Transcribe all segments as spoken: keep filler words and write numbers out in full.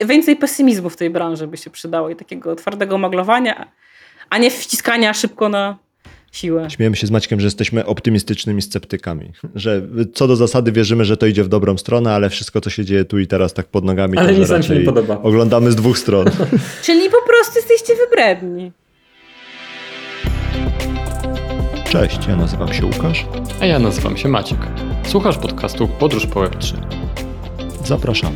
więcej pesymizmu w tej branży by się przydało i takiego twardego maglowania, a nie wciskania szybko na siłę. Śmiejemy się z Maćkiem, że jesteśmy optymistycznymi sceptykami. Że co do zasady wierzymy, że to idzie w dobrą stronę, ale wszystko, co się dzieje tu i teraz tak pod nogami, ale to nic że nam się nie podoba. Oglądamy z dwóch stron. Czyli po prostu jesteście wybredni. Cześć, ja nazywam się Łukasz. A ja nazywam się Maciek. Słuchasz podcastu Podróż po Web trzy. Zapraszamy.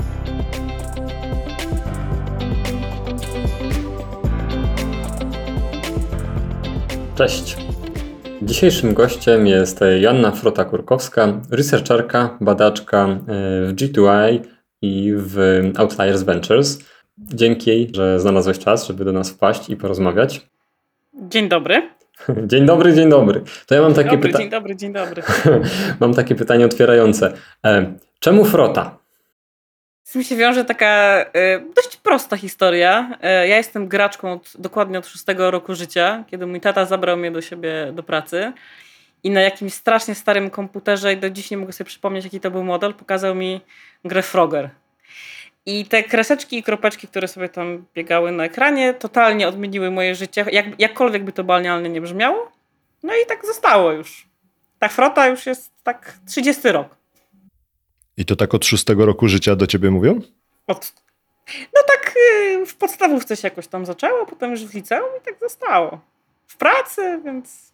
Cześć. Dzisiejszym gościem jest Joanna Frota-Kurkowska, researcherka, badaczka w G dwa I i w Outliers Ventures. Dzięki jej, że znalazłeś czas, żeby do nas wpaść i porozmawiać. Dzień dobry. Dzień dobry, dzień dobry. To ja mam dzień takie dobry, pytanie. Dzień dobry, dzień dobry. Mam takie pytanie otwierające. Czemu Frota? Z tym się wiąże taka y, dość prosta historia. Y, ja jestem graczką od, dokładnie od szóstego roku życia, kiedy mój tata zabrał mnie do siebie do pracy i na jakimś strasznie starym komputerze, i do dziś nie mogę sobie przypomnieć, jaki to był model, pokazał mi grę Frogger. I te kreseczki i kropeczki, które sobie tam biegały na ekranie, totalnie odmieniły moje życie, jak, jakkolwiek by to banalnie nie brzmiało. No i tak zostało już. Ta Frota już jest tak trzydziesty rok. I to tak od szóstego roku życia do ciebie mówią? Od... No tak yy, w podstawówce się jakoś tam zaczęło, potem już w liceum i tak zostało. W pracy, więc...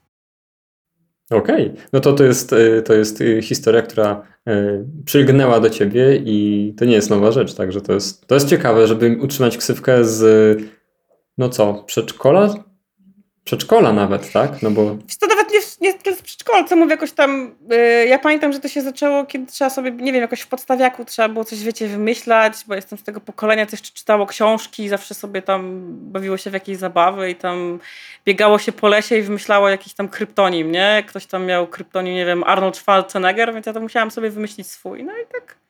Okej, okay. No to to jest, to jest historia, która przylgnęła do ciebie i to nie jest nowa rzecz, także to jest, to jest ciekawe, żeby utrzymać ksywkę z, no co, przedszkola? Przedszkola nawet, tak? No bo... To nawet nie, nie, nie z przedszkolce, mówię jakoś tam, yy, ja pamiętam, że to się zaczęło, kiedy trzeba sobie, nie wiem, jakoś w podstawiaku trzeba było coś, wiecie, wymyślać, bo jestem z tego pokolenia, co jeszcze czytało książki, zawsze sobie tam bawiło się w jakieś zabawy i tam biegało się po lesie i wymyślało jakiś tam kryptonim, nie? Ktoś tam miał kryptonim, nie wiem, Arnold Schwarzenegger, więc ja to musiałam sobie wymyślić swój, no i tak...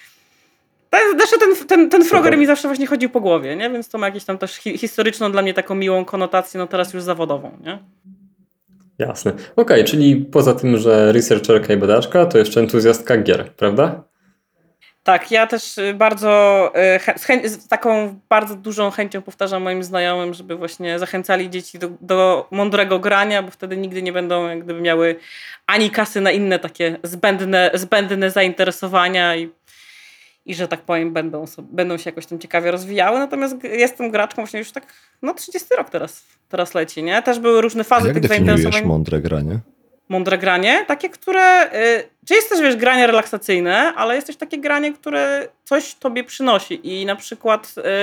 Zresztą ten, ten, ten Frogger mi zawsze właśnie chodził po głowie, nie? Więc to ma jakąś tam też hi- historyczną dla mnie taką miłą konotację, no teraz już zawodową, nie? Jasne. Okej, okay, czyli poza tym, że researcherka i badaczka, to jeszcze entuzjastka gier, prawda? Tak, ja też bardzo z, chę- z taką bardzo dużą chęcią powtarzam moim znajomym, żeby właśnie zachęcali dzieci do, do mądrego grania, bo wtedy nigdy nie będą jak gdyby miały ani kasy na inne takie zbędne, zbędne zainteresowania i I że tak powiem, będą, sobie, będą się jakoś tam ciekawie rozwijały. Natomiast jestem graczką właśnie już tak, no trzydziesty rok teraz, teraz leci, nie? Też były różne fazy jak tych zainteresowań. Jak definiujesz mądre granie? Mądre granie? Takie, które... Y, czy jest też, wiesz, granie relaksacyjne, ale jest też takie granie, które coś tobie przynosi. I na przykład y,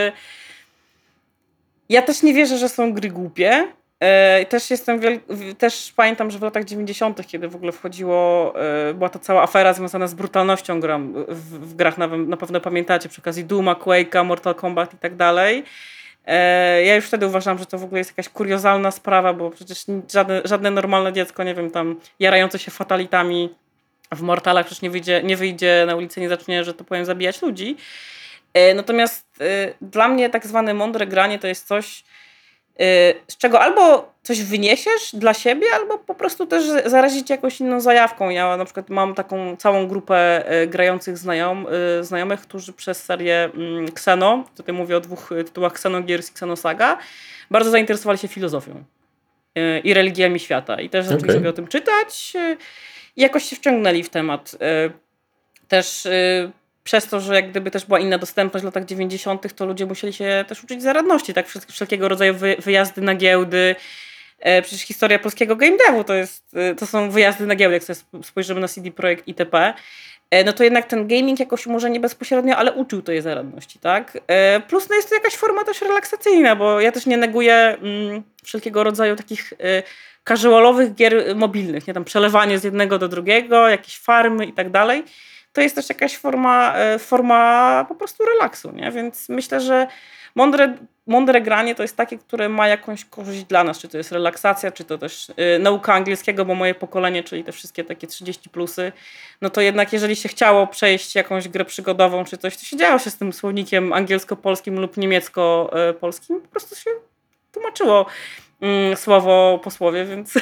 ja też nie wierzę, że są gry głupie. Yy, też jestem wiel... też pamiętam, że w latach dziewięćdziesiątych, kiedy w ogóle wchodziło, yy, była ta cała afera związana z brutalnością gram, w, w grach, na, na pewno pamiętacie, przy okazji Dooma, Quake'a, Mortal Kombat i tak dalej. Yy, ja już wtedy uważam, że to w ogóle jest jakaś kuriozalna sprawa, bo przecież żadne, żadne normalne dziecko, nie wiem, tam jarające się fatalitami w Mortalach przecież nie wyjdzie, nie wyjdzie na ulicę, nie zacznie, że to powiem, zabijać ludzi. Yy, natomiast yy, dla mnie tak zwane mądre granie to jest coś, z czego albo coś wyniesiesz dla siebie, albo po prostu też zarazić cię jakąś inną zajawką. Ja na przykład mam taką całą grupę grających znajom, znajomych, którzy przez serię Xeno, tutaj mówię o dwóch tytułach Xenogears i Xenosaga, bardzo zainteresowali się filozofią i religiami świata. I też zaczęli okay. sobie o tym czytać i jakoś się wciągnęli w temat. Też przez to, że jak gdyby też była inna dostępność w latach dziewięćdziesiątych, to ludzie musieli się też uczyć zaradności, tak? Wszelkiego rodzaju wy, wyjazdy na giełdy. E, przecież historia polskiego game devu to, jest, to są wyjazdy na giełdy, jak sobie spojrzymy na C D Projekt itp. E, no to jednak ten gaming jakoś może nie bezpośrednio, ale uczył tej zaradności, tak? E, plus no jest to jakaś forma też relaksacyjna, bo ja też nie neguję mm, wszelkiego rodzaju takich e, casualowych gier mobilnych, nie? Tam przelewanie z jednego do drugiego, jakieś farmy i tak dalej. To jest też jakaś forma, forma po prostu relaksu, nie? Więc myślę, że mądre, mądre granie to jest takie, które ma jakąś korzyść dla nas, czy to jest relaksacja, czy to też y, nauka angielskiego, bo moje pokolenie, czyli te wszystkie takie trzydzieści plusy, no to jednak jeżeli się chciało przejść jakąś grę przygodową, czy coś, to się działo się z tym słownikiem angielsko-polskim lub niemiecko-polskim, po prostu się tłumaczyło y, słowo po słowie, więc,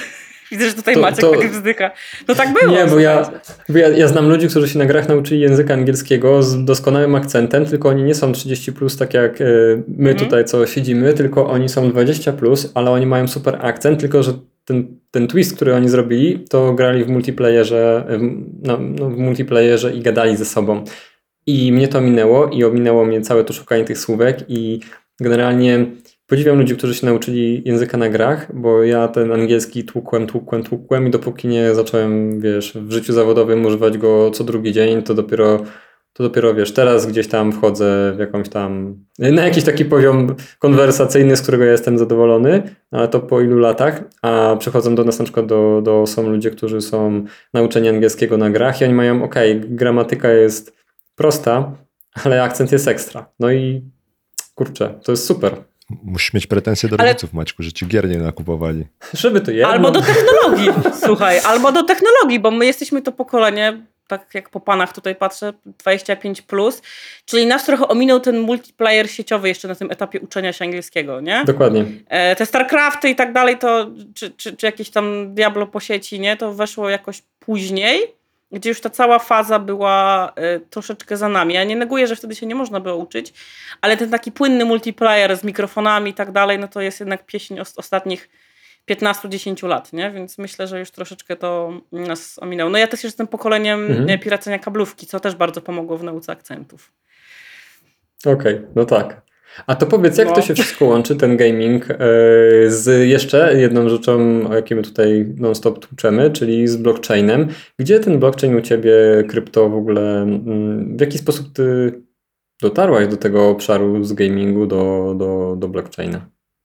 Widzę, że tutaj To- Maciek to- tak wzdycha. No tak było. Nie, bo ja, słuchajcie. bo ja, ja znam ludzi, którzy się na grach nauczyli języka angielskiego z doskonałym akcentem, tylko oni nie są trzydzieści plus, tak jak y, my Mhm. tutaj, co siedzimy, tylko oni są dwadzieścia plus, ale oni mają super akcent, tylko że ten, ten twist, który oni zrobili, to grali w multiplayerze, w- no, no, w multiplayerze i gadali ze sobą. I mnie to minęło i ominęło mnie całe to szukanie tych słówek i generalnie podziwiam ludzi, którzy się nauczyli języka na grach, bo ja ten angielski tłukłem, tłukłem, tłukłem i dopóki nie zacząłem, wiesz, w życiu zawodowym używać go co drugi dzień, to dopiero, to dopiero, wiesz, teraz gdzieś tam wchodzę w jakąś tam, na jakiś taki poziom konwersacyjny, z którego ja jestem zadowolony, ale to po ilu latach, a przychodzą do nas na przykład, do, do, są ludzie, którzy są nauczeni angielskiego na grach i oni mają, okej, gramatyka jest prosta, ale akcent jest ekstra. No i kurczę, to jest super. Musisz mieć pretensje do Ale- rodziców, Maćku, że ci gier nie nakupowali. Żeby to jedno. Albo do technologii, słuchaj, albo do technologii, bo my jesteśmy to pokolenie, tak jak po panach tutaj patrzę, dwadzieścia pięć plus, czyli nas trochę ominął ten multiplayer sieciowy jeszcze na tym etapie uczenia się angielskiego, nie? Dokładnie. E, te StarCrafty i tak dalej, to czy, czy, czy jakieś tam Diablo po sieci, nie? To weszło jakoś później, gdzie już ta cała faza była e, troszeczkę za nami. Ja nie neguję, że wtedy się nie można było uczyć, ale ten taki płynny multiplayer z mikrofonami i tak dalej, no to jest jednak pieśń os- ostatnich piętnaście dziesięć lat, nie? Więc myślę, że już troszeczkę to nas ominęło. No ja też jestem pokoleniem Mhm. mhm. piracenia kablówki, co też bardzo pomogło w nauce akcentów. Okej, no tak. A to powiedz, jak No. to się wszystko łączy, ten gaming, yy, z jeszcze jedną rzeczą, o jakiej my tutaj non-stop tłuczemy, czyli z blockchainem. Gdzie ten blockchain u ciebie, krypto w ogóle, mm, w jaki sposób ty dotarłaś do tego obszaru z gamingu do, do, do blockchaina?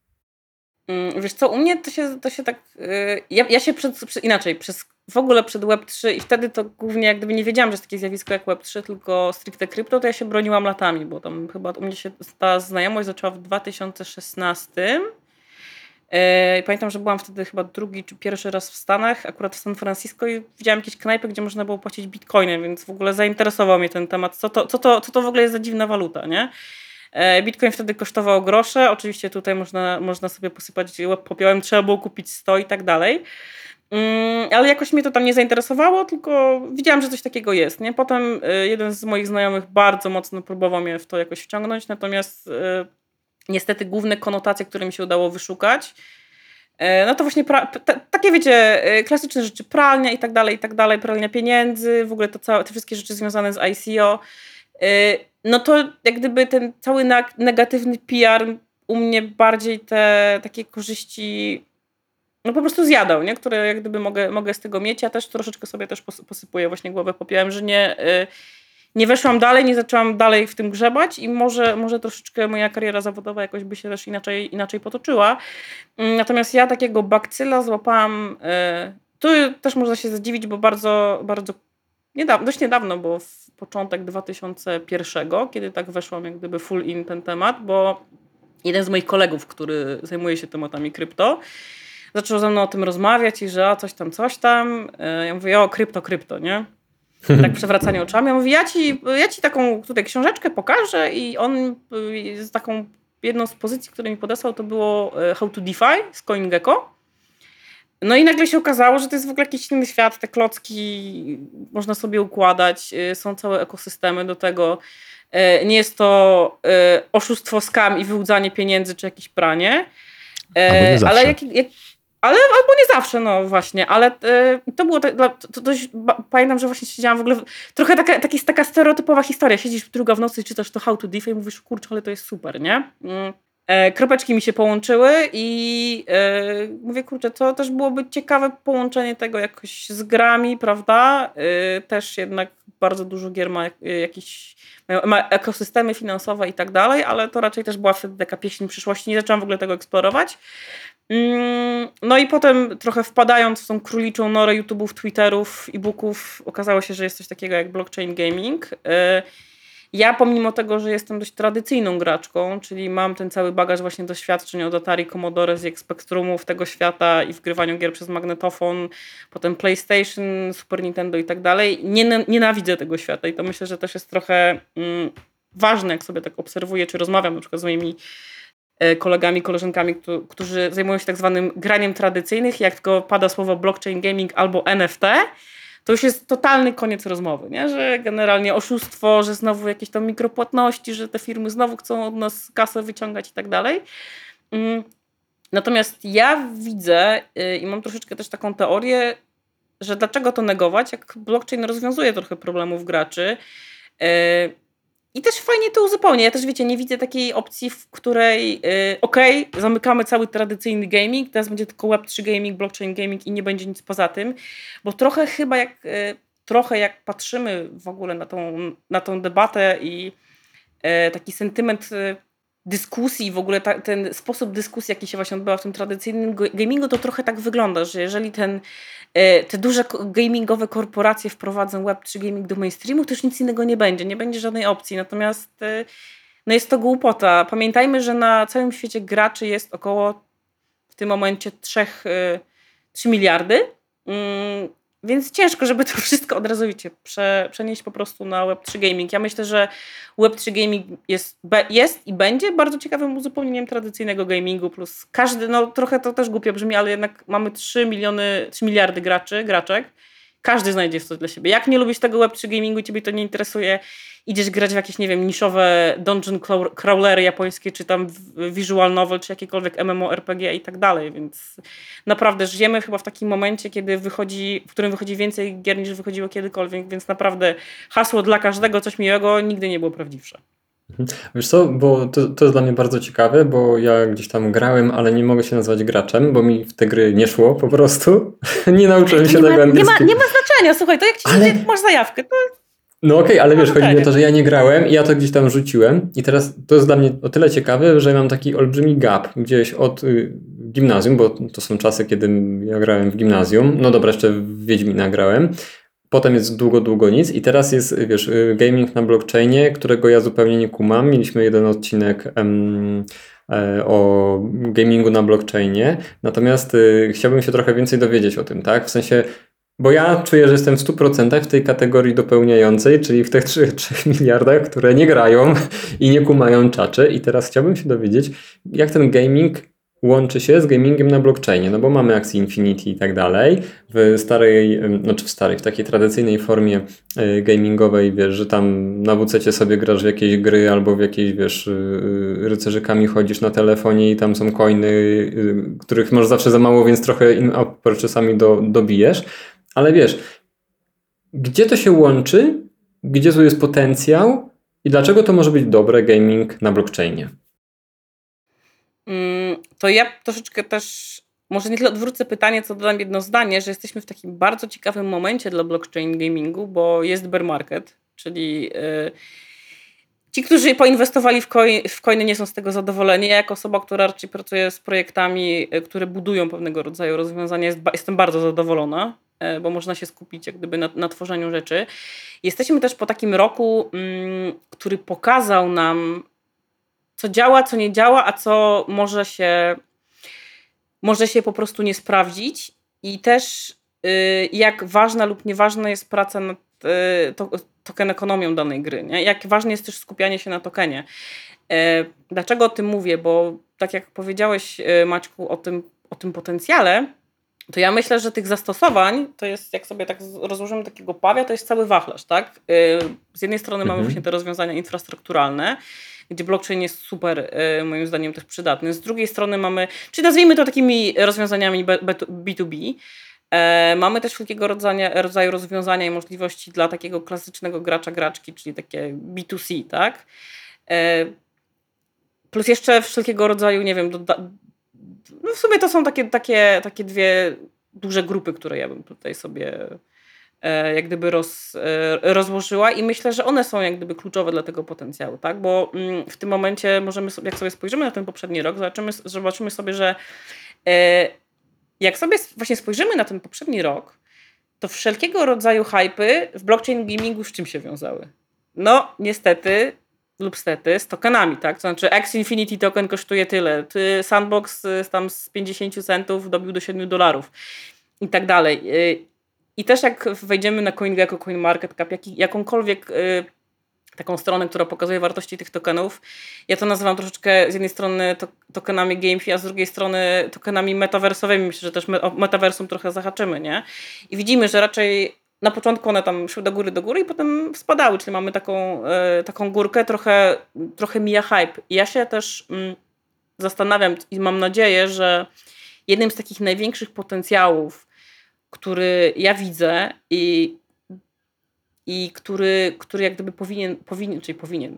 Mm, Wiesz co, u mnie to się, to się tak... Yy, ja, ja się przed, przed, inaczej, przez, w ogóle przed web trzy i wtedy to głównie jak gdyby nie wiedziałam, że jest takie zjawisko jak web trzy, tylko stricte krypto, to ja się broniłam latami, bo tam chyba u mnie się ta znajomość zaczęła w dwa tysiące szesnastym. Yy, pamiętam, że byłam wtedy chyba drugi czy pierwszy raz w Stanach, akurat w San Francisco i widziałam jakieś knajpy, gdzie można było płacić bitcoinem, więc w ogóle zainteresował mnie ten temat, co to, co to, co to w ogóle jest za dziwna waluta, nie? Bitcoin wtedy kosztował grosze, oczywiście tutaj można, można sobie posypać łeb popiołem, trzeba było kupić sto i tak dalej. Mm, ale jakoś mnie to tam nie zainteresowało, tylko widziałam, że coś takiego jest. Nie? Potem y, jeden z moich znajomych bardzo mocno próbował mnie w to jakoś wciągnąć, natomiast y, niestety główne konotacje, które mi się udało wyszukać, y, no to właśnie pra- t- takie wiecie, y, klasyczne rzeczy, pralnia i tak dalej, i tak dalej, pralnia pieniędzy, w ogóle to całe, te wszystkie rzeczy związane z I C O. No to jak gdyby ten cały negatywny P R u mnie bardziej te takie korzyści no po prostu zjadał, nie? Które jak gdyby mogę, mogę z tego mieć. Ja też troszeczkę sobie też posypuję właśnie głowę popiołem, że nie, nie weszłam dalej, nie zaczęłam dalej w tym grzebać i może, może troszeczkę moja kariera zawodowa jakoś by się też inaczej, inaczej potoczyła. Natomiast ja takiego bakcyla złapałam, tu też można się zadziwić, bo bardzo, bardzo niedawno, dość niedawno, bo w początek dwa tysiące pierwszego, kiedy tak weszłam jak gdyby full in ten temat, bo jeden z moich kolegów, który zajmuje się tematami krypto, zaczął ze mną o tym rozmawiać i że a, coś tam, coś tam. Ja mówię, o, krypto, krypto, nie? Tak przewracanie oczami. Ja mówię, ja ci, ja ci taką tutaj książeczkę pokażę i on z taką jedną z pozycji, które mi podesłał, to było How to DeFi z CoinGecko. No i nagle się okazało, że to jest w ogóle jakiś inny świat, te klocki można sobie układać, są całe ekosystemy do tego. Nie jest to oszustwo, scam i wyłudzanie pieniędzy czy jakieś pranie. Albo nie zawsze. Ale, jak, jak, ale albo nie zawsze, no właśnie, ale to było, to, to dość, pamiętam, że właśnie siedziałam w ogóle, trochę taka, taka, taka stereotypowa historia, siedzisz druga w nocy i czytasz to How to DeFi i mówisz, kurczę, ale to jest super, nie? Kropeczki mi się połączyły i yy, mówię, kurczę, to też byłoby ciekawe połączenie tego jakoś z grami, prawda? Yy, też jednak bardzo dużo gier ma jakieś ma ekosystemy finansowe i tak dalej, ale to raczej też była wtedy taka pieśń przyszłości. Nie zaczęłam w ogóle tego eksplorować. Yy, no i potem trochę wpadając w tą króliczą norę YouTube'ów, Twitterów, e-booków, okazało się, że jest coś takiego jak blockchain gaming. Yy, Ja pomimo tego, że jestem dość tradycyjną graczką, czyli mam ten cały bagaż właśnie doświadczeń od Atari, Commodore, z Spectrumów tego świata i w grywaniu gier przez magnetofon, potem PlayStation, Super Nintendo i tak dalej, nie, nienawidzę tego świata i to myślę, że też jest trochę mm, ważne, jak sobie tak obserwuję, czy rozmawiam na przykład z moimi kolegami, koleżankami, którzy zajmują się tak zwanym graniem tradycyjnych. Jak tylko pada słowo blockchain gaming albo N F T, to już jest totalny koniec rozmowy, nie? Że generalnie oszustwo, że znowu jakieś tam mikropłatności, że te firmy znowu chcą od nas kasę wyciągać i tak dalej. Natomiast ja widzę i mam troszeczkę też taką teorię, że dlaczego to negować, jak blockchain rozwiązuje trochę problemów graczy. I też fajnie to uzupełnia. Ja też, wiecie, nie widzę takiej opcji, w której yy, okej, okay, zamykamy cały tradycyjny gaming, teraz będzie tylko web trzy gaming, blockchain gaming i nie będzie nic poza tym. Bo trochę chyba jak, yy, trochę jak patrzymy w ogóle na tą, na tą debatę i yy, taki sentyment yy, dyskusji, w ogóle ta, ten sposób dyskusji, jaki się właśnie odbywa w tym tradycyjnym gamingu, to trochę tak wygląda, że jeżeli ten, te duże gamingowe korporacje wprowadzą web trzy gaming do mainstreamu, to już nic innego nie będzie, nie będzie żadnej opcji. Natomiast no jest to głupota. Pamiętajmy, że na całym świecie graczy jest około w tym momencie trzy miliardy, więc ciężko, żeby to wszystko od razu, wiecie, prze, przenieść po prostu na web trzy gaming. Ja myślę, że web trzy gaming jest, jest i będzie bardzo ciekawym uzupełnieniem tradycyjnego gamingu, plus każdy, no trochę to też głupio brzmi, ale jednak mamy trzy miliony, trzy miliardy graczy, graczek. Każdy znajdzie coś dla siebie. Jak nie lubisz tego web trzy gamingu i ciebie to nie interesuje, idziesz grać w jakieś, nie wiem, niszowe dungeon crawlery japońskie, czy tam visual novel, czy jakiekolwiek MMORPG i tak dalej, więc naprawdę żyjemy chyba w takim momencie, kiedy wychodzi, w którym wychodzi więcej gier niż wychodziło kiedykolwiek, więc naprawdę hasło dla każdego coś miłego nigdy nie było prawdziwsze. Wiesz co, bo to, to jest dla mnie bardzo ciekawe, bo ja gdzieś tam grałem, ale nie mogę się nazwać graczem, bo mi w te gry nie szło po prostu. Nie nauczyłem się nie tego ma, angielskiego. Nie ma, nie ma znaczenia, słuchaj, to jak ci ale... masz zajawkę, to... No okej, okay, ale wiesz, chodzi mi o to, że ja nie grałem i ja to gdzieś tam rzuciłem i teraz to jest dla mnie o tyle ciekawe, że mam taki olbrzymi gap gdzieś od y, gimnazjum, bo to są czasy, kiedy ja grałem w gimnazjum, no dobra, jeszcze w Wiedźmina grałem, potem jest długo, długo nic i teraz jest, wiesz, gaming na blockchainie, którego ja zupełnie nie kumam. Mieliśmy jeden odcinek em, e, o gamingu na blockchainie, natomiast y, chciałbym się trochę więcej dowiedzieć o tym, tak? W sensie, bo ja czuję, że jestem w stu procentach w tej kategorii dopełniającej, czyli w tych trzech miliardach, które nie grają i nie kumają czaczy i teraz chciałbym się dowiedzieć, jak ten gaming łączy się z gamingiem na blockchainie, no bo mamy Axie Infinity i tak dalej, w starej, znaczy w starej, w takiej tradycyjnej formie gamingowej, wiesz, że tam na W C cie sobie grasz w jakieś gry albo w jakieś, wiesz, rycerzykami chodzisz na telefonie i tam są coiny, których masz zawsze za mało, więc trochę in-app purchase'ami do, dobijesz, ale wiesz, gdzie to się łączy, gdzie tu jest potencjał i dlaczego to może być dobre gaming na blockchainie? To ja troszeczkę też, może nie tyle odwrócę pytanie, co dodam jedno zdanie, że jesteśmy w takim bardzo ciekawym momencie dla blockchain gamingu, bo jest bear market, czyli yy, ci, którzy poinwestowali w, coin, w coiny, nie są z tego zadowoleni. Ja jako osoba, która raczej pracuje z projektami, które budują pewnego rodzaju rozwiązania, jest, jestem bardzo zadowolona, yy, bo można się skupić jak gdyby na, na tworzeniu rzeczy. Jesteśmy też po takim roku, yy, który pokazał nam, co działa, co nie działa, a co może się, może się po prostu nie sprawdzić i też yy, jak ważna lub nieważna jest praca nad yy, to, token ekonomią danej gry. Nie? Jak ważne jest też skupianie się na tokenie. Yy, dlaczego o tym mówię? Bo tak jak powiedziałeś, yy, Maćku, o tym, o tym potencjale, to ja myślę, że tych zastosowań, to jest, jak sobie tak rozłożymy takiego pawia, to jest cały wachlarz, tak? Yy, z jednej strony mhm. mamy właśnie te rozwiązania infrastrukturalne, gdzie blockchain jest super, moim zdaniem też przydatny. Z drugiej strony mamy, czy nazwijmy to takimi rozwiązaniami B dwa B. E, mamy też wszelkiego rodzaju, rodzaju rozwiązania i możliwości dla takiego klasycznego gracza, graczki, czyli takie B dwa C, tak? E, plus jeszcze wszelkiego rodzaju, nie wiem, doda- no w sumie to są takie, takie, takie dwie duże grupy, które ja bym tutaj sobie jak gdyby roz, rozłożyła i myślę, że one są jak gdyby kluczowe dla tego potencjału, tak? Bo w tym momencie możemy sobie, jak sobie spojrzymy na ten poprzedni rok, zobaczymy, zobaczymy sobie, że jak sobie właśnie spojrzymy na ten poprzedni rok, to wszelkiego rodzaju hypy w blockchain gamingu z czym się wiązały? No niestety lub stety z tokenami, tak? To znaczy Axie Infinity token kosztuje tyle, Sandbox tam z pięćdziesiąt centów dobił do siedmiu dolarów i tak dalej. I też jak wejdziemy na CoinGecko, CoinMarketCap, jak, jakąkolwiek y, taką stronę, która pokazuje wartości tych tokenów. Ja to nazywam troszeczkę z jednej strony to, tokenami GameFi, a z drugiej strony tokenami metaversowymi. Myślę, że też me, o metaversum trochę zahaczymy, nie? I widzimy, że raczej na początku one tam szły do góry, do góry i potem spadały, czyli mamy taką, e, taką górkę, trochę, trochę mija hype. I ja się też mm, zastanawiam i mam nadzieję, że jednym z takich największych potencjałów, który ja widzę i i który, który jak gdyby powinien, powinien czyli powinien,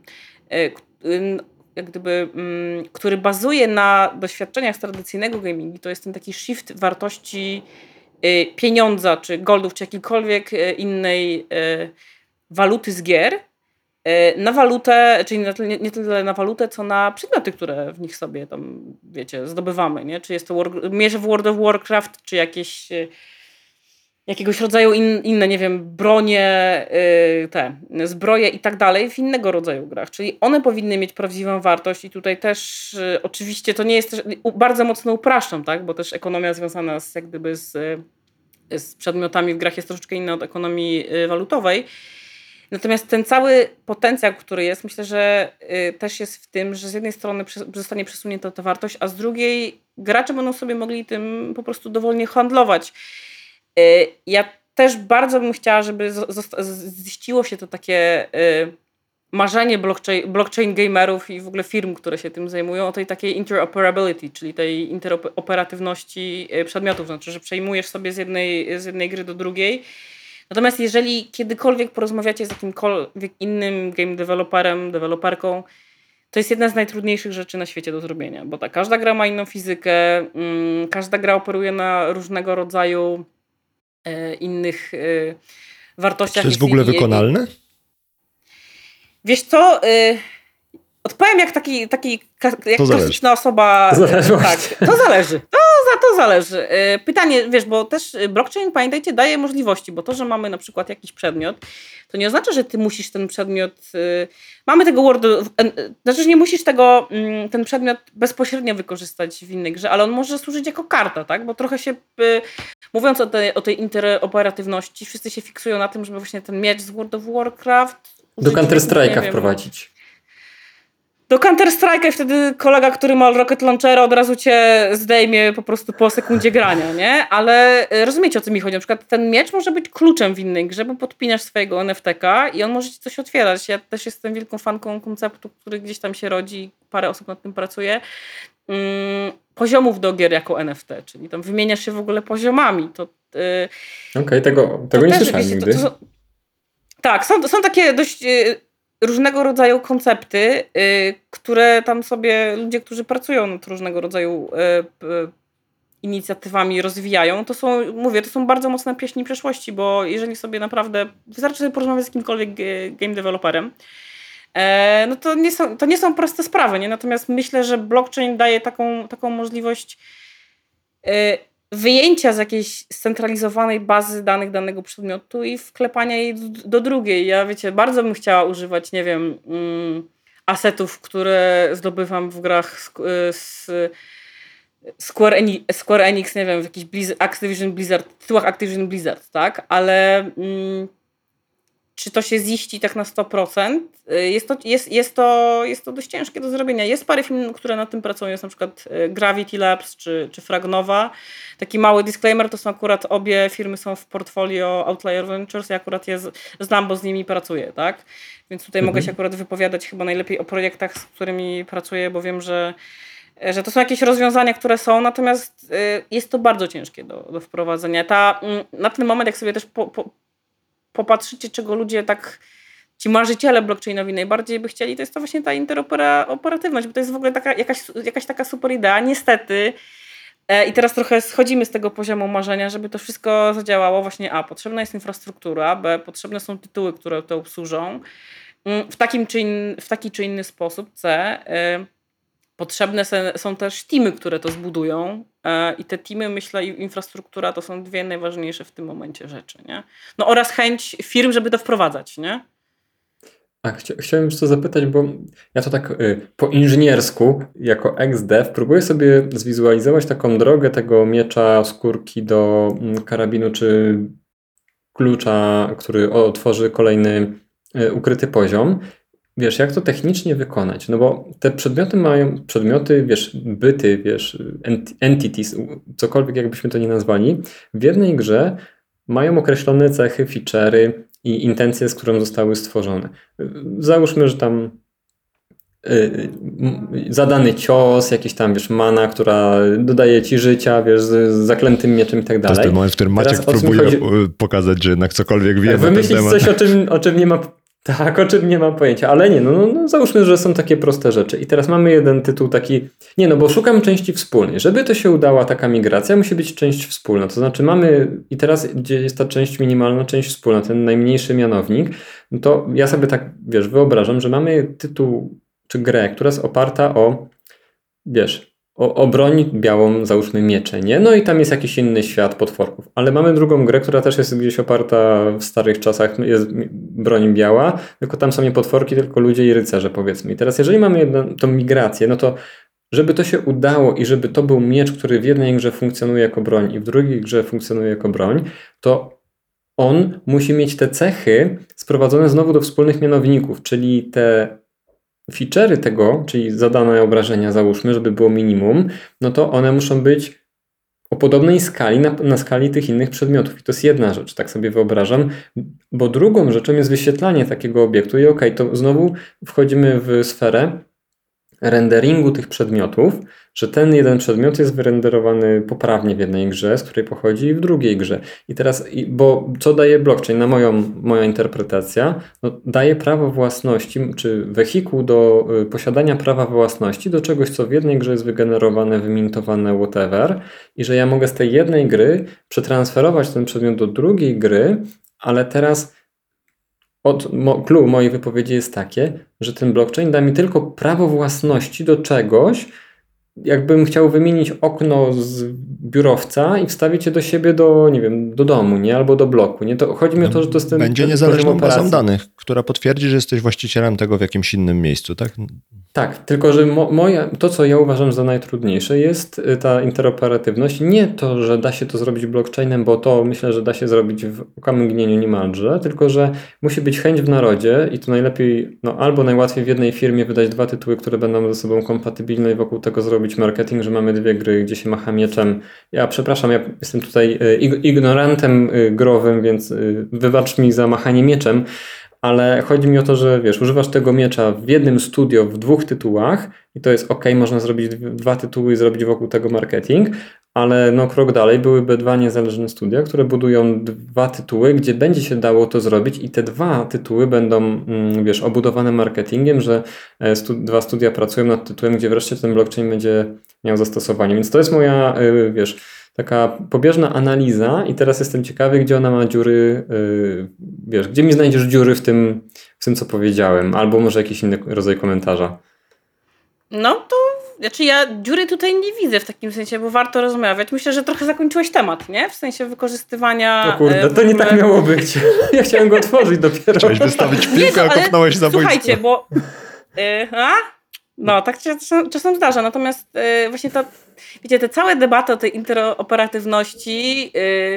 jak gdyby, który bazuje na doświadczeniach z tradycyjnego gamingu, to jest ten taki shift wartości pieniądza, czy goldów, czy jakiejkolwiek innej waluty z gier na walutę, czyli nie, nie tyle na walutę, co na przedmioty, które w nich sobie tam, wiecie, zdobywamy, nie? Czy jest to, war, mierze w World of Warcraft, czy jakieś jakiegoś rodzaju in, inne, nie wiem, bronie, yy, te zbroje i tak dalej w innego rodzaju grach. Czyli one powinny mieć prawdziwą wartość i tutaj też yy, oczywiście to nie jest też, bardzo mocno upraszczam, tak, bo też ekonomia związana z, jak gdyby z, yy, z przedmiotami w grach jest troszeczkę inna od ekonomii yy, walutowej. Natomiast ten cały potencjał, który jest, myślę, że yy, też jest w tym, że z jednej strony przes- zostanie przesunięta ta wartość, a z drugiej gracze będą sobie mogli tym po prostu dowolnie handlować. Ja też bardzo bym chciała, żeby ziściło się to takie marzenie blockchain, blockchain gamerów i w ogóle firm, które się tym zajmują, o tej takiej interoperability, czyli tej interoperatywności przedmiotów. Znaczy, że przejmujesz sobie z jednej, z jednej gry do drugiej. Natomiast jeżeli kiedykolwiek porozmawiacie z jakimkolwiek innym game developerem, deweloperką, to jest jedna z najtrudniejszych rzeczy na świecie do zrobienia, bo ta każda gra ma inną fizykę, mm, każda gra operuje na różnego rodzaju innych y, wartościach. Czy jest w ogóle i, wykonalne? Wiesz co, y, odpowiem jak taki, taki jak klasyczna osoba. To zależy. Tak, to zależy. To, to zależy. Y, pytanie, wiesz, bo też blockchain, pamiętajcie, daje możliwości, bo to, że mamy na przykład jakiś przedmiot, to nie oznacza, że ty musisz ten przedmiot... Y, mamy tego Word... Y, znaczy, że nie musisz tego, y, ten przedmiot bezpośrednio wykorzystać w innej grze, ale on może służyć jako karta, tak? Bo trochę się... Y, mówiąc o tej, o tej interoperatywności, wszyscy się fiksują na tym, żeby właśnie ten miecz z World of Warcraft... Do Counter-Strike'a wprowadzić. Do Counter-Strike'a i wtedy kolega, który ma Rocket Launchera, od razu cię zdejmie po prostu po sekundzie grania, nie? Ale rozumiecie, o co mi chodzi? Na przykład ten miecz może być kluczem w innej grze, bo podpinasz swojego N F T ka i on może ci coś otwierać. Ja też jestem wielką fanką konceptu, który gdzieś tam się rodzi, parę osób nad tym pracuje. Hmm, poziomów do gier jako N F T, czyli tam wymieniasz się w ogóle poziomami. To, yy, Okej, okay, tego, tego nie też, słyszałem wiecie, nigdy. To, to są, tak, są, są takie dość... Yy, różnego rodzaju koncepty, y, które tam sobie ludzie, którzy pracują nad różnego rodzaju y, y, inicjatywami rozwijają, to są, mówię, to są bardzo mocne pieśni przeszłości, bo jeżeli sobie naprawdę, wystarczy sobie porozmawiać z kimkolwiek game developerem, e, no to nie, są, to nie są proste sprawy, nie? Natomiast myślę, że blockchain daje taką, taką możliwość y, wyjęcia z jakiejś scentralizowanej bazy danych danego przedmiotu i wklepania jej do, do drugiej. Ja, wiecie, bardzo bym chciała używać, nie wiem, mm, asetów, które zdobywam w grach z, z Square, Enix, Square Enix, nie wiem, w jakichś Blizzard, Activision Blizzard, tytułach Activision Blizzard, tak? Ale mm, czy to się ziści tak na sto procent? Jest to, jest, jest, to, jest to dość ciężkie do zrobienia. Jest parę filmów, które nad tym pracują. Jest na przykład Gravity Labs czy, czy Fragnowa. Taki mały disclaimer, to są akurat obie firmy są w portfolio Outlier Ventures. Ja akurat je znam, bo z nimi pracuję, tak? Więc tutaj mhm. mogę się akurat wypowiadać chyba najlepiej o projektach, z którymi pracuję, bo wiem, że że to są jakieś rozwiązania, które są, natomiast jest to bardzo ciężkie do, do wprowadzenia. Ta, na ten moment, jak sobie też po, po, popatrzycie, czego ludzie tak, ci marzyciele blockchainowi najbardziej by chcieli, to jest to właśnie ta interoperatywność, bo to jest w ogóle taka, jakaś, jakaś taka super idea. Niestety, i teraz trochę schodzimy z tego poziomu marzenia, żeby to wszystko zadziałało. Właśnie A, potrzebna jest infrastruktura, B, potrzebne są tytuły, które to obsłużą w, takim czy in, w taki czy inny sposób, C, potrzebne są też teamy, które to zbudują i te teamy, myślę, i infrastruktura to są dwie najważniejsze w tym momencie rzeczy, nie? No oraz chęć firm, żeby to wprowadzać, nie? A chcia, chciałem jeszcze zapytać, bo ja to tak y, po inżyniersku, jako ex-dev, próbuję sobie zwizualizować taką drogę tego miecza, skórki do mm, karabinu, czy klucza, który otworzy kolejny y, ukryty poziom. wiesz, jak to technicznie wykonać? No bo te przedmioty mają, przedmioty, wiesz, byty, wiesz, entities, cokolwiek jakbyśmy to nie nazwali, w jednej grze mają określone cechy, feature'y i intencje, z którą zostały stworzone. Załóżmy, że tam zadany cios, jakiś tam, wiesz, mana, która dodaje ci życia, wiesz, z zaklętym mieczem i tak dalej. To jest ten moment, w którym Maciek Teraz próbuje chodzi... pokazać, że jednak cokolwiek wie na ten Wymyślić temat. coś, o czym, o czym nie ma... Tak, o czym nie mam pojęcia, ale nie, no, no, no załóżmy, że są takie proste rzeczy. I teraz mamy jeden tytuł taki, nie no, bo szukam części wspólnej. Żeby to się udała taka migracja, musi być część wspólna. To znaczy mamy, i teraz gdzie jest ta część minimalna, część wspólna, ten najmniejszy mianownik, no to ja sobie tak, wiesz, wyobrażam, że mamy tytuł czy grę, która jest oparta o, wiesz, o, o broń białą, załóżmy miecze, nie? No i tam jest jakiś inny świat potworków. Ale mamy drugą grę, która też jest gdzieś oparta w starych czasach, jest broń biała, tylko tam są nie potworki, tylko ludzie i rycerze, powiedzmy. I teraz jeżeli mamy jedną, tą migrację, no to żeby to się udało i żeby to był miecz, który w jednej grze funkcjonuje jako broń i w drugiej grze funkcjonuje jako broń, to on musi mieć te cechy sprowadzone znowu do wspólnych mianowników, czyli te feature'y tego, czyli zadane obrażenia, załóżmy, żeby było minimum, no to one muszą być o podobnej skali, na, na skali tych innych przedmiotów. I to jest jedna rzecz, tak sobie wyobrażam, bo drugą rzeczą jest wyświetlanie takiego obiektu i okej, okay, to znowu wchodzimy w sferę renderingu tych przedmiotów, że ten jeden przedmiot jest wyrenderowany poprawnie w jednej grze, z której pochodzi i w drugiej grze. I teraz, bo co daje blockchain, na moją, moja interpretacja, no, daje prawo własności, czy wehikuł do y, posiadania prawa własności do czegoś, co w jednej grze jest wygenerowane, wymintowane, whatever, i że ja mogę z tej jednej gry przetransferować ten przedmiot do drugiej gry, ale teraz Od, mo, clue mojej wypowiedzi jest takie, że ten blockchain da mi tylko prawo własności do czegoś, jakbym chciał wymienić okno z biurowca i wstawić je do siebie do, nie wiem, do domu, nie? Albo do bloku, nie? To chodzi mi o to, że to jest ten Będzie ten niezależną bazą danych, która potwierdzi, że jesteś właścicielem tego w jakimś innym miejscu, tak? Tak, tylko że mo, moja, to, co ja uważam za najtrudniejsze, jest ta interoperatywność. Nie to, że da się to zrobić blockchainem, bo to myślę, że da się zrobić w okamgnieniu niemalże, tylko że musi być chęć w narodzie i to najlepiej, no albo najłatwiej w jednej firmie wydać dwa tytuły, które będą ze sobą kompatybilne i wokół tego zrobić marketing, że mamy dwie gry, gdzie się macha mieczem. Ja przepraszam, ja jestem tutaj ignorantem growym, więc wybacz mi za machanie mieczem, ale chodzi mi o to, że wiesz, używasz tego miecza w jednym studio, w dwóch tytułach i to jest ok, można zrobić dwa tytuły i zrobić wokół tego marketing, ale no krok dalej byłyby dwa niezależne studia, które budują dwa tytuły, gdzie będzie się dało to zrobić i te dwa tytuły będą, wiesz, obudowane marketingiem, że stu, dwa studia pracują nad tytułem, gdzie wreszcie ten blockchain będzie miał zastosowanie. Więc to jest moja, wiesz, taka pobieżna analiza i teraz jestem ciekawy, gdzie ona ma dziury, yy, wiesz, gdzie mi znajdziesz dziury w tym, w tym, co powiedziałem, albo może jakiś inny rodzaj komentarza. No to, znaczy ja dziury tutaj nie widzę w takim sensie, bo warto rozmawiać. Myślę, że trochę zakończyłeś temat, nie? W sensie wykorzystywania... No kurde, to nie tak miało być. Ja chciałem go otworzyć dopiero. Chciałeś wystawić piłkę, a kopnąłeś zabójstwo. Słuchajcie, bo... Yy, a? No, tak się czasem, czasem zdarza. Natomiast yy, właśnie to, wiecie, te całe debaty o tej interoperatywności,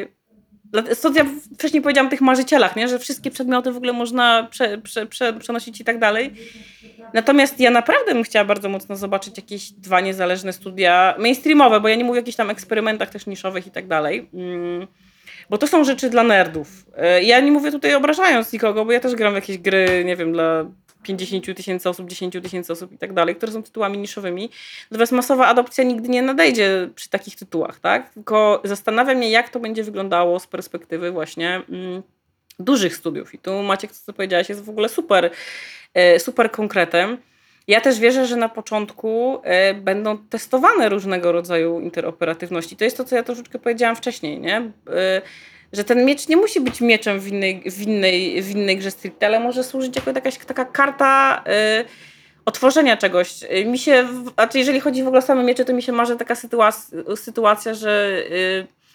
yy, stąd ja wcześniej powiedziałam o tych marzycielach, nie? Że wszystkie przedmioty w ogóle można prze, prze, prze, przenosić i tak dalej. Natomiast ja naprawdę bym chciała bardzo mocno zobaczyć jakieś dwa niezależne studia mainstreamowe, bo ja nie mówię o jakichś tam eksperymentach też niszowych i tak dalej. Yy, bo to są rzeczy dla nerdów. Yy, ja nie mówię tutaj obrażając nikogo, bo ja też gram w jakieś gry, nie wiem, dla pięćdziesiąt tysięcy osób, dziesięć tysięcy osób i tak dalej, które są tytułami niszowymi. Natomiast masowa adopcja nigdy nie nadejdzie przy takich tytułach, tak? Tylko zastanawiam mnie, jak to będzie wyglądało z perspektywy właśnie mm, dużych studiów. I tu Maciek, co powiedziałaś, jest w ogóle super, e, super konkretem. Ja też wierzę, że na początku e, będą testowane różnego rodzaju interoperatywności. To jest to, co ja troszeczkę powiedziałam wcześniej, nie? E, że ten miecz nie musi być mieczem w innej, w innej, w innej grze stricte, ale może służyć jako jakaś taka karta y, otworzenia czegoś. Mi się, a jeżeli chodzi w ogóle o same miecze, to mi się marzy taka sytuacja, sytuacja że y,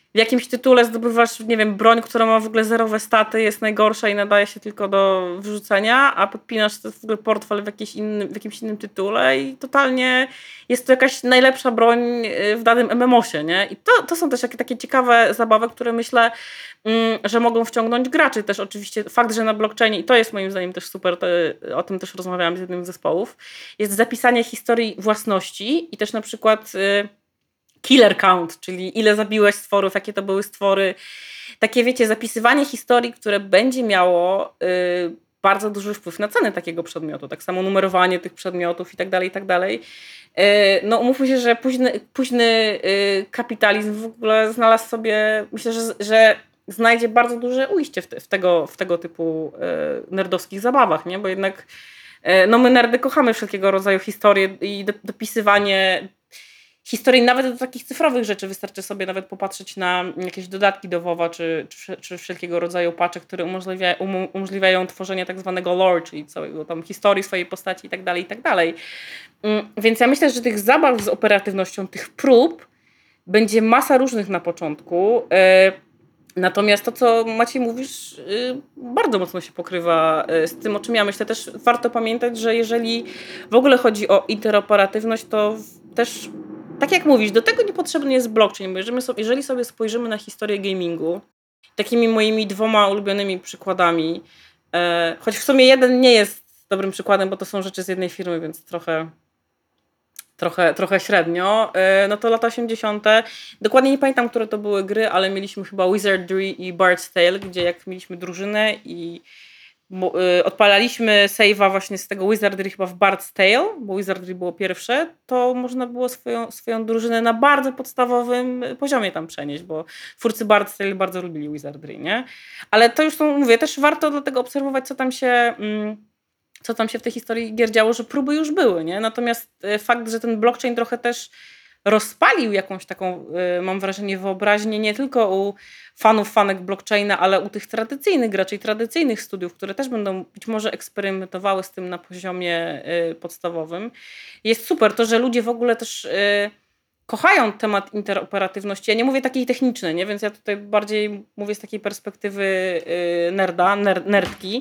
w jakimś tytule zdobywasz, nie wiem, broń, która ma w ogóle zerowe staty, jest najgorsza i nadaje się tylko do wyrzucenia, a podpinasz to w ogóle portfel w, jakimś innym, w jakimś innym tytule i totalnie jest to jakaś najlepsza broń w danym em em osie, nie? I to, to są też takie, takie ciekawe zabawy, które myślę, mm, że mogą wciągnąć graczy. Też oczywiście fakt, że na blockchainie, i to jest moim zdaniem też super, to, o tym też rozmawiałam z jednym z zespołów, jest zapisanie historii własności i też na przykład... Y, killer count, czyli ile zabiłeś stworów, jakie to były stwory. Takie, wiecie, zapisywanie historii, które będzie miało y, bardzo duży wpływ na cenę takiego przedmiotu. Tak samo numerowanie tych przedmiotów i tak dalej, i tak dalej. Y, no umówmy się, że późny, późny y, kapitalizm w ogóle znalazł sobie, myślę, że, że znajdzie bardzo duże ujście w, te, w, tego, w tego typu y, nerdowskich zabawach, nie? Bo jednak y, no my nerdy kochamy wszelkiego rodzaju historie i do, dopisywanie historii nawet do takich cyfrowych rzeczy. Wystarczy sobie nawet popatrzeć na jakieś dodatki do WoWa, czy, czy, czy wszelkiego rodzaju patche, które umożliwia, um, umożliwiają tworzenie tak zwanego lore, czyli całego tam historii swojej postaci i tak dalej, i tak dalej. Więc ja myślę, że tych zabaw z operatywnością, tych prób będzie masa różnych na początku. Natomiast to, co Maciej mówisz, bardzo mocno się pokrywa z tym, o czym ja myślę. Też warto pamiętać, że jeżeli w ogóle chodzi o interoperatywność, to też tak jak mówisz, do tego niepotrzebny jest blockchain, bo jeżeli sobie, jeżeli sobie spojrzymy na historię gamingu, takimi moimi dwoma ulubionymi przykładami, e, choć w sumie jeden nie jest dobrym przykładem, bo to są rzeczy z jednej firmy, więc trochę, trochę, trochę średnio, e, no to lata osiemdziesiąte. Dokładnie nie pamiętam, które to były gry, ale mieliśmy chyba Wizardry i Bard's Tale, gdzie jak mieliśmy drużynę i odpalaliśmy save'a właśnie z tego Wizardry chyba w Bard's Tale, bo Wizardry było pierwsze, to można było swoją, swoją drużynę na bardzo podstawowym poziomie tam przenieść, bo twórcy Bard's Tale bardzo lubili Wizardry, nie? Ale to już są, mówię, też warto dlatego obserwować, co tam się, co tam się w tej historii gier działo, że próby już były, nie? Natomiast fakt, że ten blockchain trochę też rozpalił jakąś taką, mam wrażenie, wyobraźnię nie tylko u fanów, fanek blockchaina, ale u tych tradycyjnych graczy i tradycyjnych studiów, które też będą być może eksperymentowały z tym na poziomie podstawowym. Jest super to, że ludzie w ogóle też kochają temat interoperatywności. Ja nie mówię takiej technicznej, nie? Więc ja tutaj bardziej mówię z takiej perspektywy nerda, ner- nerdki.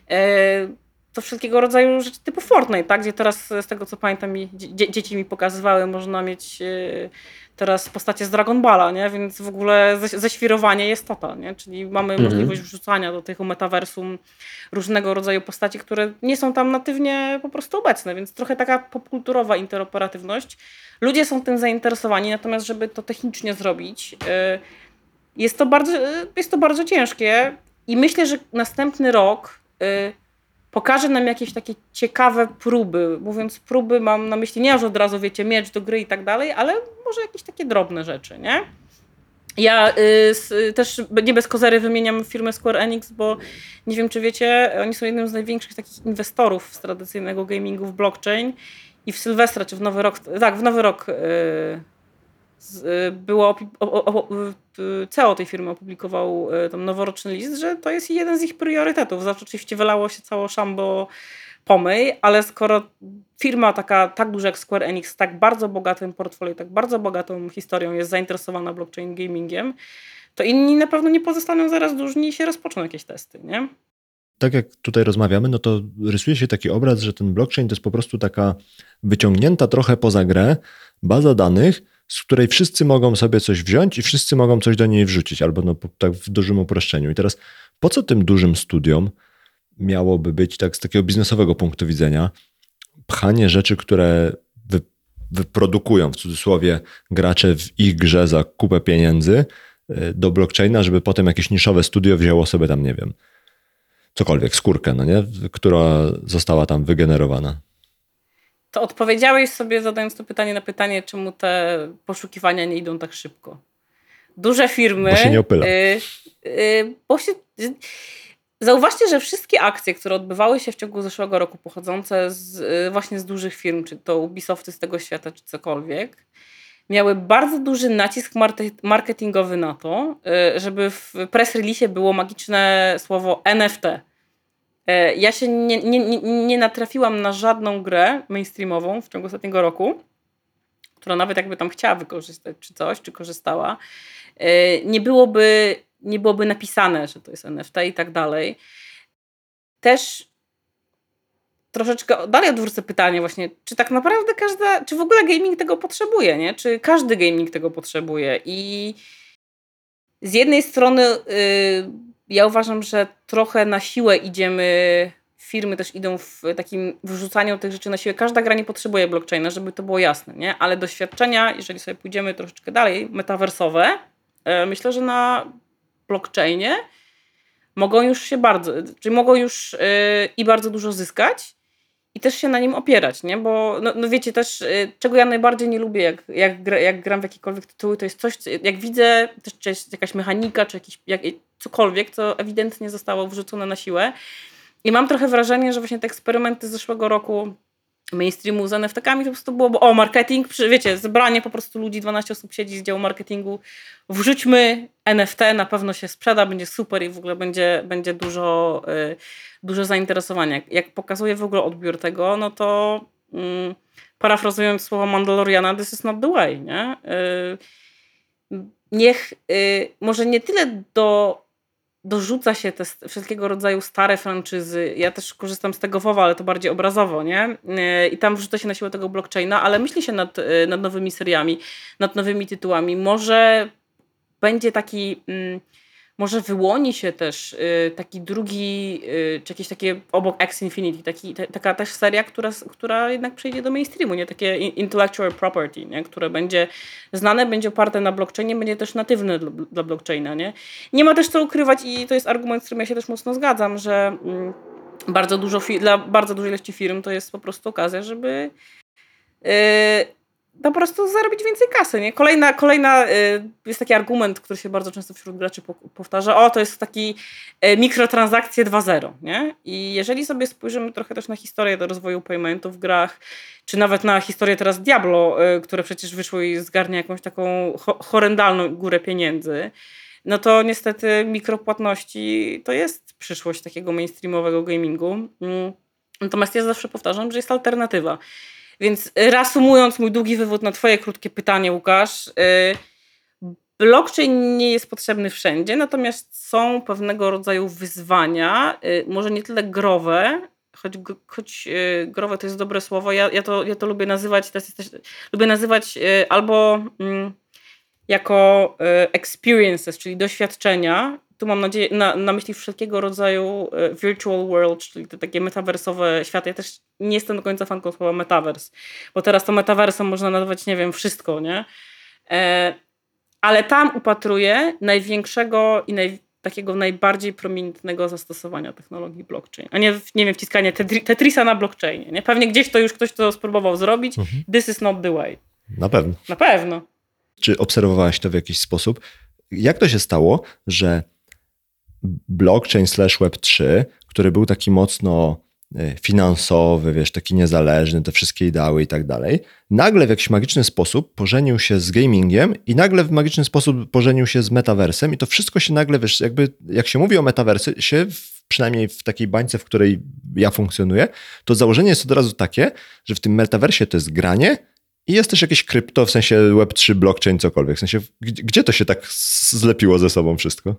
To wszelkiego rodzaju rzeczy typu Fortnite, tak? Gdzie teraz z tego co pamiętam mi, dzie- dzieci mi pokazywały, można mieć yy, teraz postacie z Dragon Balla, nie? Więc w ogóle ze- ześwirowanie jest total, nie? Czyli mamy mhm. możliwość wrzucania do tego metaversum różnego rodzaju postaci, które nie są tam natywnie po prostu obecne, więc trochę taka popkulturowa interoperatywność. Ludzie są tym zainteresowani, natomiast żeby to technicznie zrobić, yy, jest to bardzo, yy, jest to bardzo ciężkie i myślę, że następny rok yy, pokaże nam jakieś takie ciekawe próby. Mówiąc próby, mam na myśli nie, że od razu wiecie, miecz do gry i tak dalej, ale może jakieś takie drobne rzeczy, nie? Ja y, też nie bez kozery wymieniam firmę Square Enix, bo nie wiem, czy wiecie, oni są jednym z największych takich inwestorów z tradycyjnego gamingu w blockchain i w Sylwestra, czy w Nowy Rok, tak, w Nowy Rok y, z, było, o, o, C E O tej firmy opublikował tam noworoczny list, że to jest jeden z ich priorytetów. Zawsze oczywiście wylało się całe szambo pomyj, ale skoro firma taka tak duża jak Square Enix, z tak bardzo bogatym portfolio, tak bardzo bogatą historią jest zainteresowana blockchain gamingiem, to inni na pewno nie pozostaną zaraz dłużni i się rozpoczną jakieś testy, nie? Tak jak tutaj rozmawiamy, no to rysuje się taki obraz, że ten blockchain to jest po prostu taka wyciągnięta trochę poza grę baza danych, z której wszyscy mogą sobie coś wziąć i wszyscy mogą coś do niej wrzucić, albo no, tak w dużym uproszczeniu. I teraz po co tym dużym studiom miałoby być, tak z takiego biznesowego punktu widzenia, pchanie rzeczy, które wy, wyprodukują w cudzysłowie gracze w ich grze za kupę pieniędzy do blockchaina, żeby potem jakieś niszowe studio wzięło sobie tam, nie wiem, cokolwiek, skórkę, no nie, która została tam wygenerowana. To odpowiedziałeś sobie, zadając to pytanie na pytanie, czemu te poszukiwania nie idą tak szybko. Duże firmy... Bo się nie opyla. Y, y, bo się, y, zauważcie, że wszystkie akcje, które odbywały się w ciągu zeszłego roku, pochodzące z, y, właśnie z dużych firm, czy to Ubisofty z tego świata, czy cokolwiek, miały bardzo duży nacisk marketingowy na to, y, żeby w press release'ie było magiczne słowo N F T. Ja się nie, nie, nie natrafiłam na żadną grę mainstreamową w ciągu ostatniego roku, która nawet jakby tam chciała wykorzystać czy coś, czy korzystała, nie byłoby, nie byłoby napisane, że to jest N F T i tak dalej. Też troszeczkę dalej odwrócę pytanie właśnie, czy tak naprawdę każda, czy w ogóle gaming tego potrzebuje, nie? Czy każdy gaming tego potrzebuje? I z jednej strony yy, ja uważam, że trochę na siłę idziemy, firmy też idą w takim wrzucaniu tych rzeczy na siłę. Każda gra nie potrzebuje blockchaina, żeby to było jasne, nie? Ale doświadczenia, jeżeli sobie pójdziemy troszeczkę dalej, metaversowe, yy, myślę, że na blockchainie mogą już się bardzo, czyli mogą już yy, i bardzo dużo zyskać, i też się na nim opierać, nie? Bo no, no wiecie też, y, czego ja najbardziej nie lubię, jak, jak, gra, jak gram w jakiekolwiek tytuły, to jest coś, co, jak widzę też czy jest jakaś mechanika, czy jakiś, jak, cokolwiek, co ewidentnie zostało wrzucone na siłę. I mam trochę wrażenie, że właśnie te eksperymenty z zeszłego roku mainstreamu z N F T-kami to po prostu było, bo o, marketing, przy, wiecie, zebranie po prostu ludzi, dwanaście osób siedzi z działu marketingu, wrzućmy N F T, na pewno się sprzeda, będzie super i w ogóle będzie, będzie dużo, y, dużo zainteresowania. Jak, jak pokazuje w ogóle odbiór tego, no to y, parafrazując słowa Mandaloriana, this is not the way, nie? Y, niech y, może nie tyle do dorzuca się te wszelkiego rodzaju stare franczyzy. Ja też korzystam z tego WoWa, ale to bardziej obrazowo, nie? I tam wrzuca się na siłę tego blockchaina, ale myśli się nad, nad nowymi seriami, nad nowymi tytułami. Może będzie taki, może wyłoni się też taki drugi, czy jakieś takie obok X Infinity, taki, taka też seria, która, która jednak przejdzie do mainstreamu, nie? Takie intellectual property, nie? Które będzie znane, będzie oparte na blockchainie, będzie też natywne dla, dla blockchaina, nie? Nie ma też co ukrywać i to jest argument, z którym ja się też mocno zgadzam, że mm, bardzo dużo fi- dla bardzo dużej ilości firm to jest po prostu okazja, żeby yy, po prostu zarobić więcej kasy, nie? Kolejna, kolejna y, jest taki argument, który się bardzo często wśród graczy po, powtarza, o, to jest taki y, mikrotransakcje dwa zero, nie? I jeżeli sobie spojrzymy trochę też na historię do rozwoju paymentu w grach, czy nawet na historię teraz Diablo, y, które przecież wyszło i zgarnia jakąś taką ho- horrendalną górę pieniędzy, no to niestety mikropłatności to jest przyszłość takiego mainstreamowego gamingu. Mm. Natomiast ja zawsze powtarzam, że jest alternatywa. Więc reasumując mój długi wywód na twoje krótkie pytanie, Łukasz, yy, blockchain nie jest potrzebny wszędzie, natomiast są pewnego rodzaju wyzwania, yy, może nie tyle growe, choć, choć yy, growe to jest dobre słowo, ja, ja, to, ja to lubię nazywać, to jest też, lubię nazywać yy, albo yy, jako yy, experiences, czyli doświadczenia. Tu mam nadzieję, na, na myśli wszelkiego rodzaju virtual world, czyli te takie metaversowe światy. Ja też nie jestem do końca fanką słowa metaverse, bo teraz to metaversem można nazwać, nie wiem, wszystko, nie? E, ale tam upatruję największego i naj, takiego najbardziej prominentnego zastosowania technologii blockchain, a nie, nie wiem, wciskanie tetri, Tetrisa na blockchainie, nie? Pewnie gdzieś to już ktoś to spróbował zrobić. Mhm. This is not the way. Na pewno. Na pewno. Czy obserwowałaś to w jakiś sposób? Jak to się stało, że blockchain slash web trzy, który był taki mocno finansowy, wiesz, taki niezależny, te wszystkie ideały i tak dalej, nagle w jakiś magiczny sposób pożenił się z gamingiem i nagle w magiczny sposób pożenił się z metaversem i to wszystko się nagle, wiesz, jakby jak się mówi o metaversie, przynajmniej w takiej bańce, w której ja funkcjonuję, to założenie jest od razu takie, że w tym metaversie to jest granie i jest też jakieś krypto, w sensie web trzy, blockchain, cokolwiek. W sensie, gdzie, gdzie to się tak zlepiło ze sobą wszystko?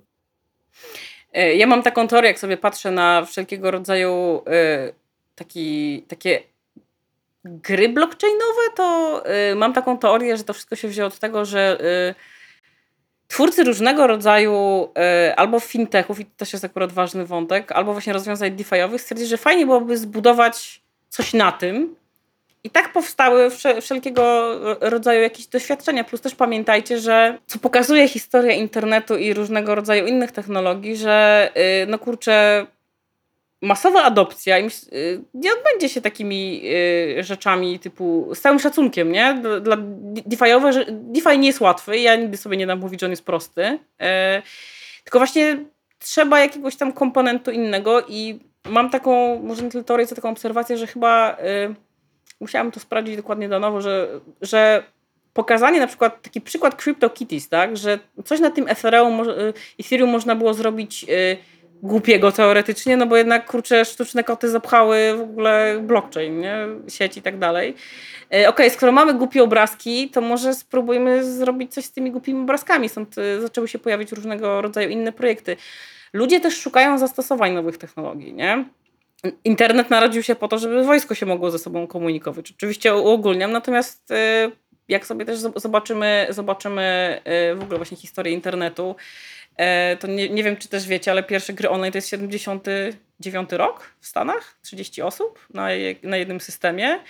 Ja mam taką teorię, jak sobie patrzę na wszelkiego rodzaju y, taki, takie gry blockchainowe, to y, mam taką teorię, że to wszystko się wzięło od tego, że y, twórcy różnego rodzaju y, albo fintechów, i to też jest akurat ważny wątek, albo właśnie rozwiązań DeFi'owych stwierdzili, że fajnie byłoby zbudować coś na tym. I tak powstały wszelkiego rodzaju jakieś doświadczenia. Plus też pamiętajcie, że co pokazuje historia internetu i różnego rodzaju innych technologii, że no kurczę, masowa adopcja nie odbędzie się takimi rzeczami typu z całym szacunkiem, nie? Dla DeFi'owe, że DeFi nie jest łatwy. Ja nigdy sobie nie dam mówić, że on jest prosty. Tylko właśnie trzeba jakiegoś tam komponentu innego i mam taką, może nie tyle teorię, co taką obserwację, że chyba musiałam to sprawdzić dokładnie na nowo, że, że pokazanie na przykład, taki przykład CryptoKitties, tak, że coś na tym Ethereum, Ethereum można było zrobić głupiego teoretycznie, no bo jednak, kurczę, sztuczne koty zapchały w ogóle blockchain, nie? Sieć i tak dalej. Okej, okay, skoro mamy głupie obrazki, to może spróbujmy zrobić coś z tymi głupimi obrazkami. Stąd zaczęły się pojawić różnego rodzaju inne projekty. Ludzie też szukają zastosowań nowych technologii, nie? Internet narodził się po to, żeby wojsko się mogło ze sobą komunikować. Oczywiście uogólniam, natomiast jak sobie też zobaczymy, zobaczymy w ogóle właśnie historię internetu, to nie, nie wiem, czy też wiecie, ale pierwsze gry online to jest siedemdziesiąty dziewiąty rok w Stanach, trzydzieści osób na, na jednym systemie.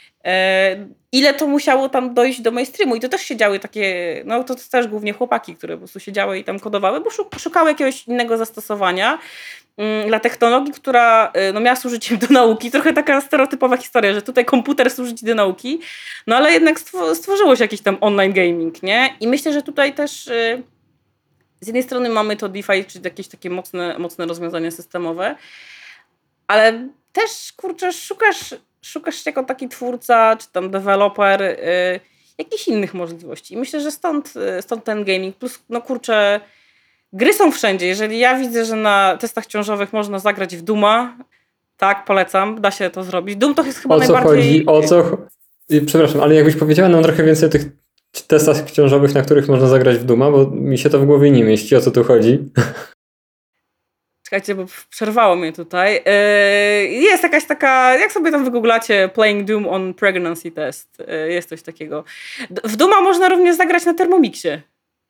Ile to musiało tam dojść do mainstreamu i to też się działy takie, no to też głównie chłopaki, które po prostu siedziały i tam kodowały, bo szukały jakiegoś innego zastosowania dla technologii, która no, miała służyć im do nauki. Trochę taka stereotypowa historia, że tutaj komputer służy ci do nauki, no ale jednak stworzyło się jakiś tam online gaming, nie? I myślę, że tutaj też z jednej strony mamy to DeFi, czyli jakieś takie mocne, mocne rozwiązania systemowe, ale też, kurczę, szukasz szukasz jako taki twórca, czy tam deweloper, yy, jakichś innych możliwości. I myślę, że stąd, stąd ten gaming. Plus, no kurczę, gry są wszędzie. Jeżeli ja widzę, że na testach ciążowych można zagrać w Dooma, tak, polecam, da się to zrobić. Doom to jest chyba o co najbardziej... Chodzi, o co Przepraszam, ale jakbyś powiedziała nam trochę więcej o tych testach ciążowych, na których można zagrać w Dooma, bo mi się to w głowie nie mieści, o co tu chodzi. Czekajcie, bo przerwało mnie tutaj. Jest jakaś taka, jak sobie tam wygooglacie Playing Doom on Pregnancy Test. Jest coś takiego. W Dooma można również zagrać na Thermomixie.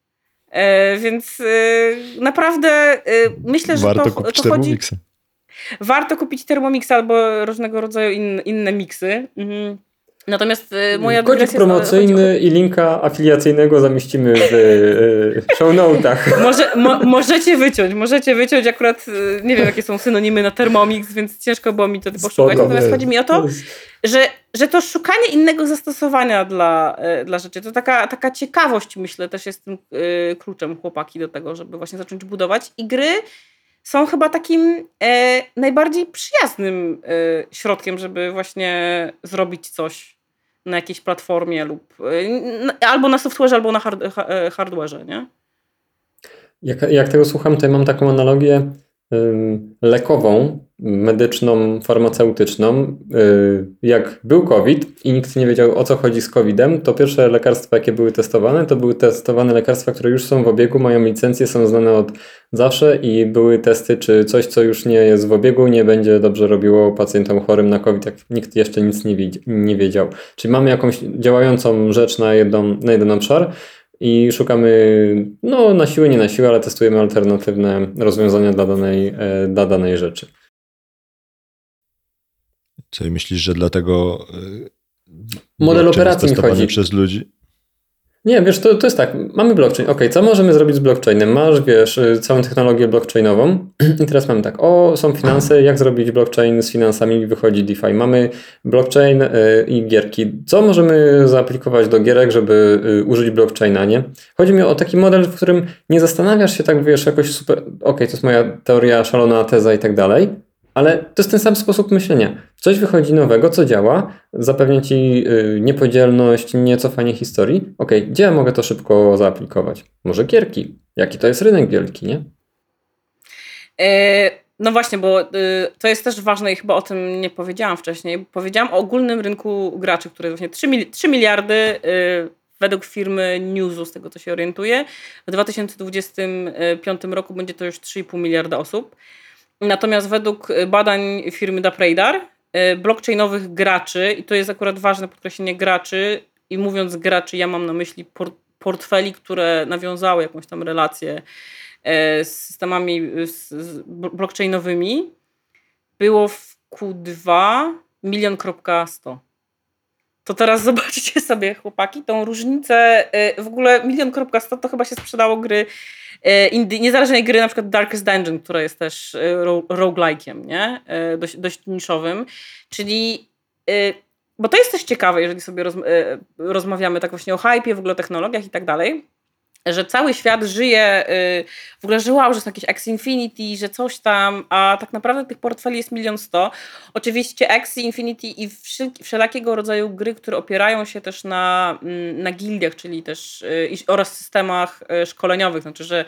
Więc naprawdę myślę, że Warto to, kupić to chodzi... Thermomixa. Warto kupić Thermomixa albo różnego rodzaju in, inne miksy. Mhm. Natomiast moja Kodzik promocyjny o... i linka afiliacyjnego zamieścimy w y, show notach. Może, mo, możecie wyciąć, możecie wyciąć akurat, nie wiem jakie są synonimy na Thermomix, więc ciężko było mi to poszukać. Natomiast chodzi mi o to, że, że to szukanie innego zastosowania dla, dla rzeczy, to taka, taka ciekawość, myślę, też jest tym y, kluczem chłopaki do tego, żeby właśnie zacząć budować. I gry są chyba takim e, najbardziej przyjaznym e, środkiem, żeby właśnie zrobić coś na jakiejś platformie lub e, albo na software'ze, albo na hard, ha, hardware'ze, nie? Jak, jak tego słucham, to ja mam taką analogię ym, lekową, medyczną, farmaceutyczną. Yy, jak był COVID i nikt nie wiedział, o co chodzi z kowidem, to pierwsze lekarstwa, jakie były testowane, to były testowane lekarstwa, które już są w obiegu, mają licencje, są znane od zawsze i były testy, czy coś, co już nie jest w obiegu, nie będzie dobrze robiło pacjentom chorym na COVID, jak nikt jeszcze nic nie, wiedz- nie wiedział. Czyli mamy jakąś działającą rzecz na, jedną, na jeden obszar, i szukamy, no na siłę, nie na siłę, ale testujemy alternatywne rozwiązania dla danej, dla danej rzeczy. Co i myślisz, że dlatego model operacji mi chodzi przez ludzi? Nie, wiesz, to, to jest tak, mamy blockchain, ok, co możemy zrobić z blockchainem? Masz, wiesz, całą technologię blockchainową i teraz mamy tak, o, są finanse, jak zrobić blockchain z finansami, wychodzi DeFi. Mamy blockchain y, i gierki. Co możemy zaaplikować do gierek, żeby y, użyć blockchaina, nie? Chodzi mi o taki model, w którym nie zastanawiasz się tak, wiesz, jakoś super, ok, to jest moja teoria, szalona teza i tak dalej, ale to jest ten sam sposób myślenia. Coś wychodzi nowego, co działa, zapewnia ci yy, niepodzielność, niecofanie historii. Okej, okay, gdzie ja mogę to szybko zaaplikować? Może gierki. Jaki to jest rynek wielki, nie? Yy, no właśnie, bo yy, to jest też ważne i chyba o tym nie powiedziałam wcześniej. Powiedziałam o ogólnym rynku graczy, który jest właśnie trzy miliardy yy, według firmy Newzoo, z tego co się orientuje. W dwa tysiące dwudziestym piątym roku będzie to już trzy i pół miliarda osób. Natomiast według badań firmy Dapradar blockchainowych graczy, i to jest akurat ważne podkreślenie graczy, i mówiąc graczy ja mam na myśli port- portfeli, które nawiązały jakąś tam relację z systemami z, z blockchainowymi, było w Q dwa milion kropka sto. To teraz zobaczcie sobie, chłopaki, tą różnicę. W ogóle milion kropka sto to chyba się sprzedało gry Indie, niezależnej gry, na przykład Darkest Dungeon, która jest też roguelike'iem, nie? Dość, dość niszowym. Czyli, bo to jest też ciekawe, jeżeli sobie roz, rozmawiamy tak właśnie o hypie, w ogóle o technologiach i tak dalej, że cały świat żyje, w ogóle że wow, że są jakieś Axie Infinity, że coś tam, a tak naprawdę tych portfeli jest milion sto. Oczywiście Axie Infinity i wszelakiego rodzaju gry, które opierają się też na, na gildiach, czyli też oraz systemach szkoleniowych, znaczy, że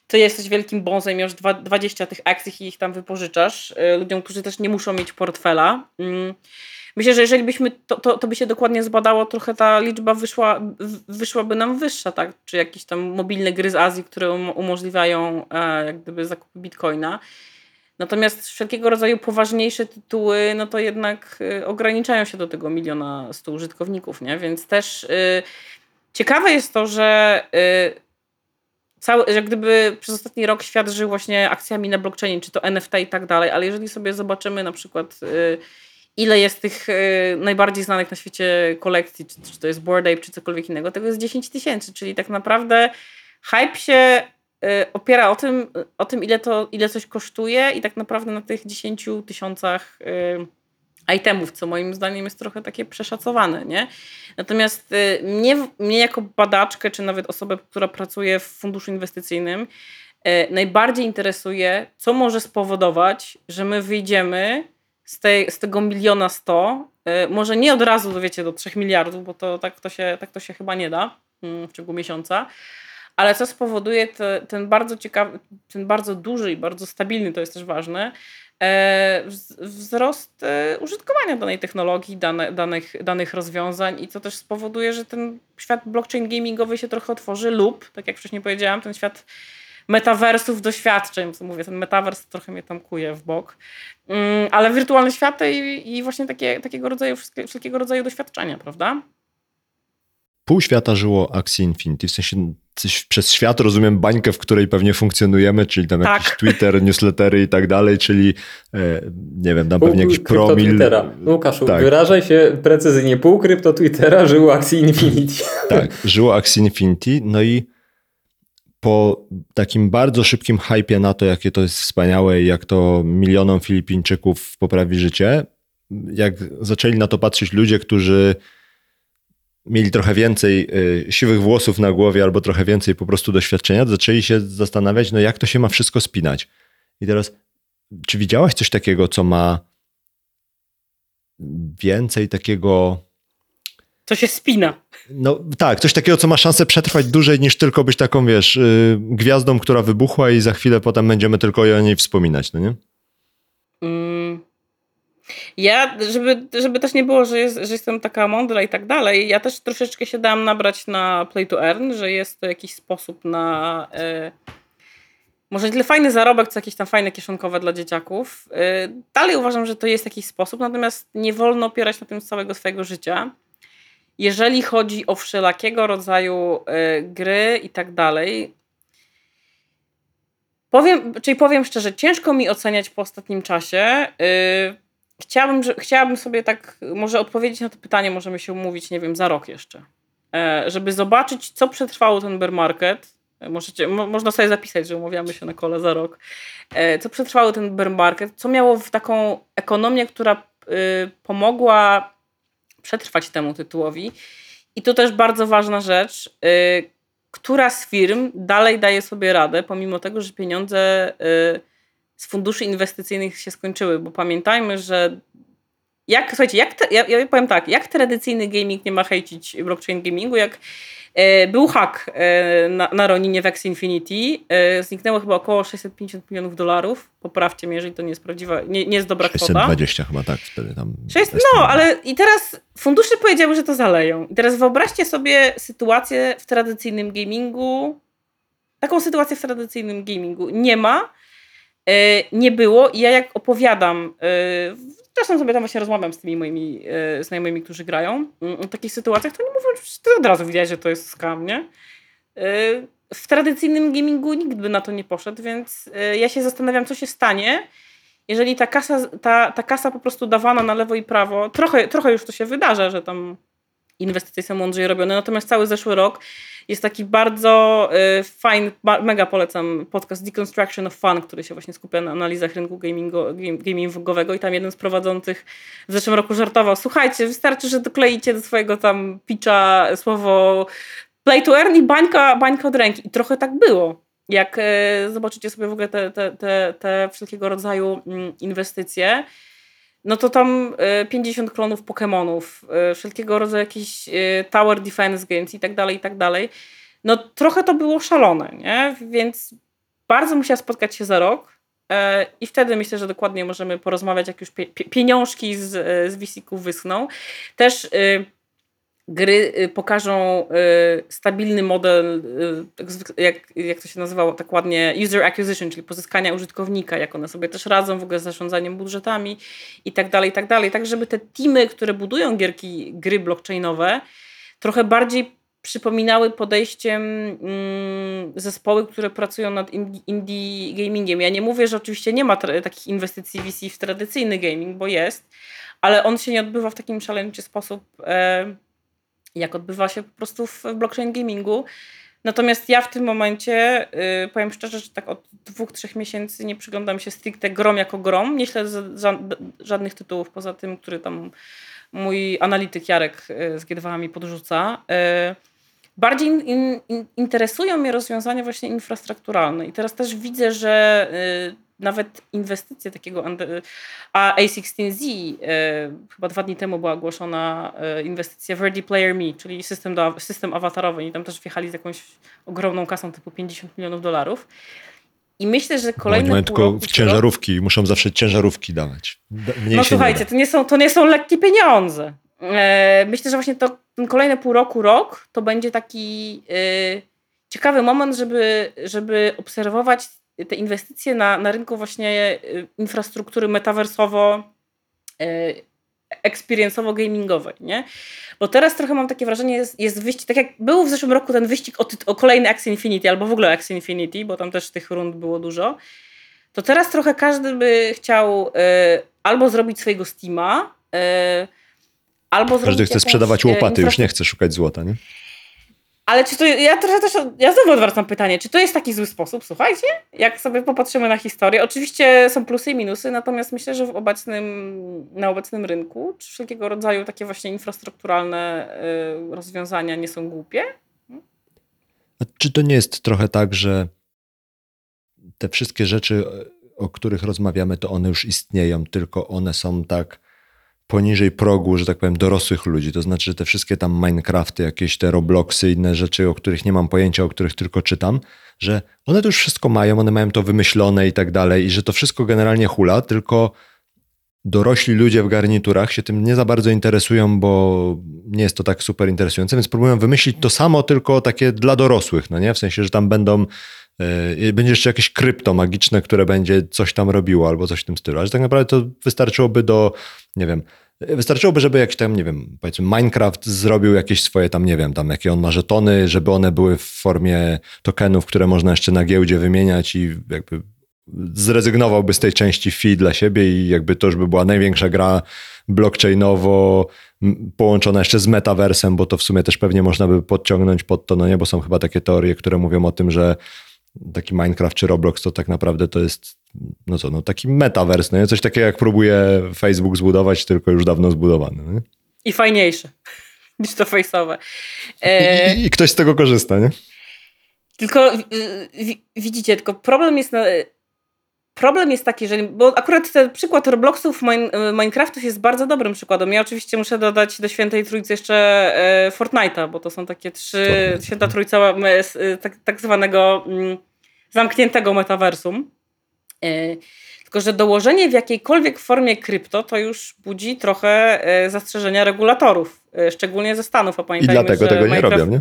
ty jesteś wielkim bonzem, masz dwadzieścia tych akcji i ich tam wypożyczasz ludziom, którzy też nie muszą mieć portfela. Myślę, że jeżeli byśmy, to, to, to by się dokładnie zbadało, trochę ta liczba wyszła, wyszłaby nam wyższa, tak? Czy jakieś tam mobilne gry z Azji, które um, umożliwiają e, jak gdyby zakupy bitcoina. Natomiast wszelkiego rodzaju poważniejsze tytuły, no to jednak y, ograniczają się do tego miliona stu użytkowników, nie? Więc też y, ciekawe jest to, że y, cały, jak gdyby przez ostatni rok świat żył właśnie akcjami na blockchainie, czy to N F T i tak dalej, ale jeżeli sobie zobaczymy na przykład y, ile jest tych y, najbardziej znanych na świecie kolekcji, czy, czy to jest Bored Ape, czy cokolwiek innego, tego jest dziesięć tysięcy, czyli tak naprawdę hype się y, opiera o tym, o tym ile, to, ile coś kosztuje i tak naprawdę na tych dziesięciu tysiącach y, itemów, co moim zdaniem jest trochę takie przeszacowane, nie? Natomiast y, mnie, mnie jako badaczkę, czy nawet osobę, która pracuje w funduszu inwestycyjnym, y, najbardziej interesuje, co może spowodować, że my wyjdziemy z, tej, z tego miliona sto, y, może nie od razu, wiecie, do trzech miliardów, bo to tak to się, tak to się chyba nie da y, w ciągu miesiąca, ale co spowoduje te, ten bardzo ciekawy, ten bardzo duży i bardzo stabilny, to jest też ważne, e, wzrost e, użytkowania danej technologii, dane, danych, danych rozwiązań i co też spowoduje, że ten świat blockchain gamingowy się trochę otworzy lub, tak jak wcześniej powiedziałam, ten świat metaversów, doświadczeń, co mówię, ten metavers trochę mnie tam kuje w bok, um, ale wirtualne światy i, i właśnie takie, takiego rodzaju, wszelkiego rodzaju doświadczenia, prawda? Pół świata żyło akcji Infinity, w sensie przez świat rozumiem bańkę, w której pewnie funkcjonujemy, czyli tam tak. jakiś Twitter, newslettery i tak dalej, czyli e, nie wiem, tam pół pewnie jakiś promil. Twittera. Łukaszu, tak. Wyrażaj się precyzyjnie. Pół krypto Twittera żyło akcji Infinity. Tak, żyło akcji Infinity, no i po takim bardzo szybkim hypie na to, jakie to jest wspaniałe i jak to milionom Filipińczyków poprawi życie, jak zaczęli na to patrzeć ludzie, którzy mieli trochę więcej y, siwych włosów na głowie albo trochę więcej po prostu doświadczenia, zaczęli się zastanawiać, no jak to się ma wszystko spinać. I teraz, czy widziałaś coś takiego, co ma więcej takiego... Co się spina. No tak, coś takiego, co ma szansę przetrwać dłużej niż tylko być taką, wiesz, y, gwiazdą, która wybuchła i za chwilę potem będziemy tylko o niej wspominać, no nie? Mm. Ja, żeby, żeby też nie było, że, jest, że jestem taka mądra i tak dalej, ja też troszeczkę się dałam nabrać na play to earn, że jest to jakiś sposób na y, może nie tyle fajny zarobek, co jakieś tam fajne kieszonkowe dla dzieciaków. Y, dalej uważam, że to jest jakiś sposób, natomiast nie wolno opierać na tym całego swojego życia. Jeżeli chodzi o wszelakiego rodzaju y, gry i tak dalej, powiem, czyli powiem szczerze, ciężko mi oceniać po ostatnim czasie. Y, chciałabym, że, chciałabym sobie tak może odpowiedzieć na to pytanie, możemy się umówić, nie wiem, za rok jeszcze. E, żeby zobaczyć, co przetrwało ten bear market. Możecie, mo, można sobie zapisać, że umawiamy się na kole za rok. E, co przetrwało ten bear market, co miało w taką ekonomię, która y, pomogła przetrwać temu tytułowi. I to też bardzo ważna rzecz, yy, która z firm dalej daje sobie radę, pomimo tego, że pieniądze yy, z funduszy inwestycyjnych się skończyły, bo pamiętajmy, że jak, słuchajcie, jak te, ja, ja powiem tak, jak tradycyjny gaming nie ma hejcić blockchain gamingu, jak yy, był hack yy, na, na Roninie w Axie Infinity, yy, zniknęło chyba około sześćset pięćdziesiąt milionów dolarów, poprawcie mnie, jeżeli to nie jest prawdziwa, nie, nie jest dobra kwota. sześćset dwadzieścia chyba, tak, wtedy tam. sześćset, no, ale i teraz fundusze powiedziały, że to zaleją. I teraz wyobraźcie sobie sytuację w tradycyjnym gamingu, taką sytuację w tradycyjnym gamingu nie ma, yy, nie było i ja jak opowiadam, yy, czasem sobie tam właśnie rozmawiam z tymi moimi yy, znajomymi, którzy grają yy, w takich sytuacjach, to oni mówią, że ty od razu widać, że to jest scam, nie? Yy, w tradycyjnym gamingu nikt by na to nie poszedł, więc yy, ja się zastanawiam, co się stanie, jeżeli ta kasa, ta, ta kasa po prostu dawana na lewo i prawo, trochę, trochę już to się wydarza, że tam inwestycje są mądrzej robione, natomiast cały zeszły rok jest taki bardzo y, fajny, mega polecam podcast Deconstruction of Fun, który się właśnie skupia na analizach rynku gamingo, gamingowego i tam jeden z prowadzących w zeszłym roku żartował, słuchajcie, wystarczy, że dokleicie do swojego tam pitcha słowo play to earn i bańka, bańka od ręki. I trochę tak było. Jak e, zobaczycie sobie w ogóle te, te, te, te wszelkiego rodzaju mm, inwestycje, no to tam e, pięćdziesiąt klonów Pokemonów, e, wszelkiego rodzaju jakieś e, Tower Defense Games i tak dalej, i tak dalej. No trochę to było szalone, nie? Więc bardzo musiała spotkać się za rok e, i wtedy myślę, że dokładnie możemy porozmawiać, jak już pie, pie, pieniążki z, z V C-ków wyschną. Też y, gry y, pokażą y, stabilny model, y, jak, jak to się nazywało tak ładnie, user acquisition, czyli pozyskania użytkownika, jak one sobie też radzą w ogóle z zarządzaniem budżetami i tak dalej, i tak dalej. Tak, żeby te teamy, które budują gierki, gry blockchainowe, trochę bardziej przypominały podejściem mm, zespoły, które pracują nad indie, indie gamingiem. Ja nie mówię, że oczywiście nie ma tra- takich inwestycji V C w tradycyjny gaming, bo jest, ale on się nie odbywa w takim szaleńczy sposób, e, jak odbywa się po prostu w blockchain gamingu. Natomiast ja w tym momencie, y, powiem szczerze, że tak od dwóch, trzech miesięcy nie przyglądam się stricte grom jako grom. Nie śledzę za, żadnych tytułów poza tym, który tam mój analityk Jarek z G dwa mi podrzuca. Y, bardziej in, in, interesują mnie rozwiązania właśnie infrastrukturalne. I teraz też widzę, że y, nawet inwestycje takiego, a A szesnaście Z, y, chyba dwa dni temu była ogłoszona y, inwestycja w Ready Player Me, czyli system, do, system awatarowy i tam też wjechali z jakąś ogromną kasą typu pięćdziesiąt milionów dolarów. I myślę, że kolejne Oni mają pół tylko roku, w ciężarówki, muszą zawsze ciężarówki dawać. Mniej no się słuchajcie, nie da. to nie, są, to nie są lekkie pieniądze. E, myślę, że właśnie to, ten kolejny pół roku, rok, to będzie taki e, ciekawy moment, żeby, żeby obserwować te inwestycje na, na rynku właśnie infrastruktury metaversowo e, experience'owo-gamingowej, nie? Bo teraz trochę mam takie wrażenie, jest, jest wyścig, tak jak był w zeszłym roku ten wyścig o, ty- o kolejny Axie Infinity, albo w ogóle Axie Infinity, bo tam też tych rund było dużo, to teraz trochę każdy by chciał y, albo zrobić swojego Steama, y, albo Każdy zrobić chce jakąś, sprzedawać y, łopaty, już infrastru- nie chce szukać złota, nie? Ale czy to, ja trochę też, ja znowu odwracam pytanie, czy to jest taki zły sposób, słuchajcie, jak sobie popatrzymy na historię, oczywiście są plusy i minusy, natomiast myślę, że w obecnym, na obecnym rynku, czy wszelkiego rodzaju takie właśnie infrastrukturalne y, rozwiązania nie są głupie? A czy to nie jest trochę tak, że te wszystkie rzeczy, o których rozmawiamy, to one już istnieją, tylko one są tak poniżej progu, że tak powiem, dorosłych ludzi. To znaczy, że te wszystkie tam Minecrafty, jakieś te Robloxy, inne rzeczy, o których nie mam pojęcia, o których tylko czytam, że one to już wszystko mają, one mają to wymyślone i tak dalej i że to wszystko generalnie hula, tylko dorośli ludzie w garniturach się tym nie za bardzo interesują, bo nie jest to tak super interesujące, więc próbują wymyślić to samo, tylko takie dla dorosłych, no nie? W sensie, że tam będą Yy, będzie jeszcze jakieś krypto magiczne, które będzie coś tam robiło albo coś w tym stylu. Ale tak naprawdę to wystarczyłoby do, nie wiem, wystarczyłoby, żeby jakiś tam, nie wiem, powiedzmy Minecraft zrobił jakieś swoje tam, nie wiem, tam jakie on ma żetony, żeby one były w formie tokenów, które można jeszcze na giełdzie wymieniać i jakby zrezygnowałby z tej części fee dla siebie i jakby to już by była największa gra blockchainowo połączona jeszcze z metaversem, bo to w sumie też pewnie można by podciągnąć pod to, no nie, bo są chyba takie teorie, które mówią o tym, że taki Minecraft czy Roblox to tak naprawdę to jest, no co, no taki metavers, no nie? Coś takiego jak próbuje Facebook zbudować, tylko już dawno zbudowany. No nie? I fajniejsze niż to face'owe. E... I, I ktoś z tego korzysta, nie? Tylko y, y, widzicie, tylko problem jest na, problem jest taki, że, bo akurat ten przykład Robloxów, Minecraftów jest bardzo dobrym przykładem. Ja oczywiście muszę dodać do Świętej Trójcy jeszcze e, Fortnite'a, bo to są takie trzy, Fortnite. Święta Trójca e, tak, tak zwanego m, zamkniętego metaversum. E, tylko, że dołożenie w jakiejkolwiek formie krypto to już budzi trochę e, zastrzeżenia regulatorów, e, szczególnie ze Stanów. A pamiętajmy, I dlatego że tego nie Minecraft... robią, nie?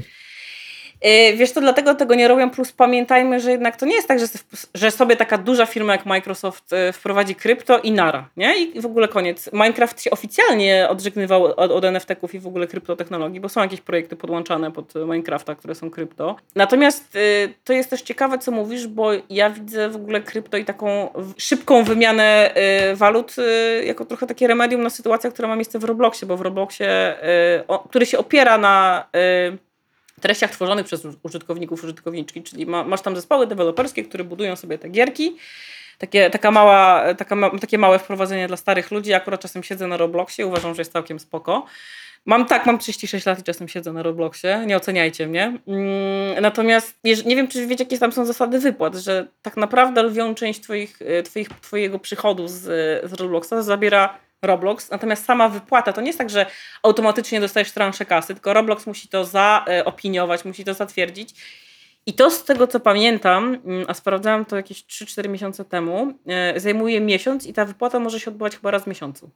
Wiesz, to dlatego tego nie robią, plus pamiętajmy, że jednak to nie jest tak, że, że sobie taka duża firma jak Microsoft wprowadzi krypto i nara, nie? I w ogóle koniec. Minecraft się oficjalnie odżegnywał od, od en ef te ków i w ogóle kryptotechnologii, bo są jakieś projekty podłączane pod Minecrafta, które są krypto. Natomiast y, to jest też ciekawe, co mówisz, bo ja widzę w ogóle krypto i taką szybką wymianę y, walut y, jako trochę takie remedium na sytuację, która ma miejsce w Robloxie, bo w Robloxie, y, o, który się opiera na... Y, treściach tworzonych przez użytkowników, użytkowniczki, czyli ma, masz tam zespoły deweloperskie, które budują sobie te gierki, takie, taka mała, taka, ma, takie małe wprowadzenie dla starych ludzi. Ja akurat czasem siedzę na Robloxie, uważam, że jest całkiem spoko. Mam tak, mam trzydzieści sześć lat i czasem siedzę na Robloxie, nie oceniajcie mnie. Mm, natomiast nie wiem, czy wiecie, jakie tam są zasady wypłat, że tak naprawdę lwią część twoich, twoich, twojego przychodu z, z Robloxa zabiera Roblox, natomiast sama wypłata to nie jest tak, że automatycznie dostajesz transzę kasy, tylko Roblox musi to zaopiniować, musi to zatwierdzić I to z tego, co pamiętam, a sprawdzałam to jakieś trzy cztery miesiące temu, zajmuje miesiąc i ta wypłata może się odbywać chyba raz w miesiącu.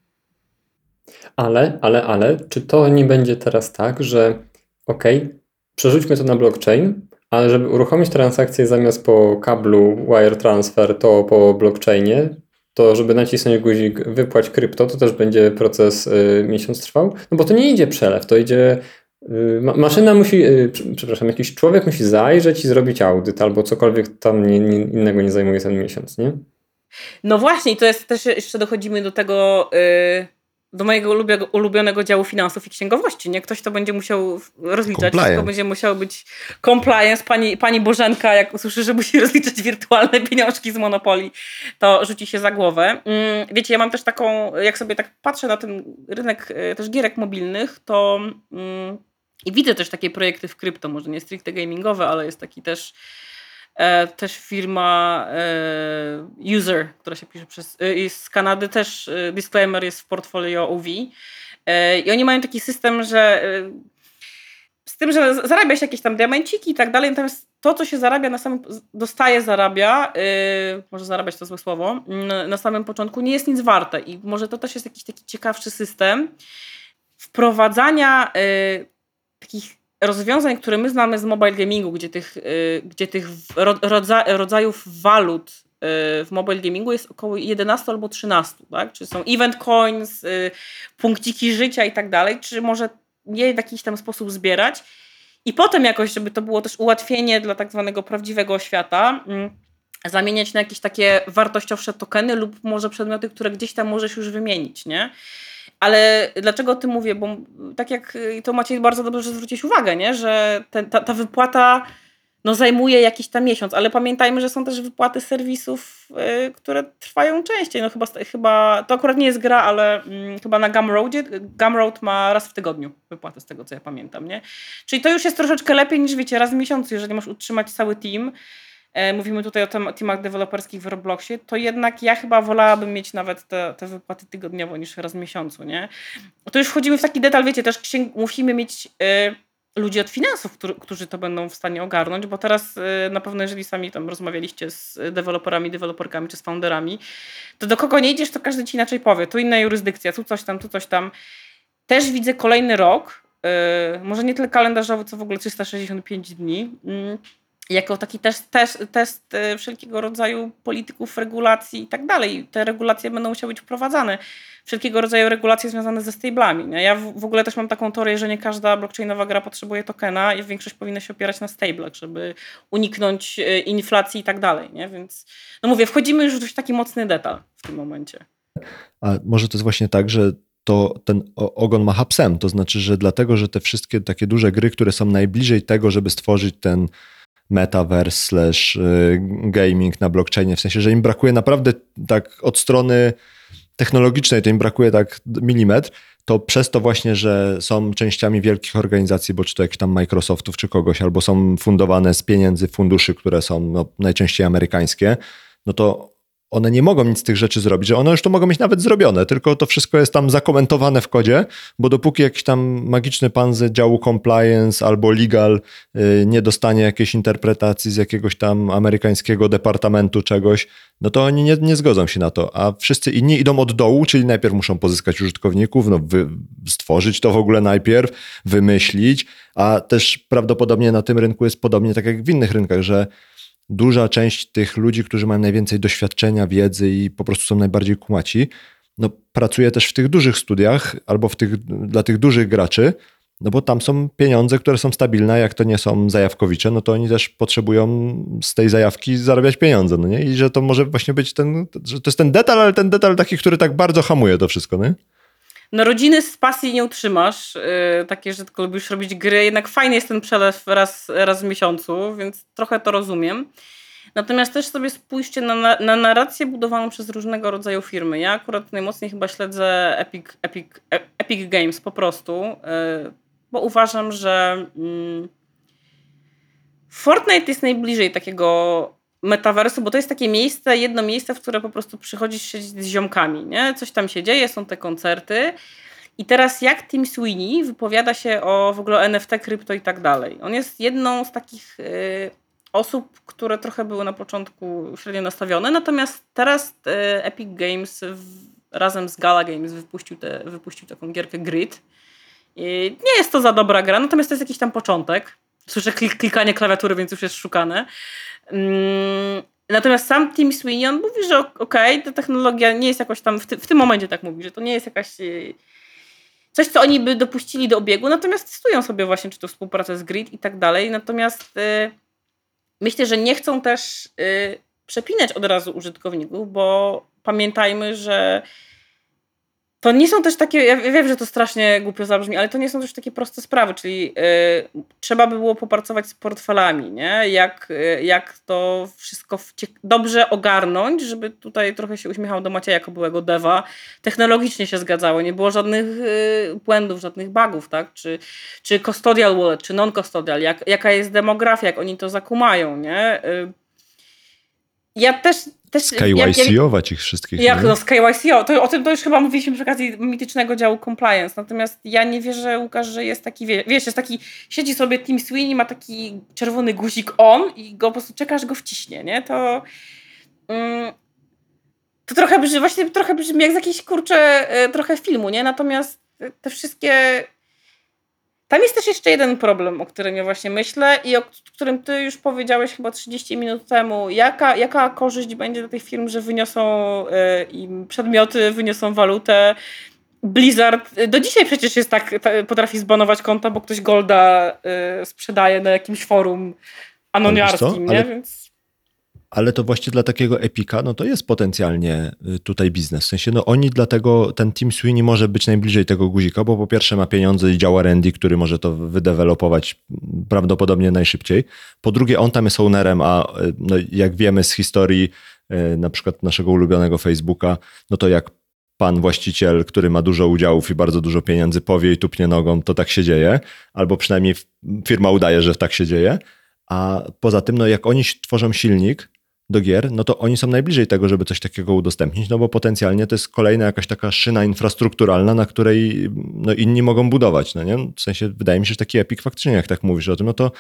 Ale, ale, ale, czy to nie będzie teraz tak, że okej, okay, przerzućmy to na blockchain, ale żeby uruchomić transakcję zamiast po kablu wire transfer, to po blockchainie, to żeby nacisnąć guzik wypłać krypto, to też będzie proces y, miesiąc trwał? No bo to nie idzie przelew, to idzie... Y, ma, maszyna musi, y, przepraszam, jakiś człowiek musi zajrzeć i zrobić audyt, albo cokolwiek tam nie, nie, innego nie zajmuje ten miesiąc, nie? No właśnie, i to jest też jeszcze dochodzimy do tego... Yy... do mojego ulubionego działu finansów i księgowości, nie? Ktoś to będzie musiał rozliczać, wszystko będzie musiało być compliance. Pani, pani Bożenka, jak usłyszy, że musi rozliczać wirtualne pieniążki z Monopoly, to rzuci się za głowę. Wiecie, ja mam też taką, jak sobie tak patrzę na ten rynek też gierek mobilnych, to i widzę też takie projekty w krypto, może nie stricte gamingowe, ale jest taki też E, też firma e, User, która się pisze przez, e, jest z Kanady, też e, disclaimer jest w portfolio U V e, i oni mają taki system, że e, z tym, że zarabia się jakieś tam diamenciki i tak dalej, natomiast to, co się zarabia na samym, dostaje, zarabia, e, może zarabiać to złe słowo, na, na samym początku nie jest nic warte i może to też jest jakiś taki ciekawszy system wprowadzania e, takich rozwiązań, które my znamy z mobile gamingu, gdzie tych, y, gdzie tych rodza, rodzajów walut y, w mobile gamingu jest około jedenaście albo trzynaście, tak? Czy są event coins, y, punkciki życia i tak dalej, czy może je w jakiś tam sposób zbierać i potem jakoś, żeby to było też ułatwienie dla tak zwanego prawdziwego świata, y, zamieniać na jakieś takie wartościowsze tokeny lub może przedmioty, które gdzieś tam możesz już wymienić, nie? Ale dlaczego o tym mówię? Bo tak jak to Maciej bardzo dobrze, że zwróciłeś uwagę, nie? Że ten, ta, ta wypłata no, zajmuje jakiś tam miesiąc, ale pamiętajmy, że są też wypłaty serwisów, yy, które trwają częściej. No chyba, chyba to akurat nie jest gra, ale yy, chyba na Gumroadzie, Gumroad ma raz w tygodniu wypłatę z tego, co ja pamiętam, nie? Czyli to już jest troszeczkę lepiej niż, wiecie, raz w miesiącu, jeżeli masz utrzymać cały team. Mówimy tutaj o teamach deweloperskich w Robloxie, to jednak ja chyba wolałabym mieć nawet te, te wypłaty tygodniowo niż raz w miesiącu, nie? To już wchodzimy w taki detal, wiecie, też księg- musimy mieć y, ludzi od finansów, który, którzy to będą w stanie ogarnąć, bo teraz y, na pewno jeżeli sami tam rozmawialiście z deweloperami, deweloperkami czy z founderami, to do kogo nie idziesz, to każdy ci inaczej powie. Tu inna jurysdykcja, tu coś tam, tu coś tam. Też widzę kolejny rok, y, może nie tyle kalendarzowy, co w ogóle trzysta sześćdziesiąt pięć dni, y, jako taki test, test, test wszelkiego rodzaju polityków, regulacji i tak dalej. Te regulacje będą musiały być wprowadzane. Wszelkiego rodzaju regulacje związane ze stablami. Nie? Ja w, w ogóle też mam taką teorię, że nie każda blockchainowa gra potrzebuje tokena i większość powinna się opierać na stablach, żeby uniknąć inflacji i tak dalej. Nie? Więc no mówię, wchodzimy już w taki mocny detal w tym momencie. A może to jest właśnie tak, że to ten ogon macha psem. To znaczy, że dlatego, że te wszystkie takie duże gry, które są najbliżej tego, żeby stworzyć ten metaverse slash gaming na blockchainie, w sensie, że im brakuje naprawdę tak od strony technologicznej, to im brakuje tak milimetr, to przez to właśnie, że są częściami wielkich organizacji, bo czy to jakichś tam Microsoftów czy kogoś, albo są fundowane z pieniędzy funduszy, które są no, najczęściej amerykańskie, no to one nie mogą nic z tych rzeczy zrobić, że one już to mogą mieć nawet zrobione, tylko to wszystko jest tam zakomentowane w kodzie, bo dopóki jakiś tam magiczny pan z działu compliance albo legal yy, nie dostanie jakiejś interpretacji z jakiegoś tam amerykańskiego departamentu czegoś, no to oni nie, nie zgodzą się na to, a wszyscy inni idą od dołu, czyli najpierw muszą pozyskać użytkowników, no wy, stworzyć to w ogóle najpierw, wymyślić, a też prawdopodobnie na tym rynku jest podobnie tak jak w innych rynkach, że duża część tych ludzi, którzy mają najwięcej doświadczenia, wiedzy i po prostu są najbardziej kumaci, no pracuje też w tych dużych studiach albo w tych, dla tych dużych graczy, no bo tam są pieniądze, które są stabilne, jak to nie są zajawkowicze, no to oni też potrzebują z tej zajawki zarabiać pieniądze, no nie? I że to może właśnie być ten, że to jest ten detal, ale ten detal taki, który tak bardzo hamuje to wszystko, nie? No rodziny z pasji nie utrzymasz, yy, takie, że tylko lubisz robić gry, jednak fajny jest ten przelew raz, raz w miesiącu, więc trochę to rozumiem. Natomiast też sobie spójrzcie na, na, na narrację budowaną przez różnego rodzaju firmy. Ja akurat najmocniej chyba śledzę Epic, Epic, Epic Games po prostu, yy, bo uważam, że yy, Fortnite jest najbliżej takiego metaversu, bo to jest takie miejsce, jedno miejsce, w które po prostu przychodzisz siedzieć z ziomkami, nie? Coś tam się dzieje, są te koncerty I teraz jak Tim Sweeney wypowiada się o w ogóle o N F T, krypto i tak dalej. On jest jedną z takich y, osób, które trochę były na początku średnio nastawione, natomiast teraz y, Epic Games w, razem z Gala Games wypuścił, te, wypuścił taką gierkę Grid. I nie jest to za dobra gra, natomiast to jest jakiś tam początek. Słyszę klik, klikanie klawiatury, więc już jest szukane. Mm, natomiast sam Tim Sweeney, on mówi, że okej, okay, ta technologia nie jest jakoś tam, w, ty, w tym momencie tak mówi, że to nie jest jakaś y, coś, co oni by dopuścili do obiegu, natomiast testują sobie właśnie, czy to współpracę z Grid i tak dalej. Natomiast y, myślę, że nie chcą też y, przepinać od razu użytkowników, bo pamiętajmy, że to nie są też takie, ja wiem, że to strasznie głupio zabrzmi, ale to nie są też takie proste sprawy, czyli y, trzeba by było popracować z portfelami, nie? Jak, y, jak to wszystko wcie- dobrze ogarnąć, żeby tutaj trochę się uśmiechał do Macieja jako byłego deva, technologicznie się zgadzało, nie było żadnych y, błędów, żadnych bugów, tak? Czy, czy custodial wallet, czy non-custodial, jak, jaka jest demografia, jak oni to zakumają, nie? Y, ja też Też, Sky-Y-C-ować ich wszystkich. Jak, no Sky-Y-C-O, to, o tym to już chyba mówiliśmy przy okazji mitycznego działu compliance, natomiast ja nie wierzę, Łukasz, że jest taki, wie, wiesz, jest taki, siedzi sobie Tim Sweeney, ma taki czerwony guzik on i go po prostu czekasz, go wciśnie, nie, to mm, to trochę brzmi, właśnie trochę brzmi jak z jakiejś, kurczę, trochę filmu, nie, natomiast te wszystkie. Tam jest też jeszcze jeden problem, o którym ja właśnie myślę i o którym ty już powiedziałeś chyba trzydzieści minut temu. Jaka, jaka korzyść będzie dla tych firm, że wyniosą y, im przedmioty, wyniosą walutę. Blizzard do dzisiaj przecież jest tak, ta, potrafi zbanować konta, bo ktoś golda y, sprzedaje na jakimś forum anoniarskim, nie? Ale... Więc... Ale to właśnie dla takiego Epika, no to jest potencjalnie tutaj biznes. W sensie, no oni dlatego, ten Tim Sweeney może być najbliżej tego guzika, bo po pierwsze ma pieniądze i działa Randy, który może to wydevelopować prawdopodobnie najszybciej. Po drugie, on tam jest ownerem, a no, jak wiemy z historii na przykład naszego ulubionego Facebooka, no to jak pan właściciel, który ma dużo udziałów i bardzo dużo pieniędzy powie i tupnie nogą, to tak się dzieje. Albo przynajmniej firma udaje, że tak się dzieje. A poza tym, no jak oni tworzą silnik do gier, no to oni są najbliżej tego, żeby coś takiego udostępnić, no bo potencjalnie to jest kolejna jakaś taka szyna infrastrukturalna, na której no, inni mogą budować, no nie? W sensie wydaje mi się, że taki Epic faktycznie, jak tak mówisz o tym, no to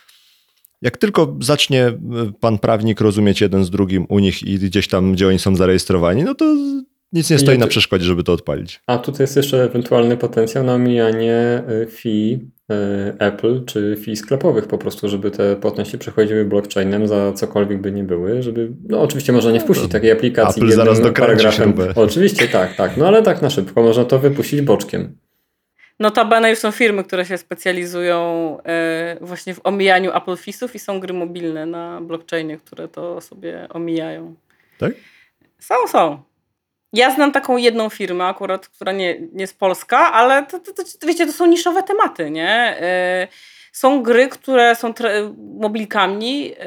jak tylko zacznie pan prawnik rozumieć jeden z drugim u nich i gdzieś tam, gdzie oni są zarejestrowani, no to nic nie stoi na przeszkodzie, żeby to odpalić. A tutaj jest jeszcze ewentualny potencjał na omijanie fee Apple czy fee sklepowych po prostu, żeby te płatności przechodziły blockchainem za cokolwiek by nie były, żeby, no oczywiście można nie wpuścić takiej aplikacji Apple zaraz paragrafem. Śrubę. Oczywiście tak, tak, no ale tak na szybko można to wypuścić boczkiem. Notabene już są firmy, które się specjalizują y, właśnie w omijaniu Apple feesów i są gry mobilne na blockchainie, które to sobie omijają. Tak? Są, są. Ja znam taką jedną firmę akurat, która nie, nie jest polska, ale to, to, to, wiecie, to są niszowe tematy, nie? Yy, są gry, które są tre- mobilkami. Yy,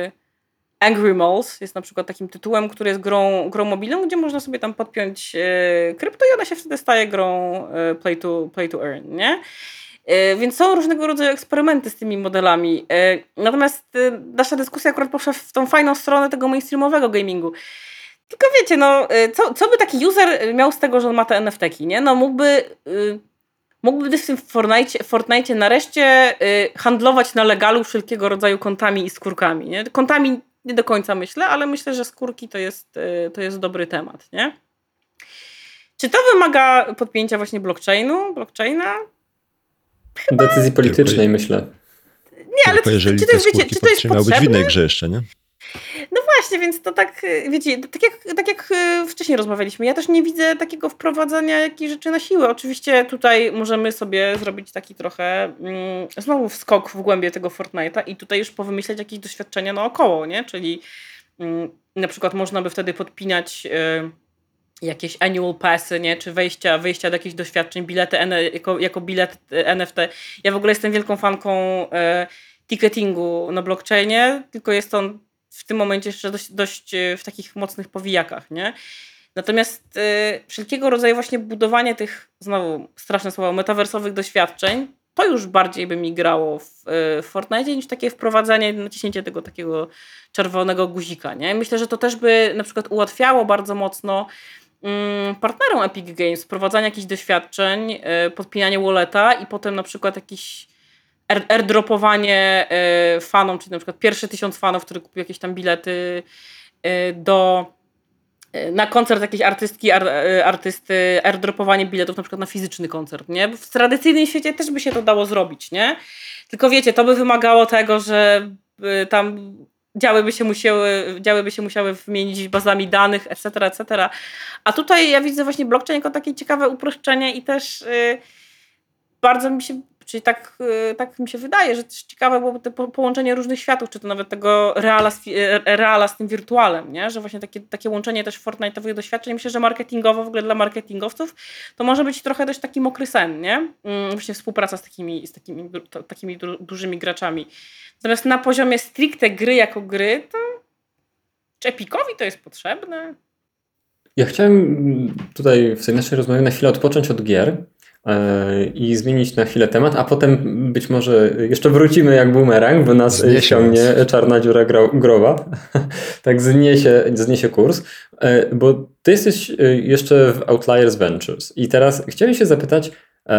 Angry Malls jest na przykład takim tytułem, który jest grą, grą mobilną, gdzie można sobie tam podpiąć yy, krypto i ona się wtedy staje grą yy, play, to, play to earn, nie? Yy, więc są różnego rodzaju eksperymenty z tymi modelami. Yy, natomiast yy, nasza dyskusja akurat poszła w tą fajną stronę tego mainstreamowego gamingu. Tylko wiecie, no, co, co by taki user miał z tego, że on ma te N F T-ki, nie? No mógłby, y, mógłby w tym Fortnite, Fortnite nareszcie y, handlować na legalu wszelkiego rodzaju kontami i skórkami, nie? Kontami nie do końca myślę, ale myślę, że skórki to jest, y, to jest dobry temat, nie? Czy to wymaga podpięcia właśnie blockchainu, blockchaina? Chyba... Decyzji politycznej, myślę. Nie, ale Tylko jeżeli czy to jest, te wiecie, czy to jest miały być w potrzebne? innej grze jeszcze, nie? No właśnie, więc to tak, wiecie, tak jak, tak jak wcześniej rozmawialiśmy, ja też nie widzę takiego wprowadzania jakichś rzeczy na siłę. Oczywiście tutaj możemy sobie zrobić taki trochę mm, znowu skok w głębie tego Fortnite'a i tutaj już powymyśleć jakieś doświadczenia naokoło, nie? Czyli mm, na przykład można by wtedy podpinać y, jakieś annual passy, nie? Czy wejścia, wejścia do jakichś doświadczeń, bilety N- jako, jako bilet N F T. Ja w ogóle jestem wielką fanką y, ticketingu na blockchainie, tylko jest on w tym momencie jeszcze dość, dość w takich mocnych powijakach, nie? Natomiast y, wszelkiego rodzaju właśnie budowanie tych, znowu straszne słowo, metaversowych doświadczeń, to już bardziej by mi grało w, y, w Fortnite niż takie wprowadzanie, naciśnięcie tego takiego czerwonego guzika, nie? Myślę, że to też by na przykład ułatwiało bardzo mocno mm, partnerem Epic Games, wprowadzanie jakichś doświadczeń, y, podpinanie walleta i potem na przykład jakiś air, airdropowanie y, fanom, czyli na przykład pierwszy tysiąc fanów, który kupił jakieś tam bilety y, do na koncert jakiejś artystki, ar, artysty, airdropowanie biletów na przykład na fizyczny koncert, nie? W tradycyjnym świecie też by się to dało zrobić, nie? Tylko wiecie, to by wymagało tego, że tam działy by się musiały, działy by się musiały wymienić bazami danych, et cetera, et cetera. A tutaj ja widzę właśnie blockchain jako takie ciekawe uproszczenie i też yy, bardzo mi się, czyli tak, yy, tak mi się wydaje, że też ciekawe byłoby to po, połączenie różnych światów, czy to nawet tego reala z, reala z tym wirtualem, nie? Że właśnie takie, takie łączenie też Fortnite'owych doświadczeń. Myślę, że marketingowo, w ogóle dla marketingowców, to może być trochę też taki mokry sen, nie? Yy, właśnie współpraca z takimi, z takimi, to, takimi du, dużymi graczami. Natomiast na poziomie stricte gry jako gry, to czy Epicowi to jest potrzebne? Ja chciałem tutaj w tej naszej rozmowie na chwilę odpocząć od gier yy, i zmienić na chwilę temat, a potem być może jeszcze wrócimy jak bumerang, bo nas zniesie ściągnie nas. Czarna dziura growa. Tak zniesie, zniesie kurs. Yy, bo ty jesteś jeszcze w Outliers Ventures i teraz chciałem się zapytać, yy,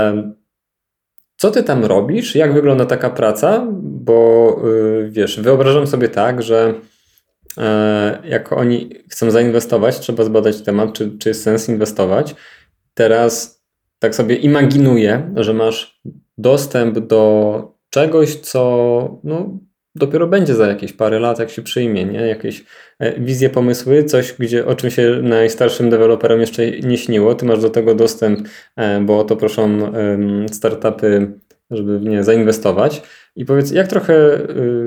co ty tam robisz? Jak wygląda taka praca? Bo yy, wiesz, wyobrażam sobie tak, że yy, jak oni chcą zainwestować, trzeba zbadać temat, czy, czy jest sens inwestować. Teraz tak sobie imaginuję, że masz dostęp do czegoś, co no, dopiero będzie za jakieś parę lat, jak się przyjmie, nie? Jakieś wizje, pomysły, coś, gdzie, o czym się najstarszym deweloperom jeszcze nie śniło. Ty masz do tego dostęp, bo o to proszą startupy, żeby w nie zainwestować. I powiedz, jak trochę,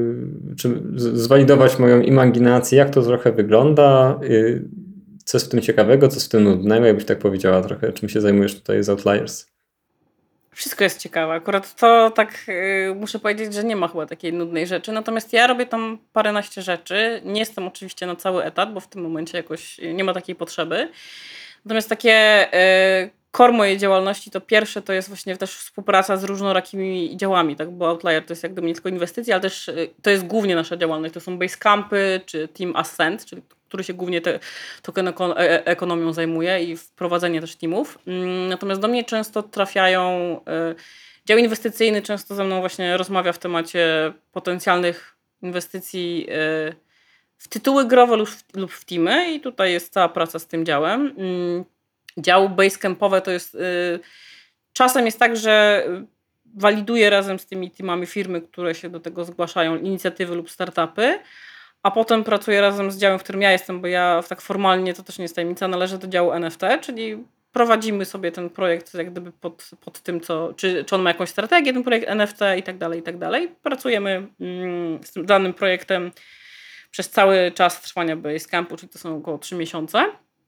czy zwalidować moją imaginację, jak to trochę wygląda, co jest w tym ciekawego, co jest w tym nudnego, jakbyś tak powiedziała trochę, czym się zajmujesz tutaj z Outliers? Wszystko jest ciekawe. Akurat to tak yy, muszę powiedzieć, że nie ma chyba takiej nudnej rzeczy. Natomiast ja robię tam paręnaście rzeczy. Nie jestem oczywiście na cały etat, bo w tym momencie jakoś nie ma takiej potrzeby. Natomiast takie yy, core mojej działalności to pierwsze to jest właśnie też współpraca z różnorakimi działami, tak? Bo Outlier to jest jak gdyby nie tylko inwestycje, ale też yy, to jest głównie nasza działalność. To są Basecampy czy Team Ascent, czyli który się głównie te, token ekonomią zajmuje i wprowadzenie też teamów. Natomiast do mnie często trafiają, y, dział inwestycyjny często ze mną właśnie rozmawia w temacie potencjalnych inwestycji y, w tytuły growe lub, lub w teamy i tutaj jest cała praca z tym działem. Y, dział basecampowe to jest, y, czasem jest tak, że waliduję razem z tymi teamami firmy, które się do tego zgłaszają, inicjatywy lub startupy, a potem pracuję razem z działem, w którym ja jestem, bo ja tak formalnie, to też nie jest tajemnica, należę do działu N F T, czyli prowadzimy sobie ten projekt jak gdyby pod, pod tym, co, czy, czy on ma jakąś strategię, ten projekt N F T i tak dalej, i tak dalej. Pracujemy mm, z tym danym projektem przez cały czas trwania Basecampu, czyli to są około trzy miesiące,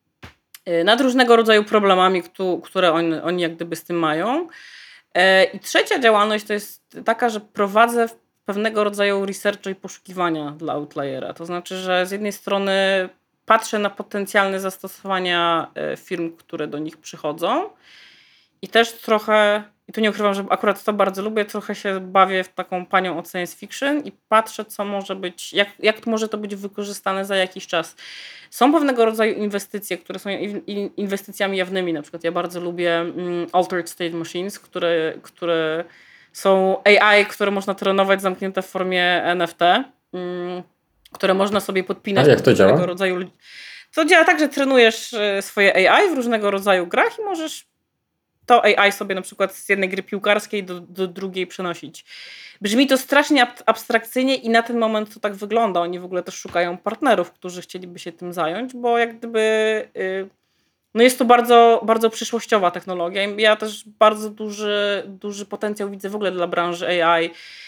yy, nad różnego rodzaju problemami, które on, oni jak gdyby z tym mają. Yy, I trzecia działalność to jest taka, że prowadzę w pewnego rodzaju researchu i poszukiwania dla Outliera. To znaczy, że z jednej strony patrzę na potencjalne zastosowania firm, które do nich przychodzą i też trochę, i tu nie ukrywam, że akurat to bardzo lubię, trochę się bawię w taką panią od science fiction i patrzę, co może być, jak, jak może to być wykorzystane za jakiś czas. Są pewnego rodzaju inwestycje, które są inwestycjami jawnymi. Na przykład ja bardzo lubię mm, Altered State Machines, które, które są A I, które można trenować zamknięte w formie N F T, mm, które można sobie podpinać. A jak to działa? Rodzaju... To działa tak, że trenujesz swoje A I w różnego rodzaju grach i możesz to A I sobie na przykład z jednej gry piłkarskiej do, do drugiej przenosić. Brzmi to strasznie ab- abstrakcyjnie i na ten moment to tak wygląda. Oni w ogóle też szukają partnerów, którzy chcieliby się tym zająć, bo jak gdyby... Yy, No jest to bardzo, bardzo przyszłościowa technologia. Ja też bardzo duży, duży potencjał widzę w ogóle dla branży A I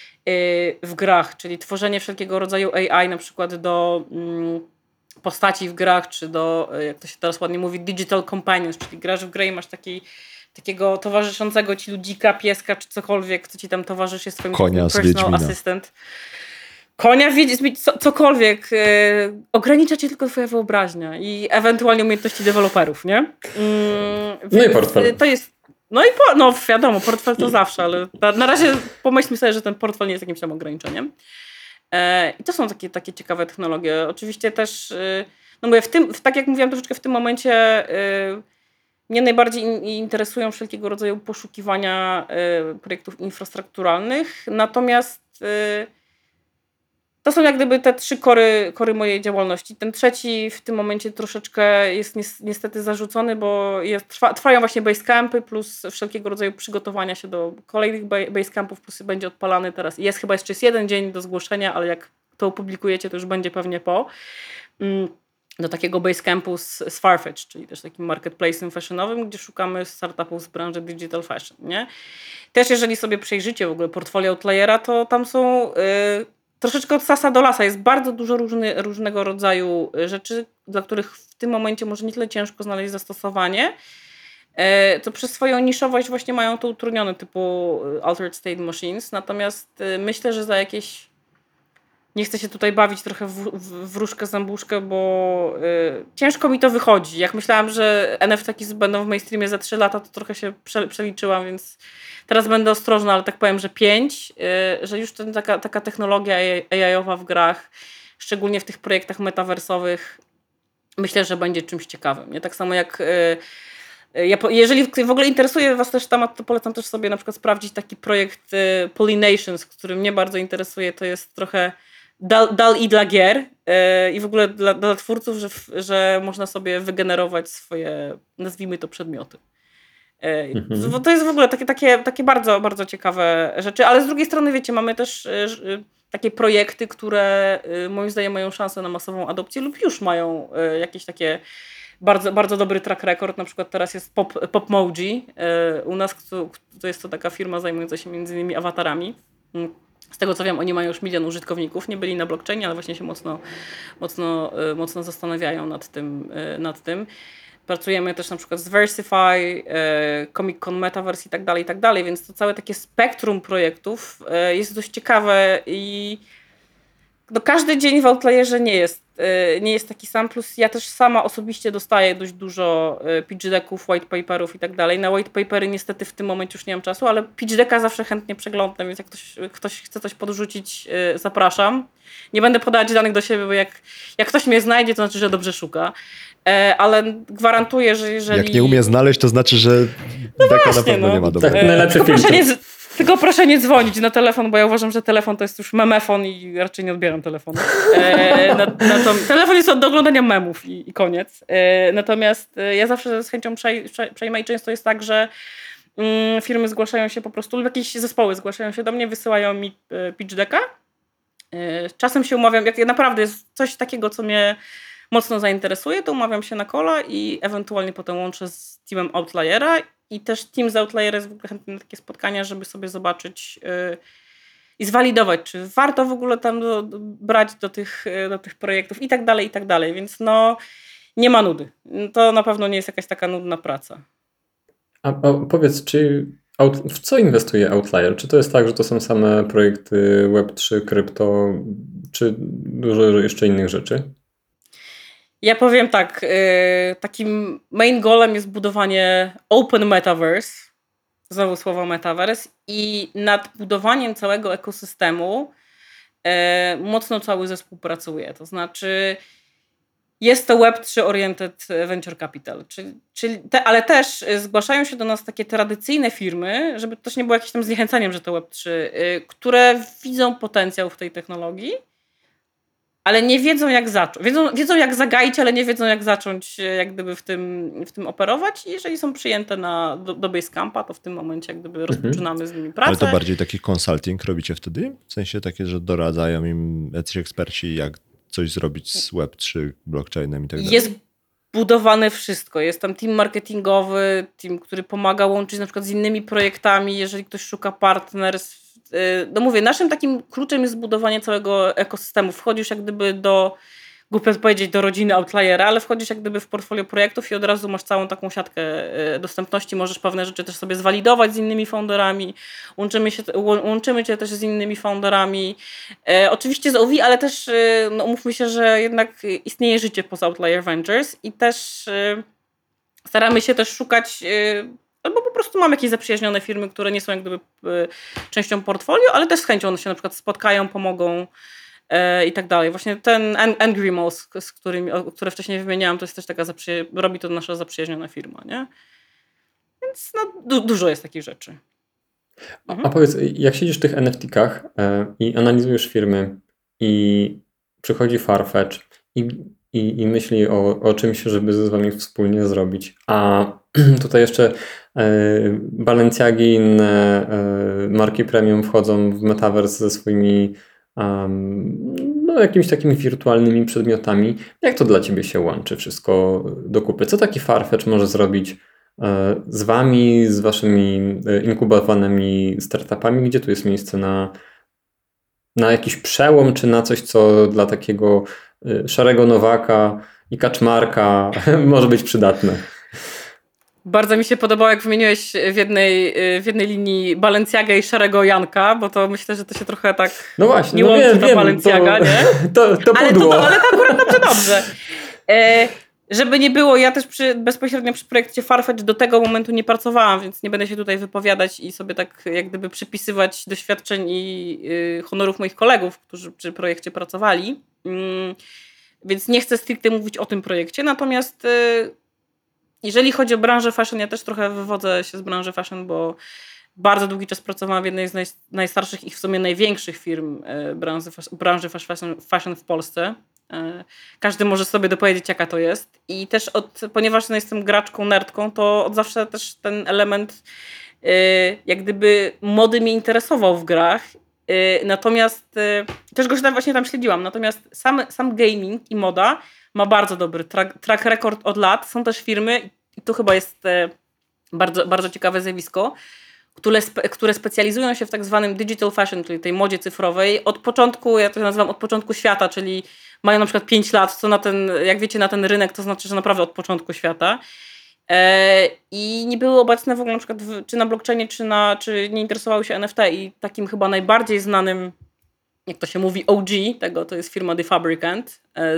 w grach, czyli tworzenie wszelkiego rodzaju A I na przykład do postaci w grach, czy do, jak to się teraz ładnie mówi, digital companions, czyli grasz w grę i masz taki, takiego towarzyszącego ci ludzika, pieska, czy cokolwiek, co ci tam towarzyszy, swoim Konia z personal Wiedźmina. Assistant. Konia, co, cokolwiek. Yy, ogranicza cię tylko twoja wyobraźnia i ewentualnie umiejętności deweloperów, nie? Yy, no i portfel. To jest, no i po, no wiadomo, portfel to zawsze, ale na, na razie pomyślmy sobie, że ten portfel nie jest jakimś tam ograniczeniem. Yy, I to są takie, takie ciekawe technologie. Oczywiście też, yy, no mówię, w tym, w, tak jak mówiłam troszeczkę w tym momencie yy, mnie najbardziej in, interesują wszelkiego rodzaju poszukiwania yy, projektów infrastrukturalnych, natomiast yy, to są jak gdyby te trzy kory, kory mojej działalności. Ten trzeci w tym momencie troszeczkę jest niestety zarzucony, bo jest, trwa, trwają właśnie basecampy plus wszelkiego rodzaju przygotowania się do kolejnych basecampów, plus będzie odpalany teraz. Jest chyba jeszcze jest jeden dzień do zgłoszenia, ale jak to opublikujecie, to już będzie pewnie po. Do takiego basecampu z, z Farfetch, czyli też takim marketplace'em fashionowym, gdzie szukamy startupów z branży digital fashion. Nie? Też jeżeli sobie przejrzycie w ogóle portfolio Outliera, to tam są... Yy, troszeczkę od sasa do lasa. Jest bardzo dużo różny, różnego rodzaju rzeczy, dla których w tym momencie może nie tyle ciężko znaleźć zastosowanie, to przez swoją niszowość właśnie mają to utrudnione, typu Altered State Machines. Natomiast myślę, że za jakieś... Nie chcę się tutaj bawić trochę w, w wróżkę zębuszkę, bo y, ciężko mi to wychodzi. Jak myślałam, że N F T będą w mainstreamie za trzy lata, to trochę się prze, przeliczyłam, więc teraz będę ostrożna, ale tak powiem, że pięć, y, że już ten, taka, taka technologia A I-owa w grach, szczególnie w tych projektach metaversowych, myślę, że będzie czymś ciekawym. Nie? Tak samo jak... Y, Ja, jeżeli w ogóle interesuje was też temat, to polecam też sobie na przykład sprawdzić taki projekt y, Pollinations, który mnie bardzo interesuje. To jest trochę dal, dal i dla gier y, i w ogóle dla, dla twórców, że, że można sobie wygenerować swoje, nazwijmy to, przedmioty. Y, mhm. To jest w ogóle takie, takie, takie bardzo, bardzo ciekawe rzeczy, ale z drugiej strony, wiecie, mamy też y, y, takie projekty, które y, moim zdaniem mają szansę na masową adopcję lub już mają y, jakieś takie Bardzo, bardzo dobry track record. Na przykład teraz jest Pop, Popmoji. U nas to, to jest to taka firma zajmująca się między innymi awatarami. Z tego co wiem, oni mają już milion użytkowników. Nie byli na blockchainie, ale właśnie się mocno, mocno, mocno zastanawiają nad tym, nad tym. Pracujemy też na przykład z Versify, Comic Con Metaverse i tak dalej, i tak dalej. Więc to całe takie spektrum projektów jest dość ciekawe i no każdy dzień w Outlierze nie jest, nie jest taki sam, plus ja też sama osobiście dostaję dość dużo pitch decków, white paperów i tak dalej. Na white papery niestety w tym momencie już nie mam czasu, ale pitch decka zawsze chętnie przeglądam, więc jak ktoś, ktoś chce coś podrzucić, zapraszam. Nie będę podawać danych do siebie, bo jak, jak ktoś mnie znajdzie, to znaczy, że dobrze szuka. Ale gwarantuję, że jeżeli... Jak nie umie znaleźć, to znaczy, że no deka właśnie, na pewno no. nie ma dobrego. Tak, najlepszy film. Tylko proszę nie dzwonić na telefon, bo ja uważam, że telefon to jest już memefon i raczej nie odbieram telefonu. E, na, na to, telefon jest do oglądania memów i, i koniec. E, natomiast ja zawsze z chęcią przej, przejmę i często jest tak, że mm, firmy zgłaszają się po prostu, lub jakieś zespoły zgłaszają się do mnie, wysyłają mi pitch decka. E, czasem się umawiam, jak naprawdę jest coś takiego, co mnie mocno zainteresuje, to umawiam się na kola i ewentualnie potem łączę z teamem Outliera. I też team z Outliera jest w ogóle chętny na takie spotkania, żeby sobie zobaczyć yy, i zwalidować, czy warto w ogóle tam do, do, brać do tych, yy, do tych projektów i tak dalej, i tak dalej. Więc no nie ma nudy. To na pewno nie jest jakaś taka nudna praca. A, a powiedz, czy out, w co inwestuje Outlier? Czy to jest tak, że to są same projekty web trzy, krypto, czy dużo jeszcze innych rzeczy? Ja powiem tak, yy, takim main goalem jest budowanie open metaverse, znowu słowo metaverse, i nad budowaniem całego ekosystemu yy, mocno cały zespół pracuje. To znaczy jest to web trzy oriented venture capital, czyli, czyli te, ale też zgłaszają się do nas takie tradycyjne firmy, żeby to też nie było jakimś tam zniechęcaniem, że to web trzy, yy, które widzą potencjał w tej technologii, ale nie wiedzą jak zacząć. Wiedzą, wiedzą jak zagaić, ale nie wiedzą jak zacząć jak gdyby w tym, w tym operować. I jeżeli są przyjęte na, do, do Basecampa, to w tym momencie jak gdyby mhm. rozpoczynamy z nimi pracę. Ale to bardziej taki consulting robicie wtedy? W sensie takie, że doradzają im jacyś eksperci, jak coś zrobić z web trzy, blockchainem i tak dalej? Jest budowane wszystko. Jest tam team marketingowy, team, który pomaga łączyć na przykład z innymi projektami, jeżeli ktoś szuka partners. No mówię, naszym takim kluczem jest zbudowanie całego ekosystemu. Wchodzisz jak gdyby do, głupio powiedzieć, do rodziny Outliera, ale wchodzisz jak gdyby w portfolio projektów i od razu masz całą taką siatkę dostępności. Możesz pewne rzeczy też sobie zwalidować z innymi founderami. Łączymy, się, łączymy cię też z innymi founderami. E, oczywiście z O V, ale też no, umówmy się, że jednak istnieje życie poza Outlier Ventures i też e, staramy się też szukać e, albo po prostu mam jakieś zaprzyjaźnione firmy, które nie są jak gdyby y, częścią portfolio, ale też z chęcią one się na przykład spotkają, pomogą, i tak dalej. Właśnie ten Angry Mouse, z którym, które wcześniej wymieniałam, to jest też taka, zaprzy... robi to nasza zaprzyjaźniona firma, nie? Więc no, du- dużo jest takich rzeczy. Mhm. A powiedz, jak siedzisz w tych en ef ti-kach e, i analizujesz firmy i przychodzi Farfetch i, i, i myśli o, o czymś, żeby z wami wspólnie zrobić, a tutaj jeszcze e, Balenciagi i inne e, marki premium wchodzą w metaverse ze swoimi um, no, jakimiś takimi wirtualnymi przedmiotami. Jak to dla ciebie się łączy wszystko do kupy? Co taki Farfetch może zrobić z wami, z waszymi inkubowanymi startupami? Gdzie tu jest miejsce na, na jakiś przełom, czy na coś, co dla takiego szarego Nowaka i kaczmarka może być przydatne? Bardzo mi się podobało, jak wymieniłeś w jednej, w jednej linii Balenciaga i szarego Janka, bo to myślę, że to się trochę tak no właśnie, nie no łączy wiem, do wiem, Balenciaga, to, nie? To, to ale, pudło. to, ale to akurat dobrze, dobrze. E, żeby nie było, ja też przy, bezpośrednio przy projekcie Farfetch do tego momentu nie pracowałam, więc nie będę się tutaj wypowiadać i sobie tak jak gdyby przypisywać doświadczeń i y, honorów moich kolegów, którzy przy projekcie pracowali. Mm, więc nie chcę stricte mówić o tym projekcie, natomiast y, jeżeli chodzi o branżę fashion, ja też trochę wywodzę się z branży fashion, bo bardzo długi czas pracowałam w jednej z naj, najstarszych i w sumie największych firm y, branży, branży fashion, fashion w Polsce. Każdy może sobie dopowiedzieć, jaka to jest. I też od, ponieważ jestem graczką, nerdką, to od zawsze też ten element yy, jak gdyby mody mnie interesował w grach. Yy, natomiast yy, też go właśnie tam śledziłam. Natomiast sam, sam gaming i moda ma bardzo dobry track, track record od lat. Są też firmy, i to chyba jest yy, bardzo, bardzo ciekawe zjawisko, które, spe, które specjalizują się w tak zwanym digital fashion, czyli tej modzie cyfrowej. Od początku, ja to nazywam od początku świata, czyli mają na przykład pięć lat, co na ten, jak wiecie, na ten rynek to znaczy, że naprawdę od początku świata. E, I nie były obecne w ogóle na przykład w, czy na blockchainie, czy, na, czy nie interesowały się en ef te. I takim chyba najbardziej znanym, jak to się mówi, O G tego, to jest firma The Fabricant,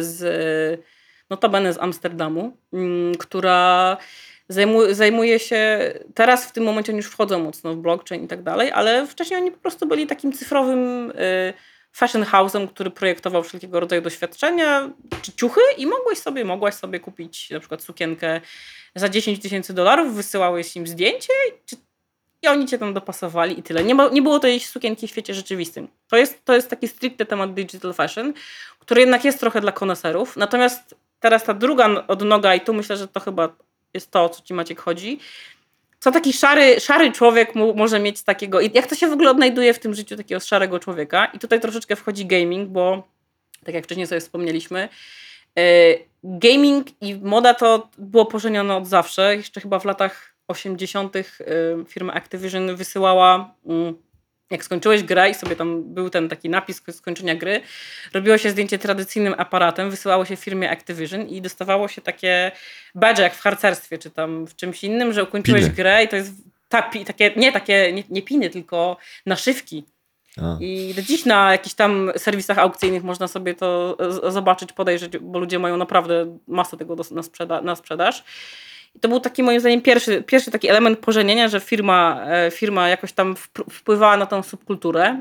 z, notabene z Amsterdamu, m, która zajmuje, zajmuje się, teraz w tym momencie oni już wchodzą mocno w blockchain i tak dalej, ale wcześniej oni po prostu byli takim cyfrowym y, fashion house'em, który projektował wszelkiego rodzaju doświadczenia czy ciuchy i mogłeś sobie, mogłaś sobie kupić na przykład sukienkę za dziesięć tysięcy dolarów, wysyłałeś im zdjęcie czy, i oni cię tam dopasowali i tyle. Nie, ma, nie było tej sukienki w świecie rzeczywistym. To jest, to jest taki stricte temat digital fashion, który jednak jest trochę dla koneserów. Natomiast teraz ta druga odnoga i tu myślę, że to chyba jest to, o co ci Maciek chodzi. Co taki szary, szary człowiek mu, może mieć takiego... I jak to się w ogóle odnajduje w tym życiu takiego szarego człowieka? I tutaj troszeczkę wchodzi gaming, bo tak jak wcześniej sobie wspomnieliśmy, yy, gaming i moda to było pożenione od zawsze. Jeszcze chyba w latach osiemdziesiątych yy, firma Activision wysyłała... Yy, jak skończyłeś grę i sobie tam był ten taki napis skończenia gry, robiło się zdjęcie tradycyjnym aparatem, wysyłało się firmie Activision i dostawało się takie badge jak w harcerstwie, czy tam w czymś innym, że ukończyłeś piny. Grę i to jest ta, takie, nie takie, nie, nie piny, tylko naszywki. A. I do dziś na jakichś tam serwisach aukcyjnych można sobie to zobaczyć, podejrzeć, bo ludzie mają naprawdę masę tego do, na, sprzeda- na sprzedaż. I to był taki moim zdaniem pierwszy, pierwszy taki element pożenienia, że firma, firma jakoś tam wpływała na tą subkulturę.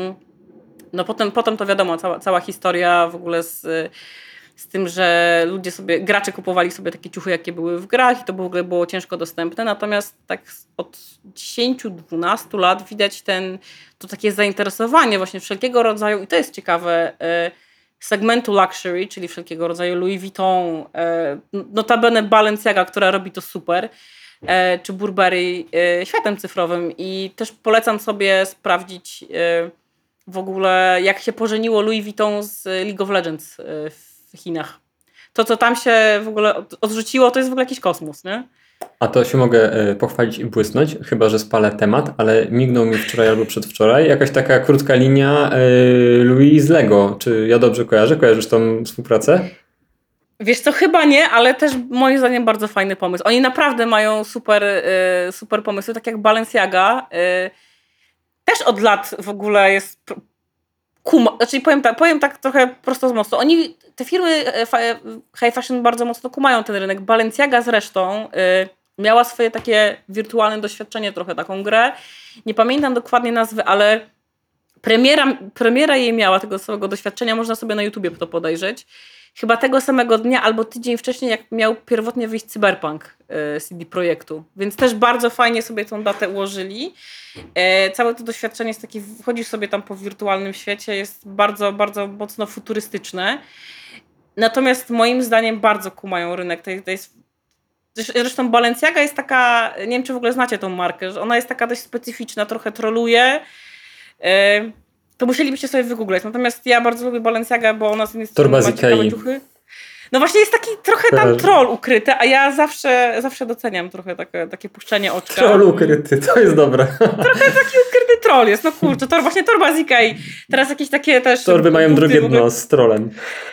No potem, potem to wiadomo, cała, cała historia w ogóle z, z tym, że ludzie sobie, gracze kupowali sobie takie ciuchy, jakie były w grach i to w ogóle było ciężko dostępne. Natomiast tak od dziesięciu do dwunastu lat widać ten, to takie zainteresowanie właśnie wszelkiego rodzaju, i to jest ciekawe, segmentu luxury, czyli wszelkiego rodzaju Louis Vuitton, notabene Balenciaga, która robi to super, czy Burberry światem cyfrowym. I też polecam sobie sprawdzić w ogóle, jak się pożeniło Louis Vuitton z League of Legends w Chinach. To, co tam się w ogóle odrzuciło, to jest w ogóle jakiś kosmos, nie? A to się mogę pochwalić i błysnąć, chyba że spalę temat, ale mignął mi wczoraj albo przedwczoraj jakaś taka krótka linia yy, Louis z Lego. Czy ja dobrze kojarzę? Kojarzysz tą współpracę? Wiesz co, chyba nie, ale też moim zdaniem bardzo fajny pomysł. Oni naprawdę mają super, yy, super pomysły, tak jak Balenciaga. Yy, też od lat w ogóle jest... Kuma, znaczy powiem tak, powiem tak trochę prosto z mostu. Oni, te firmy high fashion bardzo mocno kumają ten rynek. Balenciaga zresztą y, miała swoje takie wirtualne doświadczenie, trochę taką grę. Nie pamiętam dokładnie nazwy, ale Premiera, premiera jej miała tego całego doświadczenia, można sobie na YouTubie to podejrzeć. Chyba tego samego dnia albo tydzień wcześniej, jak miał pierwotnie wyjść Cyberpunk e, C D Projektu. Więc też bardzo fajnie sobie tą datę ułożyli. E, całe to doświadczenie jest takie, wchodzisz sobie tam po wirtualnym świecie, jest bardzo, bardzo mocno futurystyczne. Natomiast moim zdaniem bardzo kumają rynek. To, to jest, zresztą Balenciaga jest taka, nie wiem czy w ogóle znacie tą markę, że ona jest taka dość specyficzna, trochę troluje. E, to musielibyście sobie wygooglać. Natomiast ja bardzo lubię Balenciagę, bo ona z jednej strony ma ciekawe ciuchy. No właśnie jest taki trochę tam troll ukryty, a ja zawsze, zawsze doceniam trochę takie, takie puszczenie oczka. Troll ukryty, to jest dobre. Trochę taki ukryty troll jest, no kurczę, to właśnie torba z Ikei. Teraz jakieś takie też... Torby mają drugie dno z trollem.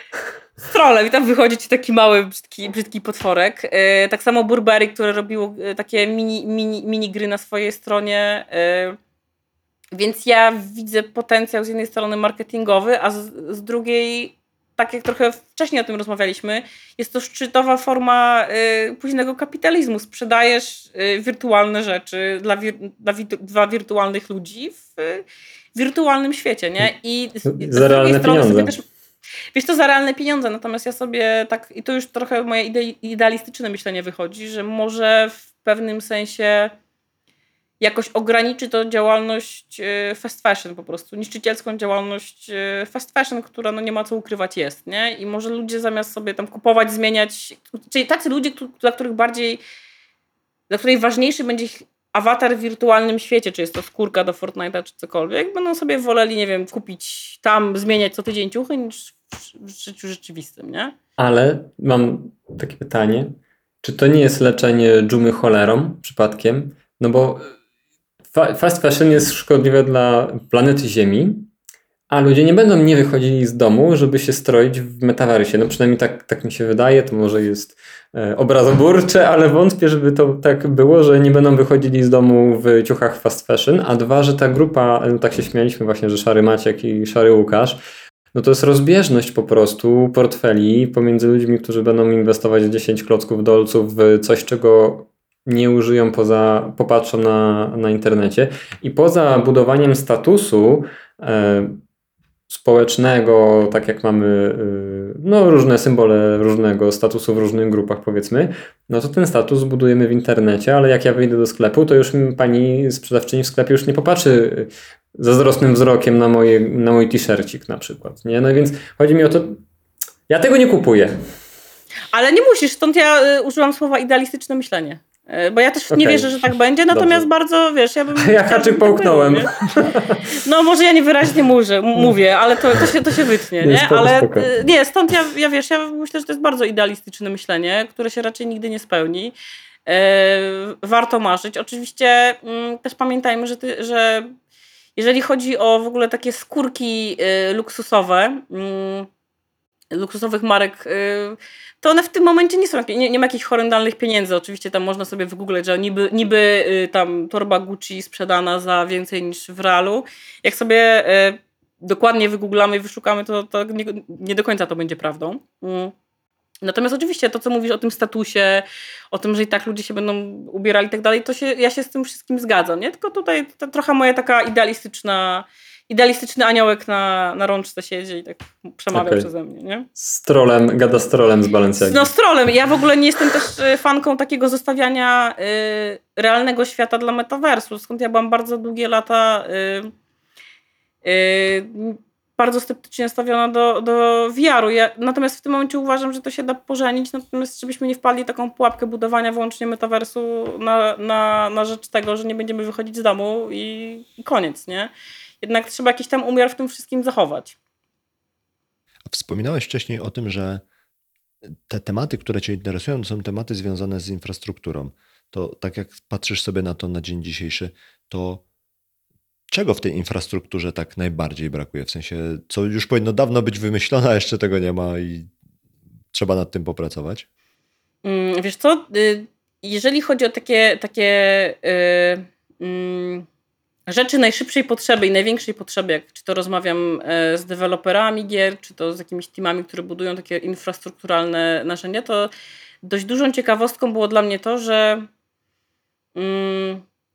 Z trollem i tam wychodzi ci taki mały, brzydki, brzydki potworek. Yy, tak samo Burberry, które robiło yy, takie mini, mini, mini gry na swojej stronie. Yy, więc ja widzę potencjał z jednej strony marketingowy, a z, z drugiej, tak jak trochę wcześniej o tym rozmawialiśmy, jest to szczytowa forma y, późnego kapitalizmu. Sprzedajesz y, wirtualne rzeczy dla, wir, dla, wi, dla wirtualnych ludzi w y, wirtualnym świecie, nie? I z, z za realne pieniądze. Też, wiesz, to za realne pieniądze, natomiast ja sobie tak, i to już trochę moje ide, idealistyczne myślenie wychodzi, że może w pewnym sensie jakoś ograniczy to działalność fast fashion po prostu, niszczycielską działalność fast fashion, która no nie ma co ukrywać jest, nie? I może ludzie zamiast sobie tam kupować, zmieniać, czyli tacy ludzie, dla których bardziej, dla których ważniejszy będzie ich awatar w wirtualnym świecie, czy jest to skórka do Fortnite'a, czy cokolwiek, będą sobie woleli, nie wiem, kupić tam, zmieniać co tydzień ciuchy, niż w życiu rzeczywistym, nie? Ale mam takie pytanie, czy to nie jest leczenie dżumy cholerą przypadkiem? No bo fast fashion jest szkodliwe dla planety Ziemi, a ludzie nie będą nie wychodzili z domu, żeby się stroić w metaversie. No przynajmniej tak, tak mi się wydaje, to może jest e, obrazoburcze, ale wątpię, żeby to tak było, że nie będą wychodzili z domu w ciuchach fast fashion, a dwa, że ta grupa, no tak się śmialiśmy właśnie, że Szary Maciek i Szary Łukasz, no to jest rozbieżność po prostu portfeli pomiędzy ludźmi, którzy będą inwestować dziesięć klocków dolców w coś, czego nie użyją poza, popatrzą na, na internecie i poza budowaniem statusu e, społecznego, tak jak mamy e, no, różne symbole różnego statusu w różnych grupach powiedzmy, no to ten status budujemy w internecie, ale jak ja wyjdę do sklepu, to już pani sprzedawczyni w sklepie już nie popatrzy zazdrosnym wzrokiem na, moje, na mój t-shircik na przykład, nie? No więc chodzi mi o to, ja tego nie kupuję. Ale nie musisz, stąd ja y, użyłam słowa idealistyczne myślenie. Bo ja też okay. nie wierzę, że tak będzie, natomiast Dobrze. bardzo, wiesz, ja bym... Ja haczyk połknąłem. Tak no może ja niewyraźnie murzę, mówię, ale to, to, się, to się wytnie, nie? nie? Spoko, ale spoko. Nie, stąd ja, ja wiesz, ja myślę, że to jest bardzo idealistyczne myślenie, które się raczej nigdy nie spełni. E, warto marzyć. Oczywiście m, też pamiętajmy, że, ty, że jeżeli chodzi o w ogóle takie skórki y, luksusowe, y, luksusowych marek, y, to one w tym momencie nie są, nie, nie ma jakichś horrendalnych pieniędzy. Oczywiście tam można sobie wygooglać, że niby, niby y, tam torba Gucci sprzedana za więcej niż w realu. Jak sobie y, dokładnie wygooglamy i wyszukamy, to, to nie, nie do końca to będzie prawdą. Mm. Natomiast oczywiście to, co mówisz o tym statusie, o tym, że i tak ludzie się będą ubierali i tak dalej, to się, ja się z tym wszystkim zgadzam, nie? Tylko tutaj to trochę moja taka idealistyczna, idealistyczny aniołek na, na rączce siedzi i tak przemawia okay. przeze mnie, nie? Z trolem, gada z trolem z Balenciagi. No z trolem. Ja w ogóle nie jestem też fanką takiego zostawiania y, realnego świata dla metaversu, skąd ja byłam bardzo długie lata y, y, bardzo sceptycznie nastawiona do, do V R-u. Ja, natomiast w tym momencie uważam, że to się da pożenić, natomiast żebyśmy nie wpadli w taką pułapkę budowania wyłącznie metaversu na, na, na rzecz tego, że nie będziemy wychodzić z domu i, i koniec, nie? Jednak trzeba jakiś tam umiar w tym wszystkim zachować. Wspominałeś wcześniej o tym, że te tematy, które Cię interesują, to są tematy związane z infrastrukturą. To tak jak patrzysz sobie na to na dzień dzisiejszy, to czego w tej infrastrukturze tak najbardziej brakuje? W sensie, co już powinno dawno być wymyślone, a jeszcze tego nie ma i trzeba nad tym popracować? Mm, wiesz co, jeżeli chodzi o takie, takie yy, yy, rzeczy najszybszej potrzeby i największej potrzeby, jak czy to rozmawiam z deweloperami gier, czy to z jakimiś teamami, które budują takie infrastrukturalne narzędzia, to dość dużą ciekawostką było dla mnie to, że yy,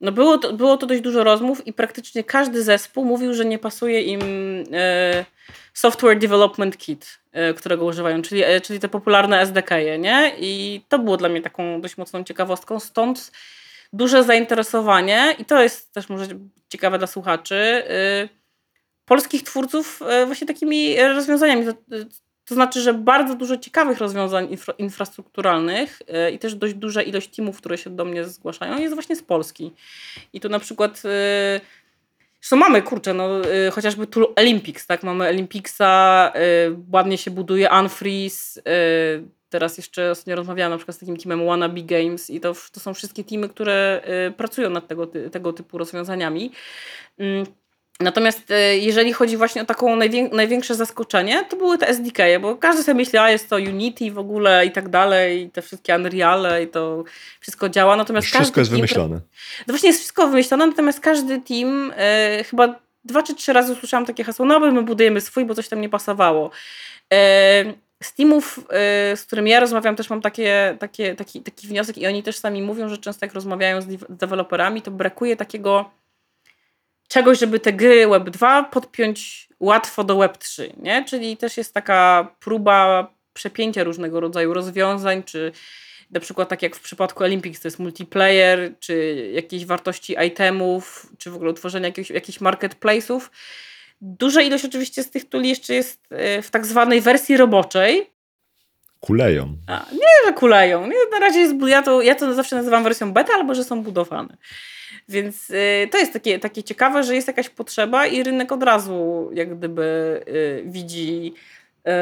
No było to, było to dość dużo rozmów i praktycznie każdy zespół mówił, że nie pasuje im e, Software Development Kit, e, którego używają, czyli, e, czyli te popularne S D K-je, nie? I to było dla mnie taką dość mocną ciekawostką, stąd duże zainteresowanie i to jest też może ciekawe dla słuchaczy, e, polskich twórców e, właśnie takimi rozwiązaniami. To, to znaczy, że bardzo dużo ciekawych rozwiązań infra, infrastrukturalnych e, i też dość duża ilość teamów, które się do mnie zgłaszają, jest właśnie z Polski. I tu na przykład e, zresztą mamy, kurczę, no, e, chociażby tu Olympics, tak? Mamy Olympicsa, e, ładnie się buduje Unfreeze, e, teraz jeszcze nie rozmawiałam na przykład z takim teamem Wannabe Games i to, to są wszystkie teamy, które e, pracują nad tego, ty, tego typu rozwiązaniami. Mm. Natomiast jeżeli chodzi właśnie o taką najwię- największe zaskoczenie, to były te S D K-je, bo każdy sobie myśli, a jest to Unity w ogóle i tak dalej, i te wszystkie Unreale i to wszystko działa. Natomiast wszystko każdy jest team, wymyślone. No właśnie jest wszystko wymyślone, natomiast każdy team, e, chyba dwa czy trzy razy usłyszałam takie hasło, no bo my budujemy swój, bo coś tam nie pasowało. E, z teamów, e, z którymi ja rozmawiam, też mam takie, takie, taki, taki wniosek i oni też sami mówią, że często jak rozmawiają z deweloperami, to brakuje takiego czegoś, żeby te gry Web dwa podpiąć łatwo do Web trzy, nie? Czyli też jest taka próba przepięcia różnego rodzaju rozwiązań, czy na przykład tak jak w przypadku Olympics to jest multiplayer, czy jakieś wartości itemów, czy w ogóle utworzenia jakichś, jakichś marketplace'ów. Duża ilość oczywiście z tych tuli jeszcze jest w tak zwanej wersji roboczej. Kuleją. A, nie, że kuleją. Nie, na razie jest, ja, to, ja to zawsze nazywam wersją beta, albo że są budowane. Więc y, to jest takie, takie ciekawe, że jest jakaś potrzeba i rynek od razu jak gdyby y, widzi, y,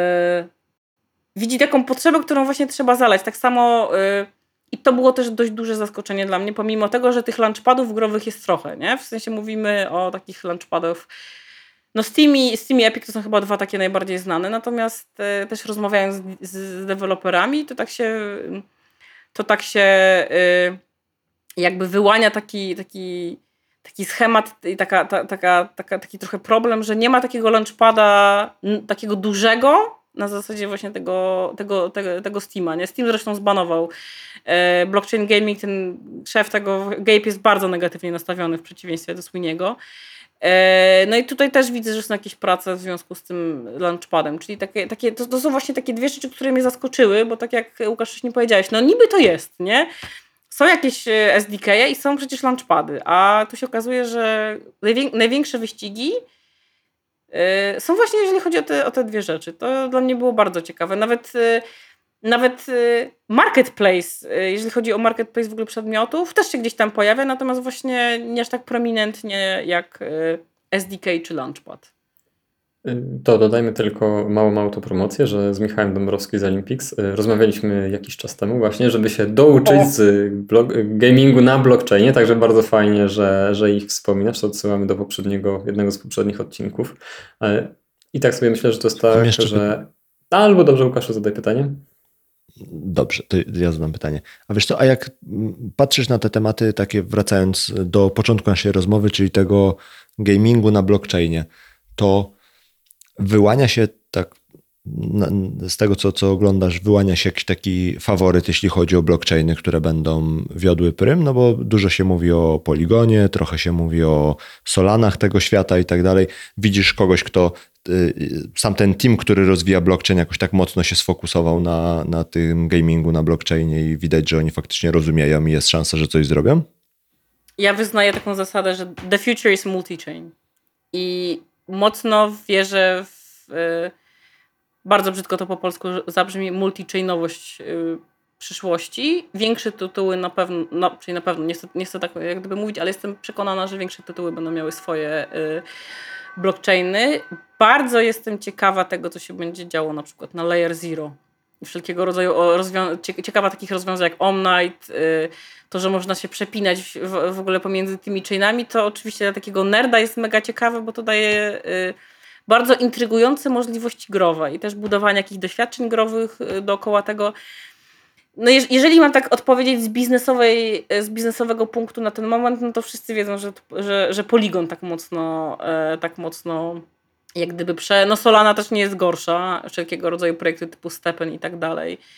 widzi taką potrzebę, którą właśnie trzeba zalać. Tak samo y, i to było też dość duże zaskoczenie dla mnie, pomimo tego, że tych launchpadów growych jest trochę, nie? W sensie mówimy o takich launchpadów. No Steam i, Steam i Epic to są chyba dwa takie najbardziej znane, natomiast y, też rozmawiając z, z deweloperami, to tak się to tak się y, jakby wyłania taki, taki, taki schemat i taka, ta, taka, taka, taki trochę problem, że nie ma takiego launchpada n- takiego dużego na zasadzie właśnie tego, tego, tego, tego Steama. Nie? Steam zresztą zbanował e, blockchain gaming, ten szef tego Gabe jest bardzo negatywnie nastawiony w przeciwieństwie do Swiniego. E, no i tutaj też widzę, że są jakieś prace w związku z tym launchpadem, czyli takie, takie, to, to są właśnie takie dwie rzeczy, które mnie zaskoczyły, bo tak jak Łukasz wcześniej powiedziałeś, no niby to jest, nie? Są jakieś S D K-je i są przecież launchpady, a tu się okazuje, że najwię- największe wyścigi yy, są właśnie, jeżeli chodzi o te, o te dwie rzeczy. To dla mnie było bardzo ciekawe. Nawet, yy, nawet yy, marketplace, yy, jeżeli chodzi o marketplace w ogóle przedmiotów, też się gdzieś tam pojawia, natomiast właśnie nie aż tak prominentnie jak yy, S D K czy launchpad. To dodajmy tylko małą autopromocję, że z Michałem Dąbrowskim z Olympics rozmawialiśmy jakiś czas temu właśnie, żeby się douczyć o. z blog, gamingu na blockchainie, także bardzo fajnie, że, że ich wspominasz, to odsyłamy do poprzedniego, jednego z poprzednich odcinków. I tak sobie myślę, że to jest tak, jeszcze że... Albo dobrze, Łukaszu, zadaj pytanie. Dobrze, to ja zadam pytanie. A wiesz co, a jak patrzysz na te tematy, takie wracając do początku naszej rozmowy, czyli tego gamingu na blockchainie, to wyłania się tak z tego, co, co oglądasz, wyłania się jakiś taki faworyt, jeśli chodzi o blockchainy, które będą wiodły prym, no bo dużo się mówi o Poligonie, trochę się mówi o Solanach tego świata i tak dalej. Widzisz kogoś, kto, sam ten team, który rozwija blockchain, jakoś tak mocno się sfokusował na, na tym gamingu na blockchainie i widać, że oni faktycznie rozumieją i jest szansa, że coś zrobią? Ja wyznaję taką zasadę, że the future is multi-chain i mocno wierzę w, y, bardzo brzydko to po polsku zabrzmi, multi-chainowość y, przyszłości. Większe tytuły na pewno, no, czyli na pewno, nie chcę, nie chcę tak jak gdyby mówić, ale jestem przekonana, że większe tytuły będą miały swoje y, blockchainy. Bardzo jestem ciekawa tego, co się będzie działo na przykład na Layer Zero. Wszelkiego rodzaju rozwią- ciekawa takich rozwiązań jak Omnight, y, to, że można się przepinać w, w ogóle pomiędzy tymi chainami, to oczywiście dla takiego nerda jest mega ciekawe, bo to daje y, bardzo intrygujące możliwości growe i też budowanie jakichś doświadczeń growych y, dookoła tego. No je- jeżeli mam tak odpowiedzieć z biznesowej, z biznesowego punktu na ten moment, no to wszyscy wiedzą, że, że, że Polygon tak mocno, y, tak mocno jak gdyby prze... No Solana też nie jest gorsza, wszelkiego rodzaju projekty typu Stepen i tak dalej.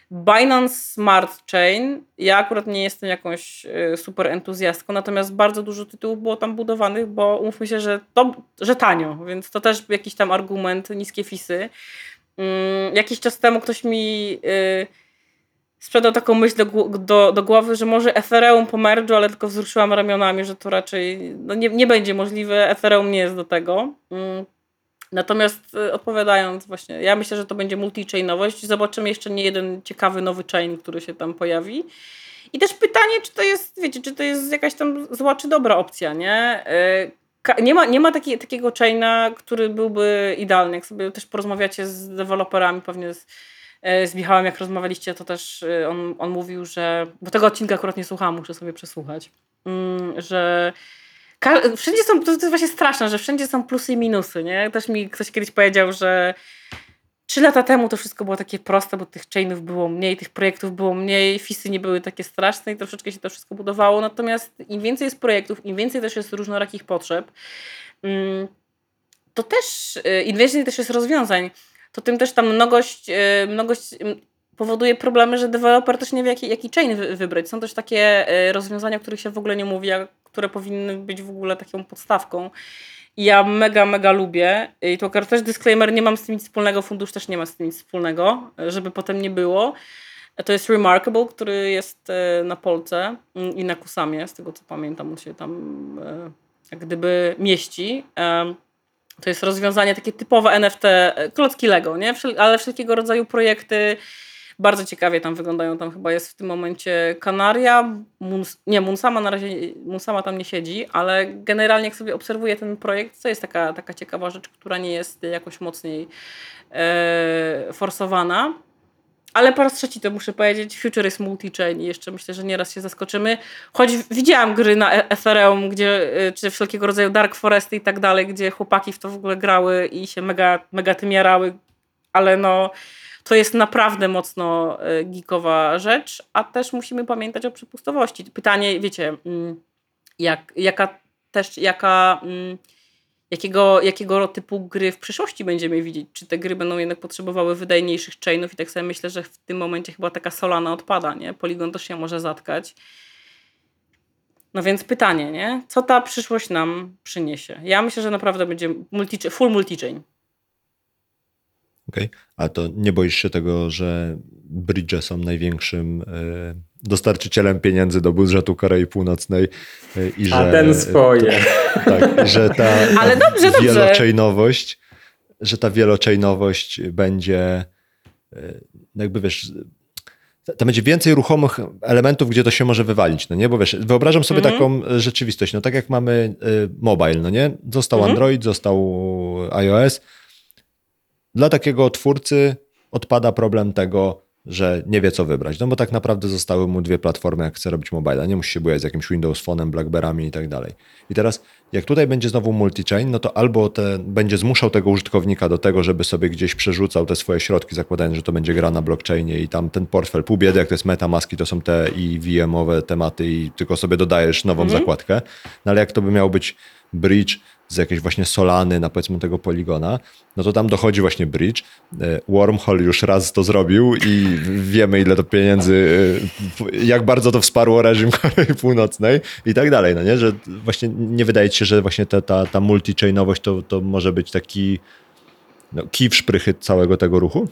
Binance Smart Chain, ja akurat nie jestem jakąś super entuzjastką, natomiast bardzo dużo tytułów było tam budowanych, bo umówmy się, że, to, że tanio, więc to też jakiś tam argument, niskie fisy. Um, jakiś czas temu ktoś mi y, sprzedał taką myśl do, do, do głowy, że może Ethereum po merge'u, ale tylko wzruszyłam ramionami, że to raczej no nie, nie będzie możliwe, Ethereum nie jest do tego. Um, Natomiast odpowiadając właśnie, ja myślę, że to będzie multi-chainowość. Zobaczymy jeszcze nie jeden ciekawy nowy chain, który się tam pojawi. I też pytanie, czy to jest, wiecie, czy to jest jakaś tam zła czy dobra opcja, nie? Nie ma, nie ma taki, takiego chaina, który byłby idealny. Jak sobie też porozmawiacie z deweloperami, pewnie z, z Michałem, jak rozmawialiście, to też on, on mówił, że, bo tego odcinka akurat nie słuchałam, muszę sobie przesłuchać, że wszędzie są, to jest właśnie straszne, że wszędzie są plusy i minusy, nie? Też mi ktoś kiedyś powiedział, że trzy lata temu to wszystko było takie proste, bo tych chainów było mniej, tych projektów było mniej, fisy nie były takie straszne i troszeczkę się to wszystko budowało. Natomiast im więcej jest projektów, im więcej też jest różnorakich potrzeb, to też, im więcej też jest rozwiązań, to tym też ta mnogość, mnogość powoduje problemy, że deweloper też nie wie, jaki, jaki chain wybrać. Są też takie rozwiązania, o których się w ogóle nie mówi, a które powinny być w ogóle taką podstawką. I ja mega, mega lubię. I to też disclaimer, nie mam z tym nic wspólnego, fundusz też nie ma z tym nic wspólnego, żeby potem nie było. To jest Remarkable, który jest na Polce i na Kusamie, z tego co pamiętam, on się tam jak gdyby mieści. To jest rozwiązanie takie typowe N F T, klocki Lego, nie? Ale wszelkiego rodzaju projekty. Bardzo ciekawie tam wyglądają. Tam chyba jest w tym momencie Kanaria. Moons, nie, Moonsama na razie Moonsama tam nie siedzi, ale generalnie jak sobie obserwuję ten projekt, to jest taka, taka ciekawa rzecz, która nie jest jakoś mocniej e, forsowana. Ale po raz trzeci to muszę powiedzieć, Future jest multi-chain i jeszcze myślę, że nieraz się zaskoczymy. Choć widziałam gry na Ethereum, gdzie, czy wszelkiego rodzaju Dark Foresty i tak dalej, gdzie chłopaki w to w ogóle grały i się mega, mega tym jarały, ale no to jest naprawdę mocno geekowa rzecz, a też musimy pamiętać o przepustowości. Pytanie, wiecie, jak, jaka też, jaka, jakiego, jakiego typu gry w przyszłości będziemy widzieć? Czy te gry będą jednak potrzebowały wydajniejszych chainów? I tak sobie myślę, że w tym momencie chyba taka Solana odpada, nie? Polygon też się może zatkać. No więc pytanie, nie? Co ta przyszłość nam przyniesie? Ja myślę, że naprawdę będzie multi, full multi-chain. Okej, okay. A to nie boisz się tego, że bridge są największym y, dostarczycielem pieniędzy do budżetu Korei Północnej y, i że... A ten swoje. Tak, że ta, Ale ta dobrze, wielochainowość, że ta wielochainowość będzie y, jakby wiesz... Tam będzie więcej ruchomych elementów, gdzie to się może wywalić, no nie? Bo wiesz, wyobrażam sobie mm-hmm. taką rzeczywistość, no tak jak mamy y, mobile, no nie? Został mm-hmm. Android, został iOS. Dla takiego twórcy odpada problem tego, że nie wie co wybrać, no bo tak naprawdę zostały mu dwie platformy, jak chce robić mobile, nie musi się bujać z jakimś Windows Phone'em, Blackberry'ami i tak dalej. I teraz jak tutaj będzie znowu multi-chain, no to albo te, będzie zmuszał tego użytkownika do tego, żeby sobie gdzieś przerzucał te swoje środki, zakładając, że to będzie gra na blockchainie i tam ten portfel, pół biedy, jak to jest MetaMaski, to są te i V M-owe tematy i tylko sobie dodajesz nową mhm. zakładkę, no ale jak to by miał być bridge z jakiejś właśnie Solany na powiedzmy tego Polygona, no to tam dochodzi właśnie bridge. Wormhole już raz to zrobił i wiemy ile to pieniędzy, jak bardzo to wsparło reżim Korei Północnej i tak dalej, no nie? Że właśnie nie wydaje ci się, że właśnie ta, ta, ta multi-chainowość to, to może być taki no, kij w szprychy całego tego ruchu?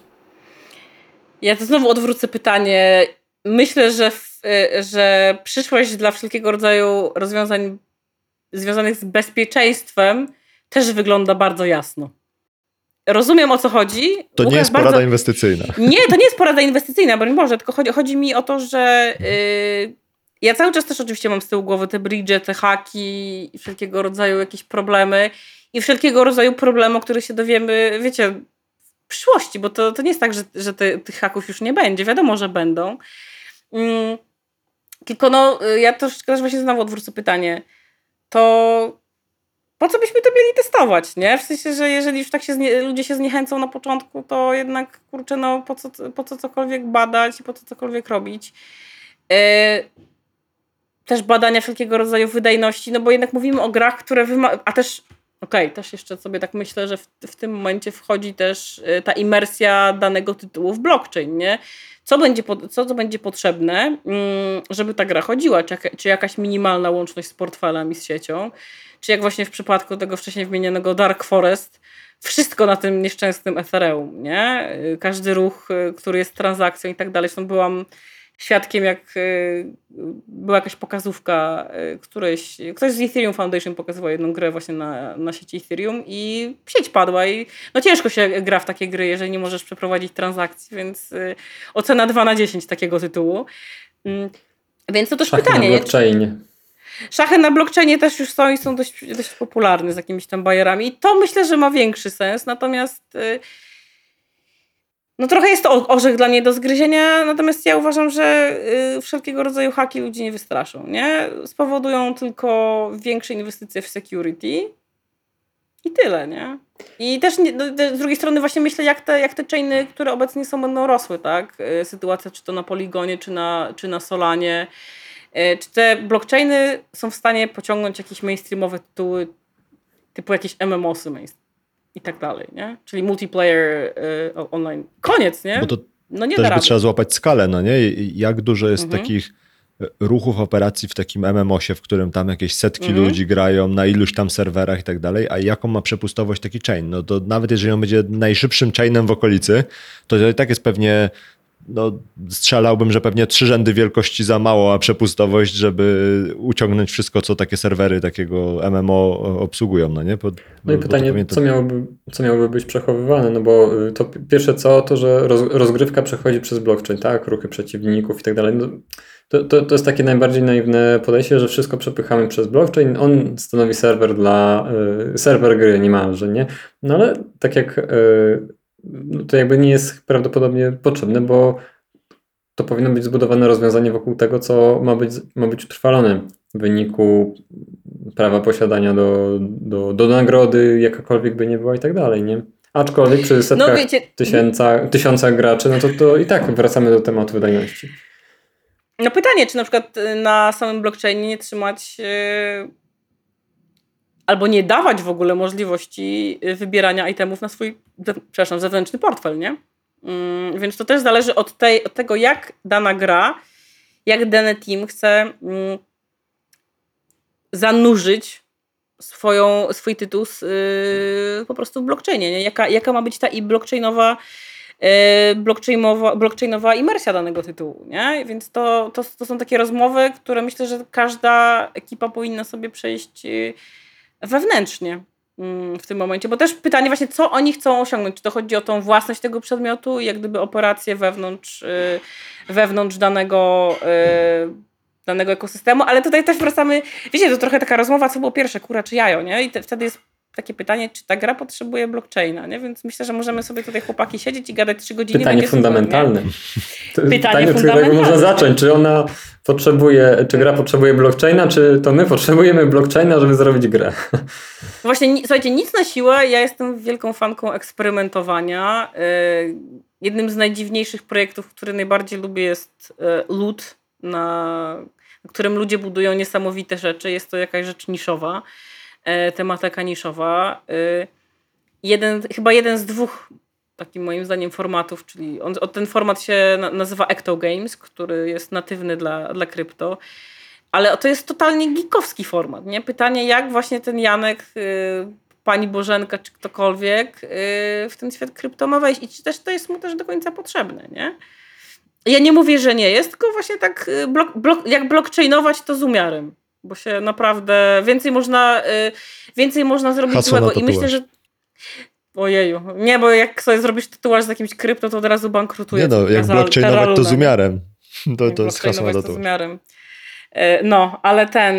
Ja to znowu odwrócę pytanie. Myślę, że, w, że przyszłość dla wszelkiego rodzaju rozwiązań związanych z bezpieczeństwem też wygląda bardzo jasno. Rozumiem, o co chodzi. To Łukasz nie jest porada bardzo... inwestycyjna. Nie, to nie jest porada inwestycyjna, broń Boże, tylko chodzi, chodzi mi o to, że yy, ja cały czas też oczywiście mam z tyłu głowy te bridge, te haki i wszelkiego rodzaju jakieś problemy i wszelkiego rodzaju problemy, o których się dowiemy, wiecie, w przyszłości, bo to, to nie jest tak, że, że te, tych haków już nie będzie. Wiadomo, że będą. Yy, tylko no, ja troszeczkę też właśnie znowu odwrócę pytanie. To po co byśmy to mieli testować, nie? W sensie, że jeżeli już tak się znie, ludzie się zniechęcą na początku, to jednak, kurczę, no po co, po co cokolwiek badać i po co cokolwiek robić. Yy, też badania wszelkiego rodzaju wydajności, no bo jednak mówimy o grach, które wyma- a też Okej, okay, też jeszcze sobie tak myślę, że w, w tym momencie wchodzi też ta imersja danego tytułu w blockchain, nie? Co będzie, co to będzie potrzebne, żeby ta gra chodziła? Czy, czy jakaś minimalna łączność z portfelem i z siecią? Czy jak właśnie w przypadku tego wcześniej wymienionego Dark Forest, wszystko na tym nieszczęsnym Ethereum, nie? Każdy ruch, który jest transakcją i tak dalej. Zresztą byłam świadkiem, jak była jakaś pokazówka, któryś, ktoś z Ethereum Foundation pokazywał jedną grę właśnie na, na sieci Ethereum i sieć padła i no ciężko się gra w takie gry, jeżeli nie możesz przeprowadzić transakcji, więc ocena dwa na dziesięć takiego tytułu. Więc to też Szachy pytanie. Na blockchainie. Szachy na blockchainie też już są i są dość, dość popularne z jakimiś tam bajerami. I to myślę, że ma większy sens, natomiast no trochę jest to orzech dla mnie do zgryzienia, natomiast ja uważam, że y, wszelkiego rodzaju haki ludzi nie wystraszą, nie? Spowodują tylko większe inwestycje w security i tyle, nie? I też nie, z drugiej strony właśnie myślę, jak te, jak te chainy, które obecnie są, będą rosły, tak? Y, sytuacja czy to na Polygonie, czy na, czy na Solanie. Y, czy te blockchainy są w stanie pociągnąć jakieś mainstreamowe tytuły, typu jakieś M M O-sy mainstream i tak dalej, nie? Czyli multiplayer y, online. Koniec, nie? Bo to no nie też da by rady. trzeba złapać skalę, no nie? Jak dużo jest Mhm. takich ruchów, operacji w takim M M O-sie, w którym tam jakieś setki Mhm. ludzi grają na iluś tam serwerach i tak dalej, a jaką ma przepustowość taki chain? No to nawet jeżeli on będzie najszybszym chainem w okolicy, to i tak jest pewnie, no strzelałbym, że pewnie trzy rzędy wielkości za mało, a przepustowość, żeby uciągnąć wszystko, co takie serwery takiego M M O obsługują, no nie? Bo, no i bo pytanie, to... co, miałoby, co miałoby być przechowywane, no bo to pierwsze co, to, że roz, rozgrywka przechodzi przez blockchain, tak? Ruchy przeciwników i tak dalej. No, to, to, to jest takie najbardziej naiwne podejście, że wszystko przepychamy przez blockchain, on stanowi serwer dla, y, serwer gry niemalże, nie? No ale tak jak y, no to jakby nie jest prawdopodobnie potrzebne, bo to powinno być zbudowane rozwiązanie wokół tego, co ma być, ma być utrwalone w wyniku prawa posiadania do, do, do nagrody, jakakolwiek by nie była i tak dalej, nie? Aczkolwiek przy setkach No wiecie, tysiąca, tysiącach graczy, no to, to i tak wracamy do tematu wydajności. no pytanie, czy na przykład na samym blockchainie nie trzymać yy, albo nie dawać w ogóle możliwości wybierania itemów na swój, przepraszam, zewnętrzny portfel, nie? Yy, więc to też zależy od, tej, od tego, jak dana gra, jak dany team chce yy, zanurzyć swoją, swój tytuł z, yy, po prostu w blockchainie, nie? Jaka, jaka ma być ta i blockchainowa blockchainowa, blockchainowa imersja danego tytułu, nie? Więc to, to, to są takie rozmowy, które myślę, że każda ekipa powinna sobie przejść wewnętrznie w tym momencie, bo też pytanie właśnie, co oni chcą osiągnąć, czy to chodzi o tą własność tego przedmiotu i jak gdyby operacje wewnątrz, wewnątrz danego, danego ekosystemu, ale tutaj też wracamy, wiecie, to trochę taka rozmowa, co było pierwsze, kura czy jajo, nie? I te, wtedy jest takie pytanie, czy ta gra potrzebuje blockchaina, nie? Więc myślę, że możemy sobie tutaj chłopaki siedzieć i gadać trzy godziny. Pytanie fundamentalne. Pytanie, pytanie od fundamentalne. którego można zacząć. Czy ona potrzebuje, czy gra potrzebuje blockchaina, czy to my potrzebujemy blockchaina, żeby zrobić grę? Właśnie, słuchajcie, nic na siłę. Ja jestem wielką fanką eksperymentowania. Jednym z najdziwniejszych projektów, który najbardziej lubię, jest loot, na którym ludzie budują niesamowite rzeczy. Jest to jakaś rzecz niszowa. Tematyka niszowa. Jeden, chyba jeden z dwóch takim moim zdaniem formatów, czyli on, ten format się nazywa Ecto Games, który jest natywny dla, dla krypto, ale to jest totalnie geekowski format, nie? Pytanie, jak właśnie ten Janek, pani Bożenka czy ktokolwiek w ten świat krypto ma wejść i czy też to jest mu też do końca potrzebne, nie? Ja nie mówię, że nie jest, tylko właśnie tak blok, blok, jak blockchainować to z umiarem. Bo się naprawdę więcej można, więcej można zrobić Hasło złego. na I myślę, że ojeju. Nie, bo jak sobie zrobisz tatuaż z jakimś krypto, to od razu bankrutuje. Nie no, jak blockchainować to z umiarem. To, to jest hasło na to z umiarem. No, ale ten...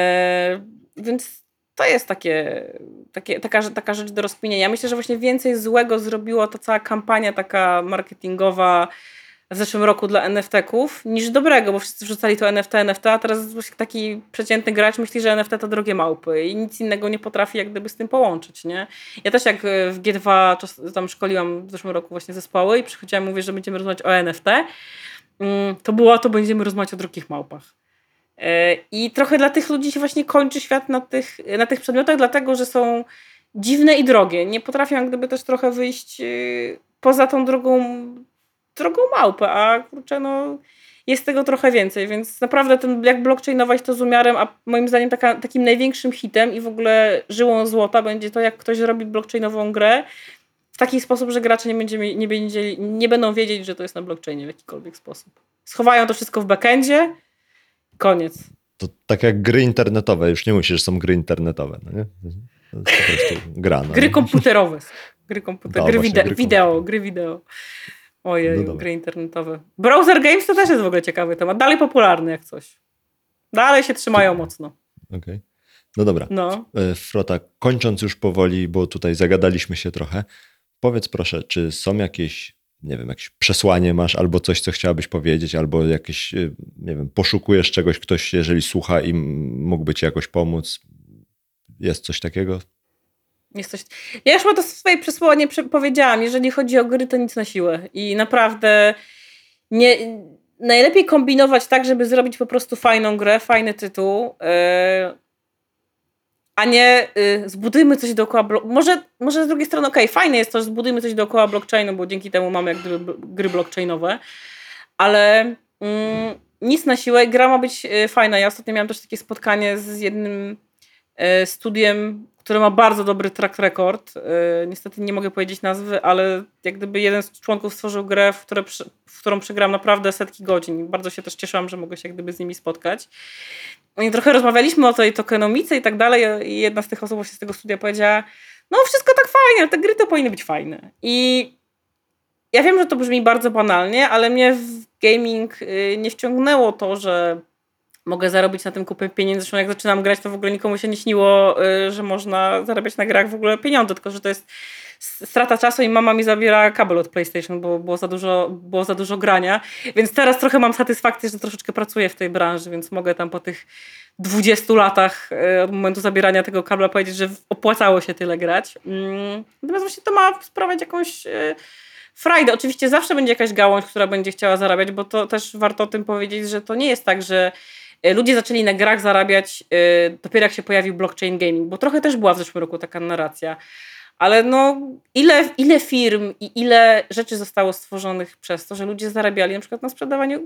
Więc to jest takie, takie, taka, taka rzecz do rozkminienia. Myślę, że właśnie więcej złego zrobiła ta cała kampania taka marketingowa w zeszłym roku dla en ef teków niż dobrego, bo wszyscy wrzucali to en ef te, en ef te, a teraz taki przeciętny gracz myśli, że en ef te to drogie małpy i nic innego nie potrafi jak gdyby z tym połączyć, nie? Ja też jak w G dwa tam szkoliłam w zeszłym roku właśnie zespoły i przychodziłam, mówię, że będziemy rozmawiać o en ef te, to było, to będziemy rozmawiać o drogich małpach. I trochę dla tych ludzi się właśnie kończy świat na tych, na tych przedmiotach, dlatego, że są dziwne i drogie. Nie potrafią jak gdyby też trochę wyjść yy, poza tą drogą, drogą małpę, a kurczę, no jest tego trochę więcej, więc naprawdę ten jak blockchainować to z umiarem, a moim zdaniem taka, takim największym hitem i w ogóle żyłą złota będzie to, jak ktoś robi blockchainową grę w taki sposób, że gracze nie, będzie, nie, będzie, nie będą wiedzieć, że to jest na blockchainie w jakikolwiek sposób. Schowają to wszystko w backendzie, koniec. To tak jak gry internetowe, już nie musisz, że są gry internetowe, no nie? To jest po prostu gra. No, gry nie? komputerowe. Gry, komputer, Da, gry, właśnie, wide- gry wideo, komputerowe. gry wideo. Ojej, No gry internetowe. Browser games to też jest w ogóle ciekawy temat. Dalej popularny jak coś. Dalej się trzymają mocno. Okej. Okay. No dobra. No. Frota, kończąc już powoli, bo tutaj zagadaliśmy się trochę, powiedz proszę, czy są jakieś, nie wiem, jakieś przesłanie masz, albo coś, co chciałabyś powiedzieć, albo jakieś, nie wiem, poszukujesz czegoś, ktoś, jeżeli słucha i mógłby ci jakoś pomóc? Jest coś takiego? Jest coś... Ja już ma to swoje przesłanie powiedziałam. Jeżeli chodzi o gry, to nic na siłę. I naprawdę nie... najlepiej kombinować tak, żeby zrobić po prostu fajną grę, fajny tytuł, yy... a nie yy, zbudujmy coś dookoła... Blo... Może, może z drugiej strony, okej, okay, fajne jest to, że zbudujmy coś dookoła blockchainu, bo dzięki temu mamy jak gdyby gry blockchainowe, ale yy, nic na siłę. Gra ma być yy, fajna. Ja ostatnio miałam też takie spotkanie z jednym yy, studiem, który ma bardzo dobry track record. Yy, niestety nie mogę powiedzieć nazwy, ale jak gdyby jeden z członków stworzył grę, w, które, w którą przegrałam naprawdę setki godzin. Bardzo się też cieszyłam, że mogę się jak gdyby z nimi spotkać. I trochę rozmawialiśmy o tej tokenomice i tak dalej i jedna z tych osób właśnie z tego studia powiedziała, no wszystko tak fajnie, ale te gry to powinny być fajne. I ja wiem, że to brzmi bardzo banalnie, ale mnie w gaming yy, nie wciągnęło to, że mogę zarobić na tym kupę pieniędzy. Zresztą jak zaczynam grać, to w ogóle nikomu się nie śniło, yy, że można zarabiać na grach w ogóle pieniądze, tylko że to jest strata czasu i mama mi zabiera kabel od PlayStation, bo było za dużo, było za dużo grania. Więc teraz trochę mam satysfakcję, że troszeczkę pracuję w tej branży, więc mogę tam po tych dwudziestu latach yy, od momentu zabierania tego kabla powiedzieć, że opłacało się tyle grać. Yy. Natomiast właśnie to ma sprawiać jakąś... Yy, frajdę. Oczywiście zawsze będzie jakaś gałąź, która będzie chciała zarabiać, bo to też warto o tym powiedzieć, że to nie jest tak, że ludzie zaczęli na grach zarabiać yy, dopiero jak się pojawił blockchain gaming, bo trochę też była w zeszłym roku taka narracja. Ale no ile, ile firm i ile rzeczy zostało stworzonych przez to, że ludzie zarabiali na przykład na sprzedawaniu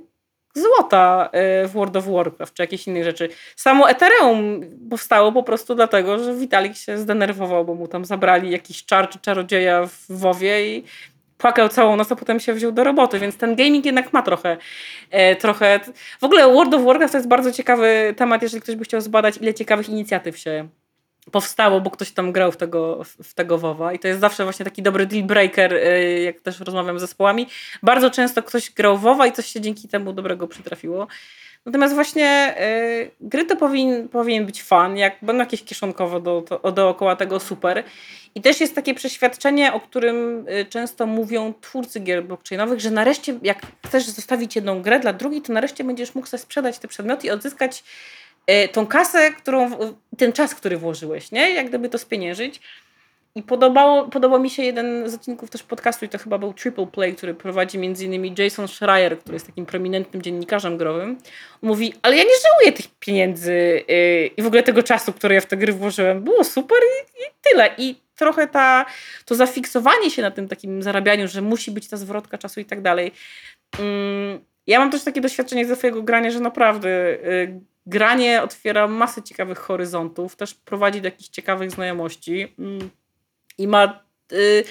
złota yy, w World of Warcraft czy jakieś innych rzeczy. Samo Ethereum powstało po prostu dlatego, że Vitalik się zdenerwował, bo mu tam zabrali jakiś czar czy czarodzieja w WoWie i płakał całą noc, a potem się wziął do roboty, więc ten gaming jednak ma trochę, e, trochę... W ogóle World of Warcraft to jest bardzo ciekawy temat, jeżeli ktoś by chciał zbadać, ile ciekawych inicjatyw się powstało, bo ktoś tam grał w tego, w tego WoWa i to jest zawsze właśnie taki dobry deal breaker, e, jak też rozmawiam z zespołami. Bardzo często ktoś grał w WoWa i coś się dzięki temu dobrego przytrafiło. Natomiast właśnie y, gry to powin, powinien być fan, jak będą jakieś kieszonkowo do, to, dookoła tego super. I też jest takie przeświadczenie, o którym y, często mówią twórcy gier blockchainowych, że nareszcie jak chcesz zostawić jedną grę dla drugiej, to nareszcie będziesz mógł sobie sprzedać te przedmioty i odzyskać y, tą kasę, którą, ten czas, który włożyłeś, nie? Jak gdyby to spieniężyć. I podobało, podobał mi się jeden z odcinków też podcastu i to chyba był Triple Play, który prowadzi między innymi Jason Schreier, który jest takim prominentnym dziennikarzem growym. On mówi, ale ja nie żałuję tych pieniędzy yy, i w ogóle tego czasu, który ja w te gry włożyłem. Było super i, i tyle. I trochę ta, to zafiksowanie się na tym takim zarabianiu, że musi być ta zwrotka czasu i tak dalej. Yy, ja mam też takie doświadczenie ze swojego grania, że naprawdę yy, granie otwiera masę ciekawych horyzontów, też prowadzi do jakichś ciekawych znajomości. Yy. I ma, y,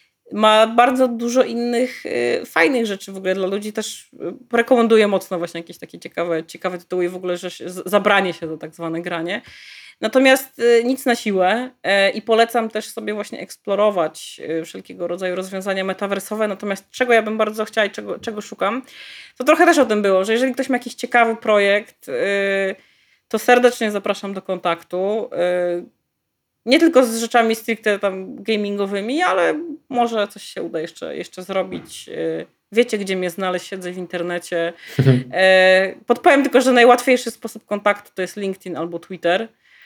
ma bardzo dużo innych y, fajnych rzeczy w ogóle dla ludzi. Też y, rekomenduję mocno właśnie jakieś takie ciekawe, ciekawe tytuły i w ogóle że się, zabranie się za tak zwane granie. Natomiast y, nic na siłę y, i polecam też sobie właśnie eksplorować y, wszelkiego rodzaju rozwiązania metaversowe. Natomiast czego ja bym bardzo chciała i czego, czego szukam, to trochę też o tym było, że jeżeli ktoś ma jakiś ciekawy projekt, y, to serdecznie zapraszam do kontaktu. Y, Nie tylko z rzeczami stricte tam gamingowymi, ale może coś się uda jeszcze, jeszcze zrobić. Wiecie, gdzie mnie znaleźć, siedzę w internecie. Podpowiem tylko, że najłatwiejszy sposób kontaktu to jest LinkedIn albo Twitter.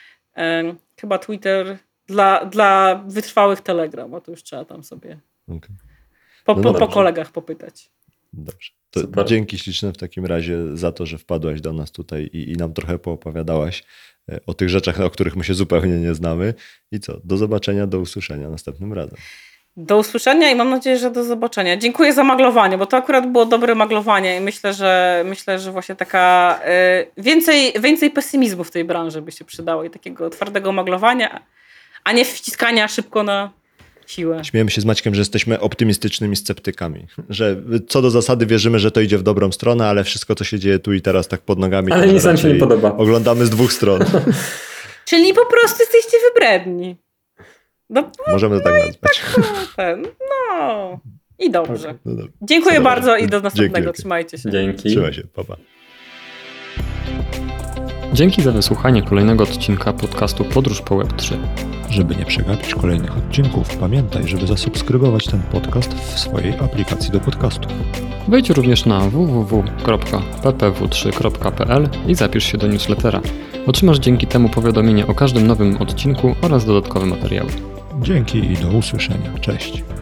Chyba Twitter dla, dla wytrwałych Telegram, bo to już trzeba tam sobie okay. po, no po, po kolegach popytać. Dobrze. To Super. Dzięki śliczne w takim razie za to, że wpadłaś do nas tutaj i, i nam trochę poopowiadałaś o tych rzeczach, o których my się zupełnie nie znamy. I co? Do zobaczenia, do usłyszenia następnym razem. Do usłyszenia i mam nadzieję, że do zobaczenia. Dziękuję za maglowanie, bo to akurat było dobre maglowanie i myślę, że myślę, że właśnie taka y, więcej, więcej pesymizmu w tej branży by się przydało i takiego twardego maglowania, a nie wciskania szybko na siłę. Śmiejemy się z Maćkiem, że jesteśmy optymistycznymi sceptykami. Że co do zasady wierzymy, że to idzie w dobrą stronę, ale wszystko, co się dzieje tu i teraz tak pod nogami... Ale nic nam się nie podoba. Oglądamy z dwóch stron. Czyli po prostu jesteście wybredni. No, Możemy to tak nazwać. ten, no i dobrze. Okay. No Dziękuję Co bardzo dobrze. i do następnego. Dzięki, Trzymajcie się. Dzięki. Trzymaj się, pa, pa. Dzięki za wysłuchanie kolejnego odcinka podcastu Podróż po Web trzy. Żeby nie przegapić kolejnych odcinków, pamiętaj, żeby zasubskrybować ten podcast w swojej aplikacji do podcastów. Wejdź również na w w w kropka p p w trzy kropka p l i zapisz się do newslettera. Otrzymasz dzięki temu powiadomienie o każdym nowym odcinku oraz dodatkowe materiały. Dzięki i do usłyszenia. Cześć.